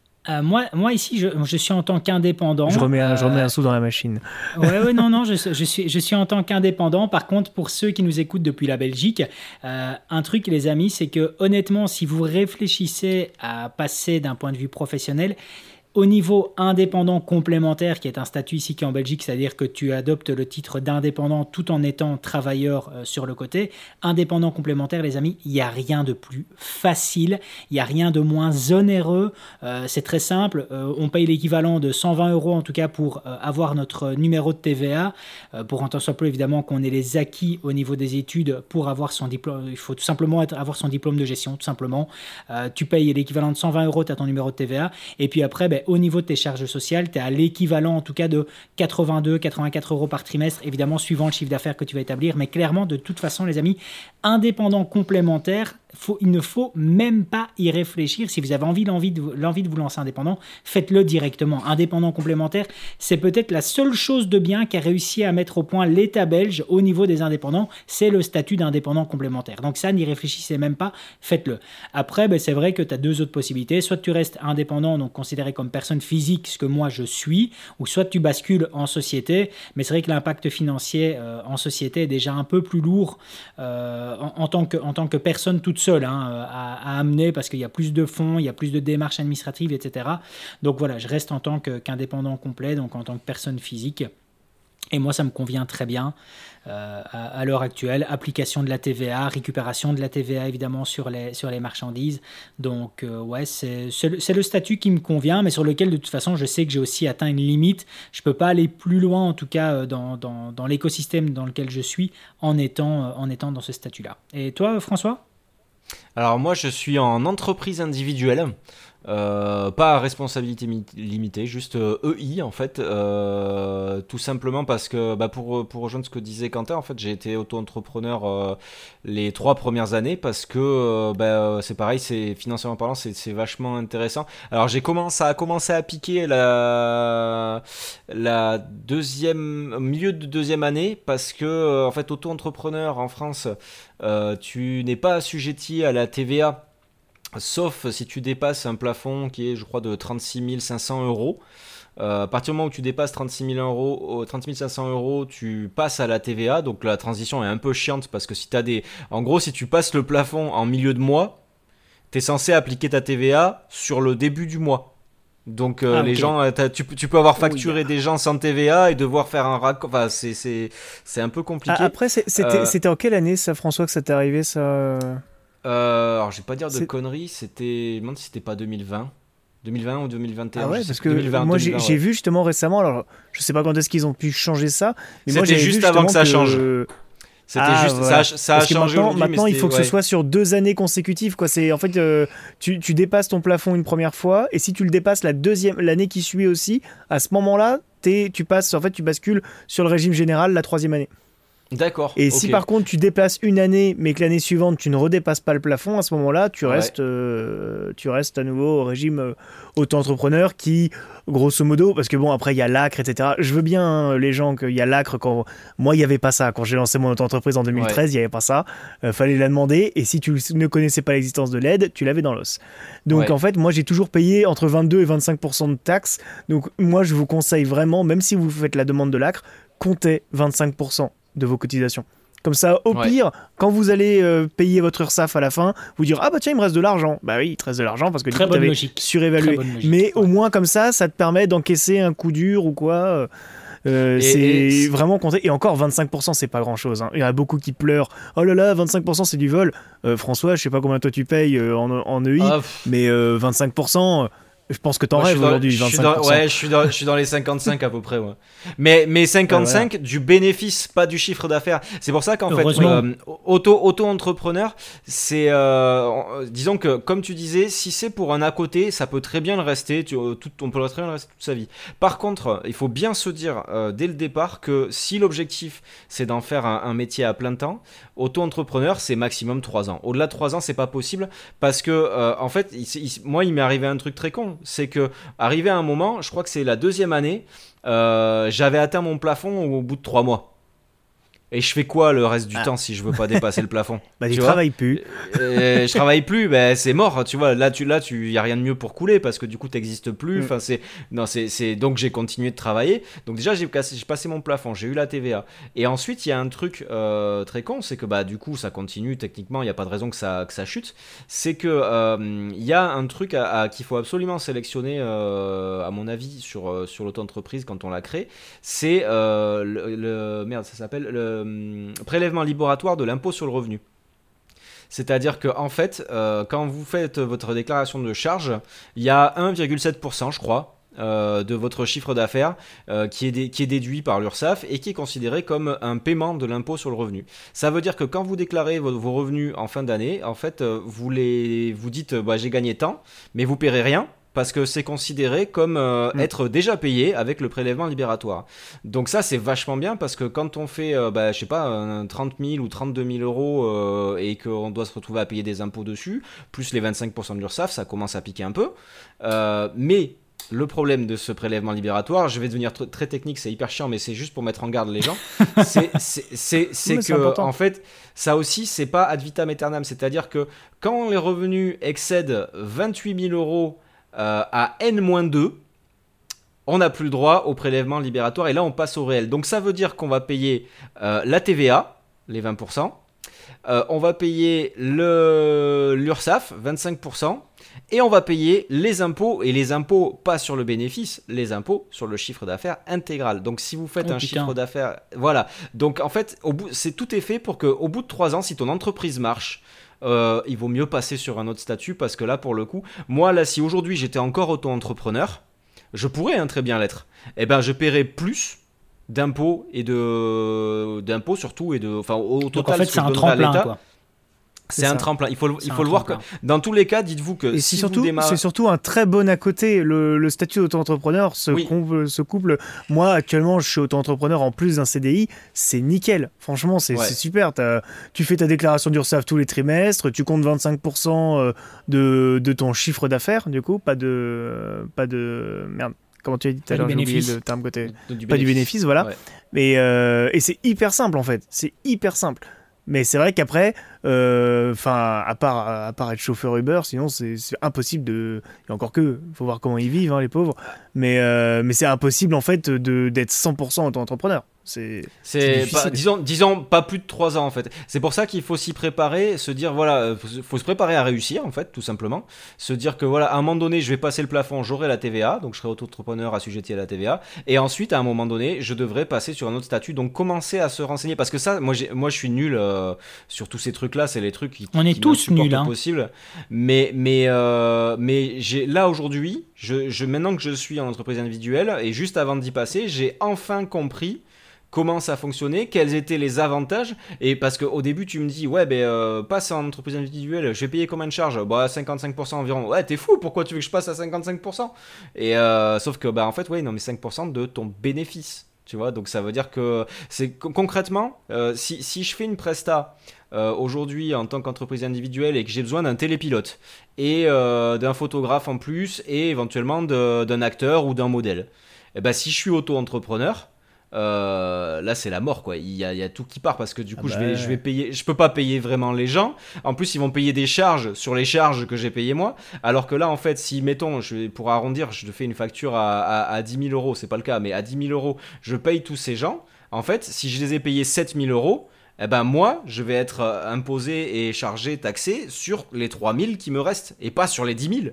Moi ici, je suis en tant qu'indépendant. Je remets un sou dans la machine. Non, je suis en tant qu'indépendant. Par contre, pour ceux qui nous écoutent depuis la Belgique, un truc, les amis, c'est que honnêtement, si vous réfléchissez à passer d'un point de vue professionnel, au niveau indépendant complémentaire, qui est un statut ici qui est en Belgique, c'est-à-dire que tu adoptes le titre d'indépendant tout en étant travailleur sur le côté. Indépendant complémentaire, les amis, il n'y a rien de plus facile, il n'y a rien de moins onéreux. C'est très simple, on paye l'équivalent de 120 € en tout cas pour avoir notre numéro de TVA. Pour en soit plus évidemment qu'on ait les acquis au niveau des études pour avoir son diplôme. Il faut tout simplement avoir son diplôme de gestion, tout simplement. Tu payes l'équivalent de 120 €, tu as ton numéro de TVA. Et puis après, au niveau de tes charges sociales, tu es à l'équivalent en tout cas de 82-84 € par trimestre, évidemment suivant le chiffre d'affaires que tu vas établir. Mais clairement, de toute façon, les amis, indépendant complémentaire, il ne faut même pas y réfléchir. Si vous avez l'envie de vous lancer indépendant, faites-le directement. Indépendant complémentaire, c'est peut-être la seule chose de bien qu'a réussi à mettre au point l'État belge au niveau des indépendants, c'est le statut d'indépendant complémentaire. Donc ça, n'y réfléchissez même pas, faites-le. Après, c'est vrai que tu as deux autres possibilités. Soit tu restes indépendant, donc considéré comme personne physique, ce que moi je suis, ou soit tu bascules en société. Mais c'est vrai que l'impact financier en société est déjà un peu plus lourd en tant que personne toute seule à amener, parce qu'il y a plus de fonds, il y a plus de démarches administratives, etc. Donc voilà, je reste en tant qu'indépendant complet, donc en tant que personne physique. Et moi, ça me convient très bien à l'heure actuelle. Application de la TVA, récupération de la TVA évidemment sur les marchandises. Donc ouais, c'est le statut qui me convient, mais sur lequel de toute façon, je sais que j'ai aussi atteint une limite. Je ne peux pas aller plus loin, en tout cas dans l'écosystème dans lequel je suis, en étant dans ce statut-là. Et toi, François ? Alors moi, je suis en entreprise individuelle. Pas à responsabilité limitée, juste EI en fait, tout simplement parce que pour rejoindre ce que disait Quentin, en fait j'ai été auto-entrepreneur les 3 premières années parce que c'est pareil, c'est financièrement parlant c'est vachement intéressant. Alors ça a commencé à piquer la deuxième milieu de deuxième année parce que en fait auto-entrepreneur en France, tu n'es pas assujetti à la TVA. Sauf si tu dépasses un plafond qui est, je crois, de 36 500 euros. À partir du moment où tu dépasses 36 500 euros, tu passes à la TVA. Donc la transition est un peu chiante parce que en gros, si tu passes le plafond en milieu de mois, tu es censé appliquer ta TVA sur le début du mois. Donc les gens, tu peux avoir facturé des gens sans TVA et devoir faire un raccord. Enfin, c'est un peu compliqué. Après, c'était en quelle année ça, François, que ça t'est arrivé ça alors, je vais pas dire de conneries, je me demande si c'était pas 2020 ou 2021. Ah ouais, parce que 2020, moi 2020, j'ai vu justement récemment, alors je sais pas quand est-ce qu'ils ont pu changer ça, mais moi c'était j'ai juste vu avant que ça change. Voilà. Ça a changé aujourd'hui. Maintenant il faut que ce soit sur 2 années consécutives, quoi. C'est en fait tu dépasses ton plafond une première fois et si tu le dépasses l'année qui suit aussi, à ce moment-là tu bascules sur le régime général la 3e année. D'accord. Et si par contre tu déplaces une année, mais que l'année suivante tu ne redépasses pas le plafond, à ce moment-là tu restes à nouveau au régime auto-entrepreneur qui, grosso modo, parce que bon après il y a l'ACRE, etc. Je veux bien les gens qu'il y a l'ACRE, quand moi il n'y avait pas ça, quand j'ai lancé mon auto-entreprise en 2013, il n'y avait pas ça, fallait la demander, et si tu ne connaissais pas l'existence de l'aide, tu l'avais dans l'os. Donc en fait moi j'ai toujours payé entre 22 et 25% de taxes, donc moi je vous conseille vraiment, même si vous faites la demande de l'ACRE, comptez 25% de vos cotisations. Comme ça, au pire, quand vous allez payer votre URSSAF à la fin, vous dire « Ah bah tiens, il me reste de l'argent ». Bah oui, il te reste de l'argent parce que du coup, tu avais surévalué. Mais au moins, comme ça te permet d'encaisser un coup dur ou quoi. C'est vraiment compté. Et encore, 25%, c'est pas grand-chose. Hein. Il y en a beaucoup qui pleurent. « Oh là là, 25%, c'est du vol ». François, je sais pas combien toi tu payes en EI, mais 25%... Je pense que t'en rêves aujourd'hui, 25%. Je suis dans les 55 à peu près. Ouais. Mais 55 du bénéfice, pas du chiffre d'affaires. C'est pour ça qu'en fait, auto-entrepreneur, c'est... disons que, comme tu disais, si c'est pour un à côté, ça peut très bien le rester. On peut très bien le rester toute sa vie. Par contre, il faut bien se dire dès le départ que si l'objectif, c'est d'en faire un métier à plein temps, auto-entrepreneur, c'est maximum 3 ans. Au-delà de 3 ans, c'est pas possible parce que, en fait, moi, il m'est arrivé un truc très con. C'est que, arrivé à un moment, je crois que c'est la 2e année, j'avais atteint mon plafond au bout de 3 mois. Et je fais quoi le reste du temps si je veux pas dépasser le plafond? Tu travailles plus. Je travaille plus, c'est mort, tu vois. Là, y a rien de mieux pour couler parce que du coup, t'existes plus. Enfin, donc j'ai continué de travailler. Donc déjà, j'ai passé mon plafond, j'ai eu la TVA. Et ensuite, il y a un truc très con, c'est que du coup, ça continue techniquement. Il y a pas de raison que ça chute. C'est que il y a un truc qu'il faut absolument sélectionner, à mon avis, sur l'auto-entreprise quand on la crée. C'est merde, ça s'appelle le prélèvement libératoire de l'impôt sur le revenu. C'est-à-dire que en fait, quand vous faites votre déclaration de charge, il y a 1,7%, je crois, de votre chiffre d'affaires qui est déduit par l'URSSAF et qui est considéré comme un paiement de l'impôt sur le revenu. Ça veut dire que quand vous déclarez vos revenus en fin d'année, en fait, vous dites j'ai gagné tant, mais vous paierez rien. Parce que c'est considéré comme être déjà payé avec le prélèvement libératoire. Donc ça, c'est vachement bien parce que quand on fait, 30 000 ou 32 000 euros et qu'on doit se retrouver à payer des impôts dessus, plus les 25% de l'URSSAF, ça commence à piquer un peu. Mais le problème de ce prélèvement libératoire, je vais devenir très technique, c'est hyper chiant, mais c'est juste pour mettre en garde les gens. c'est que, en fait, ça aussi, c'est pas ad vitam aeternam. C'est-à-dire que quand les revenus excèdent 28 000 euros à N-2, on n'a plus le droit au prélèvement libératoire et là on passe au réel. Donc ça veut dire qu'on va payer la TVA, les 20%, on va payer l'URSSAF, 25%, et on va payer les impôts, et les impôts pas sur le bénéfice, les impôts sur le chiffre d'affaires intégral. Donc si vous faites chiffre d'affaires... Voilà, donc en fait, tout est fait pour qu'au bout de 3 ans, si ton entreprise marche, il vaut mieux passer sur un autre statut parce que là pour le coup, moi là si aujourd'hui j'étais encore auto-entrepreneur, je pourrais très bien l'être, je paierais plus d'impôts et d'impôts surtout et au total. Donc en fait c'est un tremplin quoi. C'est un tremplin. Il faut le voir que dans tous les cas, dites-vous que et si c'est surtout un très bon à côté. Le statut d'auto-entrepreneur se couple. Moi, actuellement, je suis auto-entrepreneur en plus d'un CDI. C'est nickel. Franchement, c'est super. Tu fais ta déclaration d'URSSAF tous les trimestres. Tu comptes 25% de ton chiffre d'affaires. Du coup, pas de merde. Comment tu as dit tout à l'heure, j'ai oublié le terme côté. Pas du bénéfice, voilà. Ouais. Et c'est hyper simple en fait. C'est hyper simple. Mais c'est vrai qu'après, à part être chauffeur Uber, sinon c'est impossible de. Et encore que, faut voir comment ils vivent, les pauvres. Mais c'est impossible en fait d'être 100% auto-entrepreneur. C'est pas, disons pas plus de 3 ans en fait. C'est pour ça qu'il faut s'y préparer, se dire voilà, faut se préparer à réussir en fait, tout simplement. Se dire que voilà, à un moment donné, je vais passer le plafond, j'aurai la TVA, donc je serai auto-entrepreneur assujetti à la TVA. Et ensuite, à un moment donné, je devrais passer sur un autre statut. Donc commencer à se renseigner parce que ça, moi je suis nul sur tous ces trucs là. C'est les trucs qui est tous nuls, possible. Mais j'ai là aujourd'hui, maintenant que je suis en entreprise individuelle et juste avant d'y passer, j'ai enfin compris comment ça fonctionnait, quels étaient les avantages. Et parce qu'au début tu me dis passe en entreprise individuelle, je vais payer combien de charges? 55% environ. Ouais, t'es fou, pourquoi tu veux que je passe à 55%? Et sauf que en fait mais 5% de ton bénéfice, tu vois. Donc ça veut dire que c'est concrètement si je fais une presta aujourd'hui en tant qu'entreprise individuelle et que j'ai besoin d'un télépilote et d'un photographe en plus et éventuellement d'un acteur ou d'un modèle, et si je suis auto-entrepreneur, là c'est la mort quoi. Il y a tout qui part parce que du coup je vais payer, je peux pas payer vraiment les gens, en plus ils vont payer des charges sur les charges que j'ai payées moi, alors que là en fait si mettons, pour arrondir, je fais une facture à 10 000 euros, c'est pas le cas, mais à 10 000 euros je paye tous ces gens, en fait si je les ai payés 7 000 euros, moi je vais être imposé et chargé, taxé sur les 3 000 qui me restent et pas sur les 10 000.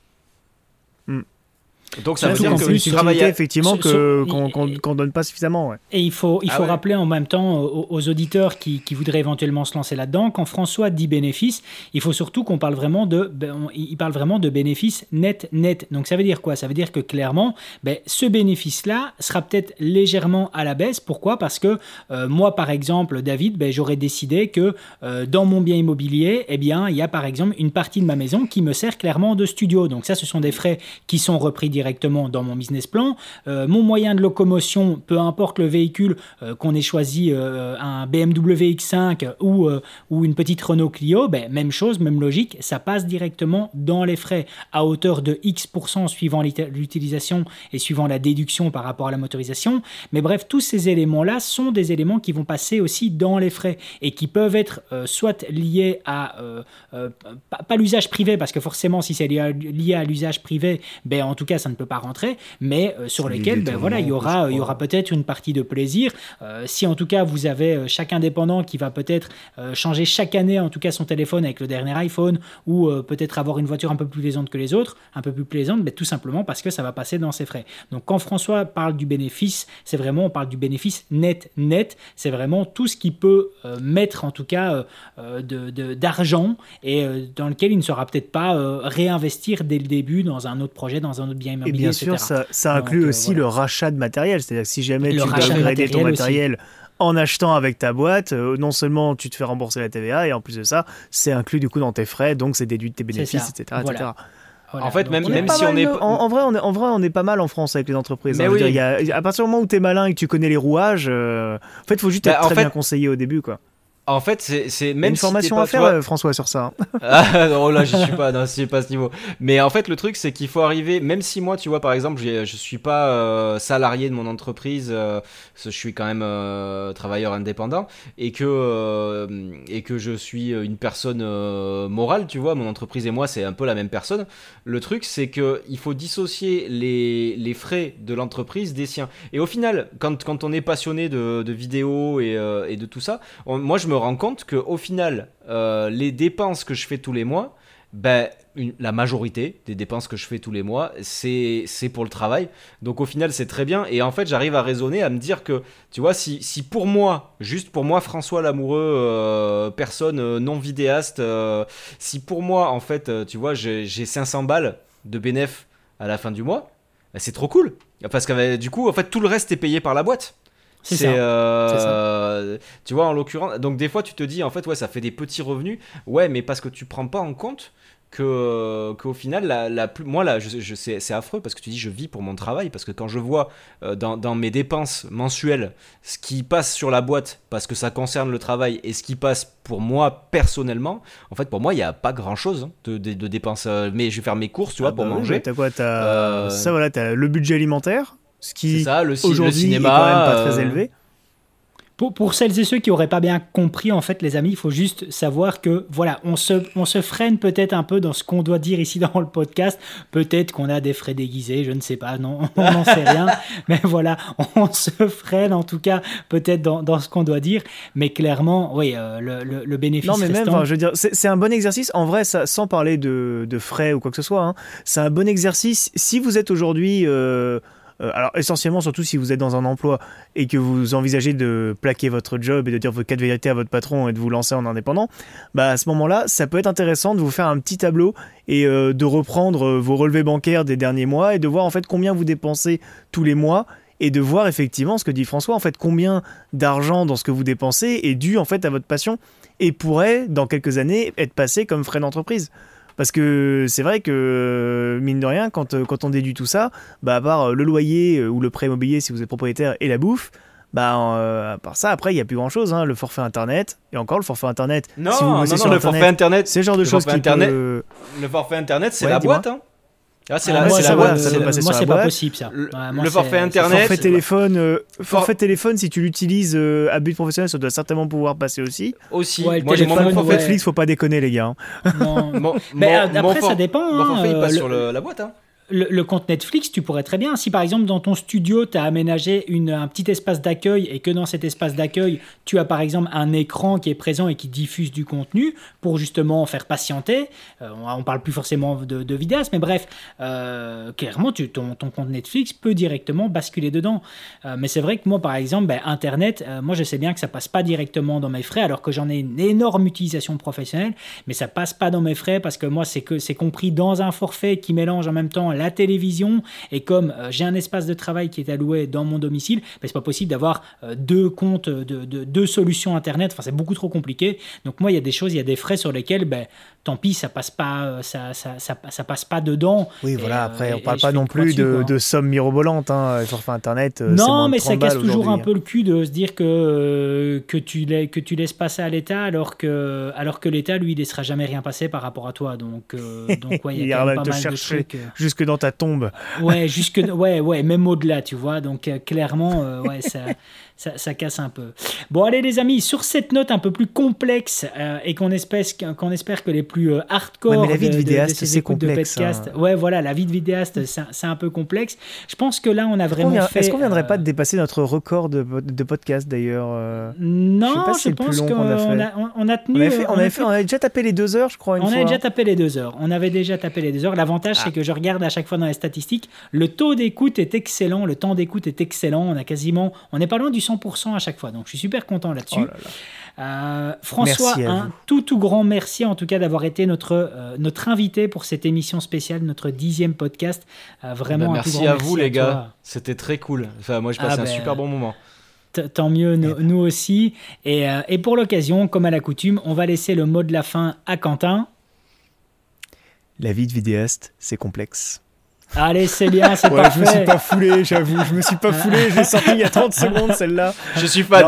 Donc ça veut dire que tu travailles effectivement qu'on donne pas suffisamment. Ouais. Et il faut rappeler en même temps aux auditeurs qui voudraient éventuellement se lancer là-dedans, quand François dit bénéfice, il faut surtout qu'on parle vraiment il parle vraiment de bénéfice net. Donc ça veut dire quoi? Ça veut dire que clairement, ce bénéfice-là sera peut-être légèrement à la baisse. Pourquoi? Parce que moi, par exemple, David, j'aurais décidé que dans mon bien immobilier, il y a par exemple une partie de ma maison qui me sert clairement de studio. Donc ça, ce sont des frais qui sont repris directement dans mon business plan. Mon moyen de locomotion, peu importe le véhicule, qu'on ait choisi un BMW X5 ou une petite Renault Clio, même chose, même logique, ça passe directement dans les frais à hauteur de X% suivant l'utilisation et suivant la déduction par rapport à la motorisation. Mais bref, tous ces éléments-là sont des éléments qui vont passer aussi dans les frais et qui peuvent être soit liés à pas l'usage privé, parce que forcément si c'est lié à l'usage privé, en tout cas ça ne peut pas rentrer, mais sur lesquels il y aura peut-être une partie de plaisir. Si en tout cas vous avez chaque indépendant qui va peut-être changer chaque année en tout cas son téléphone avec le dernier iPhone, ou peut-être avoir une voiture un peu plus plaisante que les autres, un peu plus plaisante, tout simplement parce que ça va passer dans ses frais. Donc quand François parle du bénéfice, c'est vraiment, on parle du bénéfice net, c'est vraiment tout ce qui peut mettre en tout cas d'argent et dans lequel il ne saura peut-être pas réinvestir dès le début dans un autre projet, dans un autre bien immobilier, et bien sûr, etc. ça inclut aussi le rachat de matériel. C'est-à-dire que si jamais tu dois upgrader ton matériel aussi, en achetant avec ta boîte, non seulement tu te fais rembourser la TVA, et en plus de ça, c'est inclus du coup dans tes frais, donc c'est déduit de tes bénéfices, etc. Voilà. En fait, même si on est... En vrai, on est pas mal en France avec les entreprises. Mais oui. À partir du moment où tu es malin et que tu connais les rouages, en fait, il faut juste être très bien conseillé au début, quoi. En fait, c'est même une formation à faire, François, sur ça. Non, là, j'y suis pas, non, c'est pas à ce niveau. Mais en fait, le truc, c'est qu'il faut arriver, même si moi, tu vois, par exemple, je suis pas salarié de mon entreprise, je suis quand même travailleur indépendant, et que je suis une personne morale, tu vois, mon entreprise et moi, c'est un peu la même personne. Le truc, c'est que il faut dissocier les frais de l'entreprise des siens. Et au final, quand on est passionné de vidéos et de tout ça, moi, je me rends compte qu'au final, les dépenses que je fais tous les mois, la majorité des dépenses que je fais tous les mois, c'est pour le travail. Donc au final, c'est très bien. Et en fait, j'arrive à raisonner, à me dire que, tu vois, si pour moi, juste pour moi, François Lamoureux, personne non vidéaste, si pour moi, en fait, tu vois, j'ai 500 balles de bénéf à la fin du mois, c'est trop cool. Parce que du coup, en fait, tout le reste est payé par la boîte. C'est ça. Tu vois, en l'occurrence, donc des fois tu te dis en fait ouais ça fait des petits revenus, ouais mais parce que tu prends pas en compte qu'au final moi là c'est affreux parce que tu dis je vis pour mon travail, parce que quand je vois dans mes dépenses mensuelles ce qui passe sur la boîte parce que ça concerne le travail et ce qui passe pour moi personnellement, en fait pour moi il y a pas grand chose de dépenses, mais je vais faire mes courses tu vois pour manger. T'as quoi, ça voilà, t'as le budget alimentaire, ce qui ça, aujourd'hui le cinéma, est quand même pas très élevé. Pour celles et ceux qui n'auraient pas bien compris, en fait, les amis, il faut juste savoir que, voilà, on se freine peut-être un peu dans ce qu'on doit dire ici dans le podcast. Peut-être qu'on a des frais déguisés, je ne sais pas, non, on n'en sait rien. Mais voilà, on se freine en tout cas peut-être dans ce qu'on doit dire. Mais clairement, oui, le bénéfice non, mais restant... même, je veux dire, c'est un bon exercice. En vrai, ça, sans parler de frais ou quoi que ce soit, hein, c'est un bon exercice. Si vous êtes aujourd'hui... alors essentiellement, surtout si vous êtes dans un emploi et que vous envisagez de plaquer votre job et de dire vos 4 vérités à votre patron et de vous lancer en indépendant, bah à ce moment-là, ça peut être intéressant de vous faire un petit tableau et de reprendre vos relevés bancaires des derniers mois et de voir en fait combien vous dépensez tous les mois et de voir effectivement ce que dit François, en fait combien d'argent dans ce que vous dépensez est dû en fait à votre passion et pourrait dans quelques années être passé comme frais d'entreprise. Parce que c'est vrai que, mine de rien, quand on déduit tout ça, bah, à part le loyer ou le prêt immobilier si vous êtes propriétaire et la bouffe, bah, à part ça, après, il n'y a plus grand-chose. Hein. Le forfait Internet, et encore le forfait Internet. Non, si vous bossez sur le Internet, forfait Internet, c'est le genre de choses qui Internet, peut... Le forfait Internet, c'est ouais, la dis-moi. boîte, hein. Ah, c'est moi, la ça boîte. peut passer moi, sur c'est la pas boîte. possible, ça. Le forfait Internet. Forfait téléphone, si tu l'utilises à but professionnel, ça doit certainement pouvoir passer aussi. Ouais, moi, j'ai mon forfait Netflix, faut pas déconner, les gars. Non. Mais après, ça dépend. Mon forfait, il passe le... sur la boîte, hein. Le compte Netflix, tu pourrais très bien, si par exemple dans ton studio, tu as aménagé un petit espace d'accueil et que dans cet espace d'accueil, tu as par exemple un écran qui est présent et qui diffuse du contenu pour justement faire patienter. On parle plus forcément de vidéastes, mais bref, clairement, ton compte Netflix peut directement basculer dedans. Mais c'est vrai que moi, par exemple, Internet, moi je sais bien que ça passe pas directement dans mes frais, alors que j'en ai une énorme utilisation professionnelle, mais ça passe pas dans mes frais parce que moi, c'est compris dans un forfait qui mélange en même temps la télévision, et comme j'ai un espace de travail qui est alloué dans mon domicile, c'est pas possible d'avoir deux comptes, deux solutions Internet, enfin c'est beaucoup trop compliqué. Donc moi il y a des choses, il y a des frais sur lesquels tant pis, ça passe pas, ça passe pas dedans. Oui, voilà, après on parle pas non plus de sommes mirobolantes, hein, forfait Internet. Non, mais ça casse toujours un hein. peu le cul de se dire que tu laisses passer à l'État alors que l'État, lui, il laissera jamais rien passer par rapport à toi. Donc ouais, il y a quand même pas mal de trucs. Jusque dans ta tombe. Ouais, ouais, même au-delà, tu vois. Donc clairement, ouais, ça casse un peu. Bon, allez les amis, sur cette note un peu plus complexe et qu'on espère que les plus hardcore mais la vie de vidéaste, ces écoutes de podcast, ouais, voilà, la vie de vidéaste, c'est un peu complexe. Je pense que là, on a vraiment fait... Est-ce qu'on viendrait pas de dépasser notre record de podcast d'ailleurs Non, je pense qu'on a tenu... On avait déjà tapé les 2 heures, je crois, On avait déjà tapé les 2 heures. On avait déjà tapé les 2 heures. L'avantage, c'est que je regarde à chaque fois dans les statistiques, le taux d'écoute est excellent, le temps d'écoute est excellent. On est pas loin du 100% à chaque fois. Donc, je suis super content là-dessus. Oh là là. François, un tout grand merci en tout cas d'avoir été notre invité pour cette émission spéciale, notre 10e podcast. Vraiment merci à vous les gars. C'était très cool. Enfin, moi, je passais un super bon moment. Tant mieux, nous aussi. Et pour l'occasion, comme à la coutume, on va laisser le mot de la fin à Quentin. La vie de vidéaste, c'est complexe. Allez, c'est bien, c'est parfait. Je me suis pas foulé, j'avoue. Je me suis pas foulé. Je l'ai sorti il y a 30 secondes, celle-là. Je suis fan.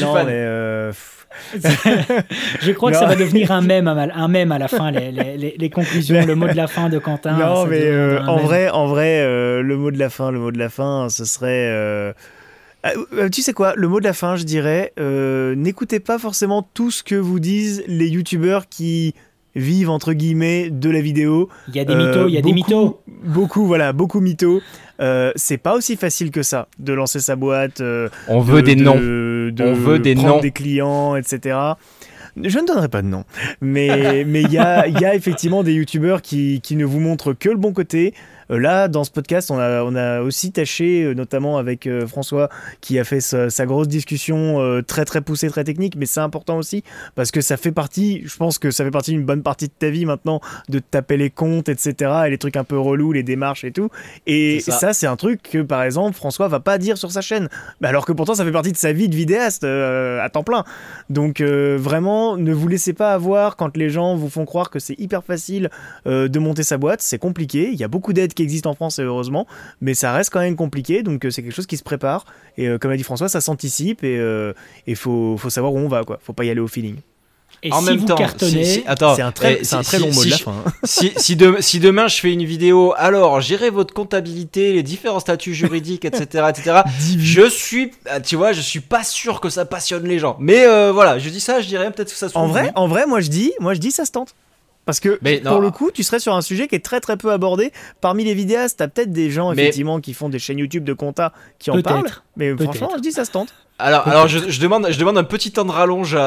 Je crois que ça va devenir un mème à la fin, les conclusions, le mot de la fin de Quentin. Non, mais en vrai, le mot de la fin, ce serait... tu sais quoi, le mot de la fin, je dirais, n'écoutez pas forcément tout ce que vous disent les youtubeurs qui vivent entre guillemets de la vidéo. Il y a des mythos, beaucoup mythos. C'est pas aussi facile que ça de lancer sa boîte. On veut des noms. On veut des noms, des clients, etc. Je ne donnerai pas de nom. Mais il y a effectivement des youtubeurs qui ne vous montrent que le bon côté. Là, dans ce podcast, on a aussi tâché, notamment avec François, qui a fait sa grosse discussion très très poussée, très technique, mais c'est important aussi, parce que ça fait partie, je pense que ça fait partie d'une bonne partie de ta vie maintenant, de te taper les comptes, etc., et les trucs un peu relous, les démarches et tout. Et ça, c'est un truc que, par exemple, François va pas dire sur sa chaîne, alors que pourtant, ça fait partie de sa vie de vidéaste à temps plein. Donc, vraiment, ne vous laissez pas avoir quand les gens vous font croire que c'est hyper facile de monter sa boîte. C'est compliqué, il y a beaucoup d'aides qui existe en France, heureusement, mais ça reste quand même compliqué, donc c'est quelque chose qui se prépare, et comme a dit François, ça s'anticipe, et faut savoir où on va, quoi. Faut pas y aller au feeling. Et en si même vous temps, cartonnez, c'est un très long mot de la fin. Si demain je fais une vidéo, alors gérez votre comptabilité, les différents statuts juridiques, etc., etc. Je suis pas sûr que ça passionne les gens. Mais voilà, je dis ça, je dirais peut-être que ça se trouve. En vrai, moi je dis ça se tente. Parce que pour le coup, tu serais sur un sujet qui est très très peu abordé. Parmi les vidéastes, t'as peut-être des gens effectivement qui font des chaînes YouTube de compta qui en parlent. Mais franchement, je dis ça se tente. Alors je demande un petit temps de rallonge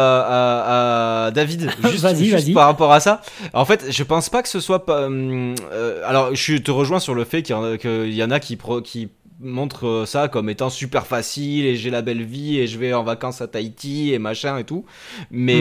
à David, juste par rapport à ça. En fait, je pense pas que ce soit pas. Alors, je te rejoins sur le fait qu'il y en a qui montrent ça comme étant super facile et j'ai la belle vie et je vais en vacances à Tahiti et machin et tout. Mais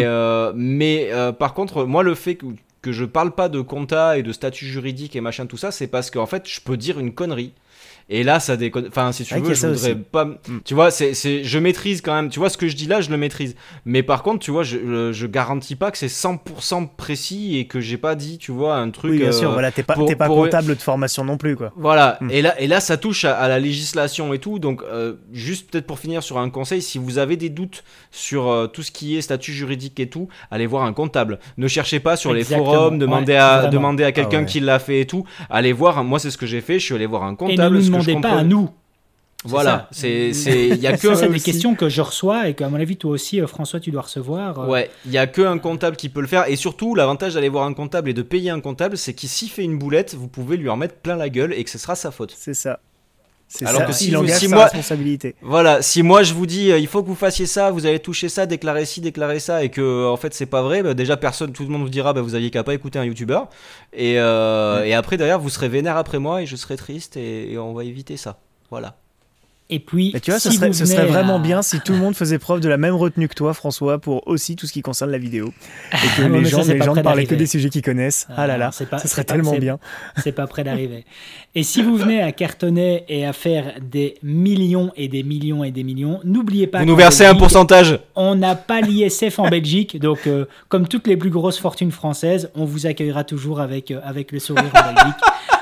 par contre, moi, le fait que je parle pas de compta et de statut juridique et machin tout ça, c'est parce qu'en fait, je peux dire une connerie. Et là, ça déconne. Enfin, si tu veux, je voudrais pas. Tu vois, je maîtrise quand même. Tu vois, ce que je dis là, je le maîtrise. Mais par contre, tu vois, je garantis pas que c'est 100% précis et que j'ai pas dit, tu vois, un truc. Oui, bien sûr. Voilà, t'es pas comptable de formation non plus, quoi. Voilà. Et là, ça touche à la législation et tout. Donc, juste peut-être pour finir sur un conseil, si vous avez des doutes sur tout ce qui est statut juridique et tout, allez voir un comptable. Ne cherchez pas sur les forums, demandez à quelqu'un qui l'a fait et tout. Allez voir. Moi, c'est ce que j'ai fait. Je suis allé voir un comptable. Demandez pas à nous. Voilà, il y a que c'est des questions que je reçois et qu'à mon avis toi aussi François tu dois recevoir. Ouais, il y a que un comptable qui peut le faire et surtout l'avantage d'aller voir un comptable et de payer un comptable, c'est qu'il s'il fait une boulette, vous pouvez lui en mettre plein la gueule et que ce sera sa faute. C'est ça. Alors que il engage sa responsabilité. Voilà, si moi je vous dis il faut que vous fassiez ça, vous avez touché ça, déclaré ci, déclaré ça et que en fait c'est pas vrai, bah, déjà tout le monde vous dira vous aviez qu'à pas écouter un youtubeur et après derrière vous serez vénère après moi et je serai triste et on va éviter ça. Voilà. Et puis, tu vois, ce serait vraiment bien si tout le monde faisait preuve de la même retenue que toi, François, pour aussi tout ce qui concerne la vidéo. Et que les gens ne parlaient que des sujets qu'ils connaissent. Ah là là, ce serait tellement bien. C'est pas près d'arriver. Et si vous venez à cartonner et à faire des millions et des millions et des millions, n'oubliez pas... Vous nous versez un pourcentage. On n'a pas l'ISF en Belgique, donc comme toutes les plus grosses fortunes françaises, on vous accueillera toujours avec le sourire en Belgique.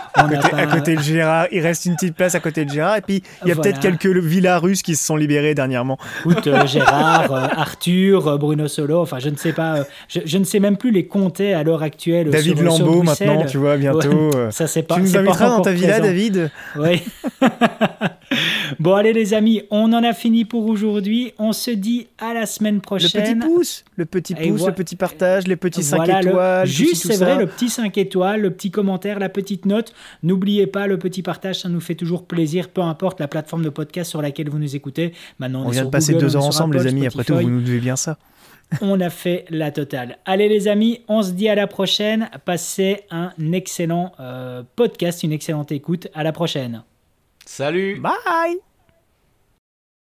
À côté de Gérard, il reste une petite place à côté de Gérard, et puis il y a peut-être quelques villas russes qui se sont libérées dernièrement. Écoute, Gérard, Arthur, Bruno Solo, enfin je ne sais pas, je ne sais même plus les compter à l'heure actuelle. David Lambeau maintenant, tu vois, bientôt. Ouais, ça c'est pas. Tu nous inviteras dans ta villa, David. Oui. Bon allez les amis, on en a fini pour aujourd'hui. On se dit à la semaine prochaine. Le petit pouce, le petit partage, les petits 5 étoiles. Juste, c'est vrai, le petit 5 étoiles, le petit commentaire, la petite note. N'oubliez pas, le petit partage, ça nous fait toujours plaisir, peu importe la plateforme de podcast sur laquelle vous nous écoutez. Maintenant, on vient de passer Google, 2 heures ensemble, les amis. Après tout, vous nous devez bien ça. On a fait la totale. Allez les amis, on se dit à la prochaine. Passez un excellent podcast, une excellente écoute. À la prochaine. Salut. Bye.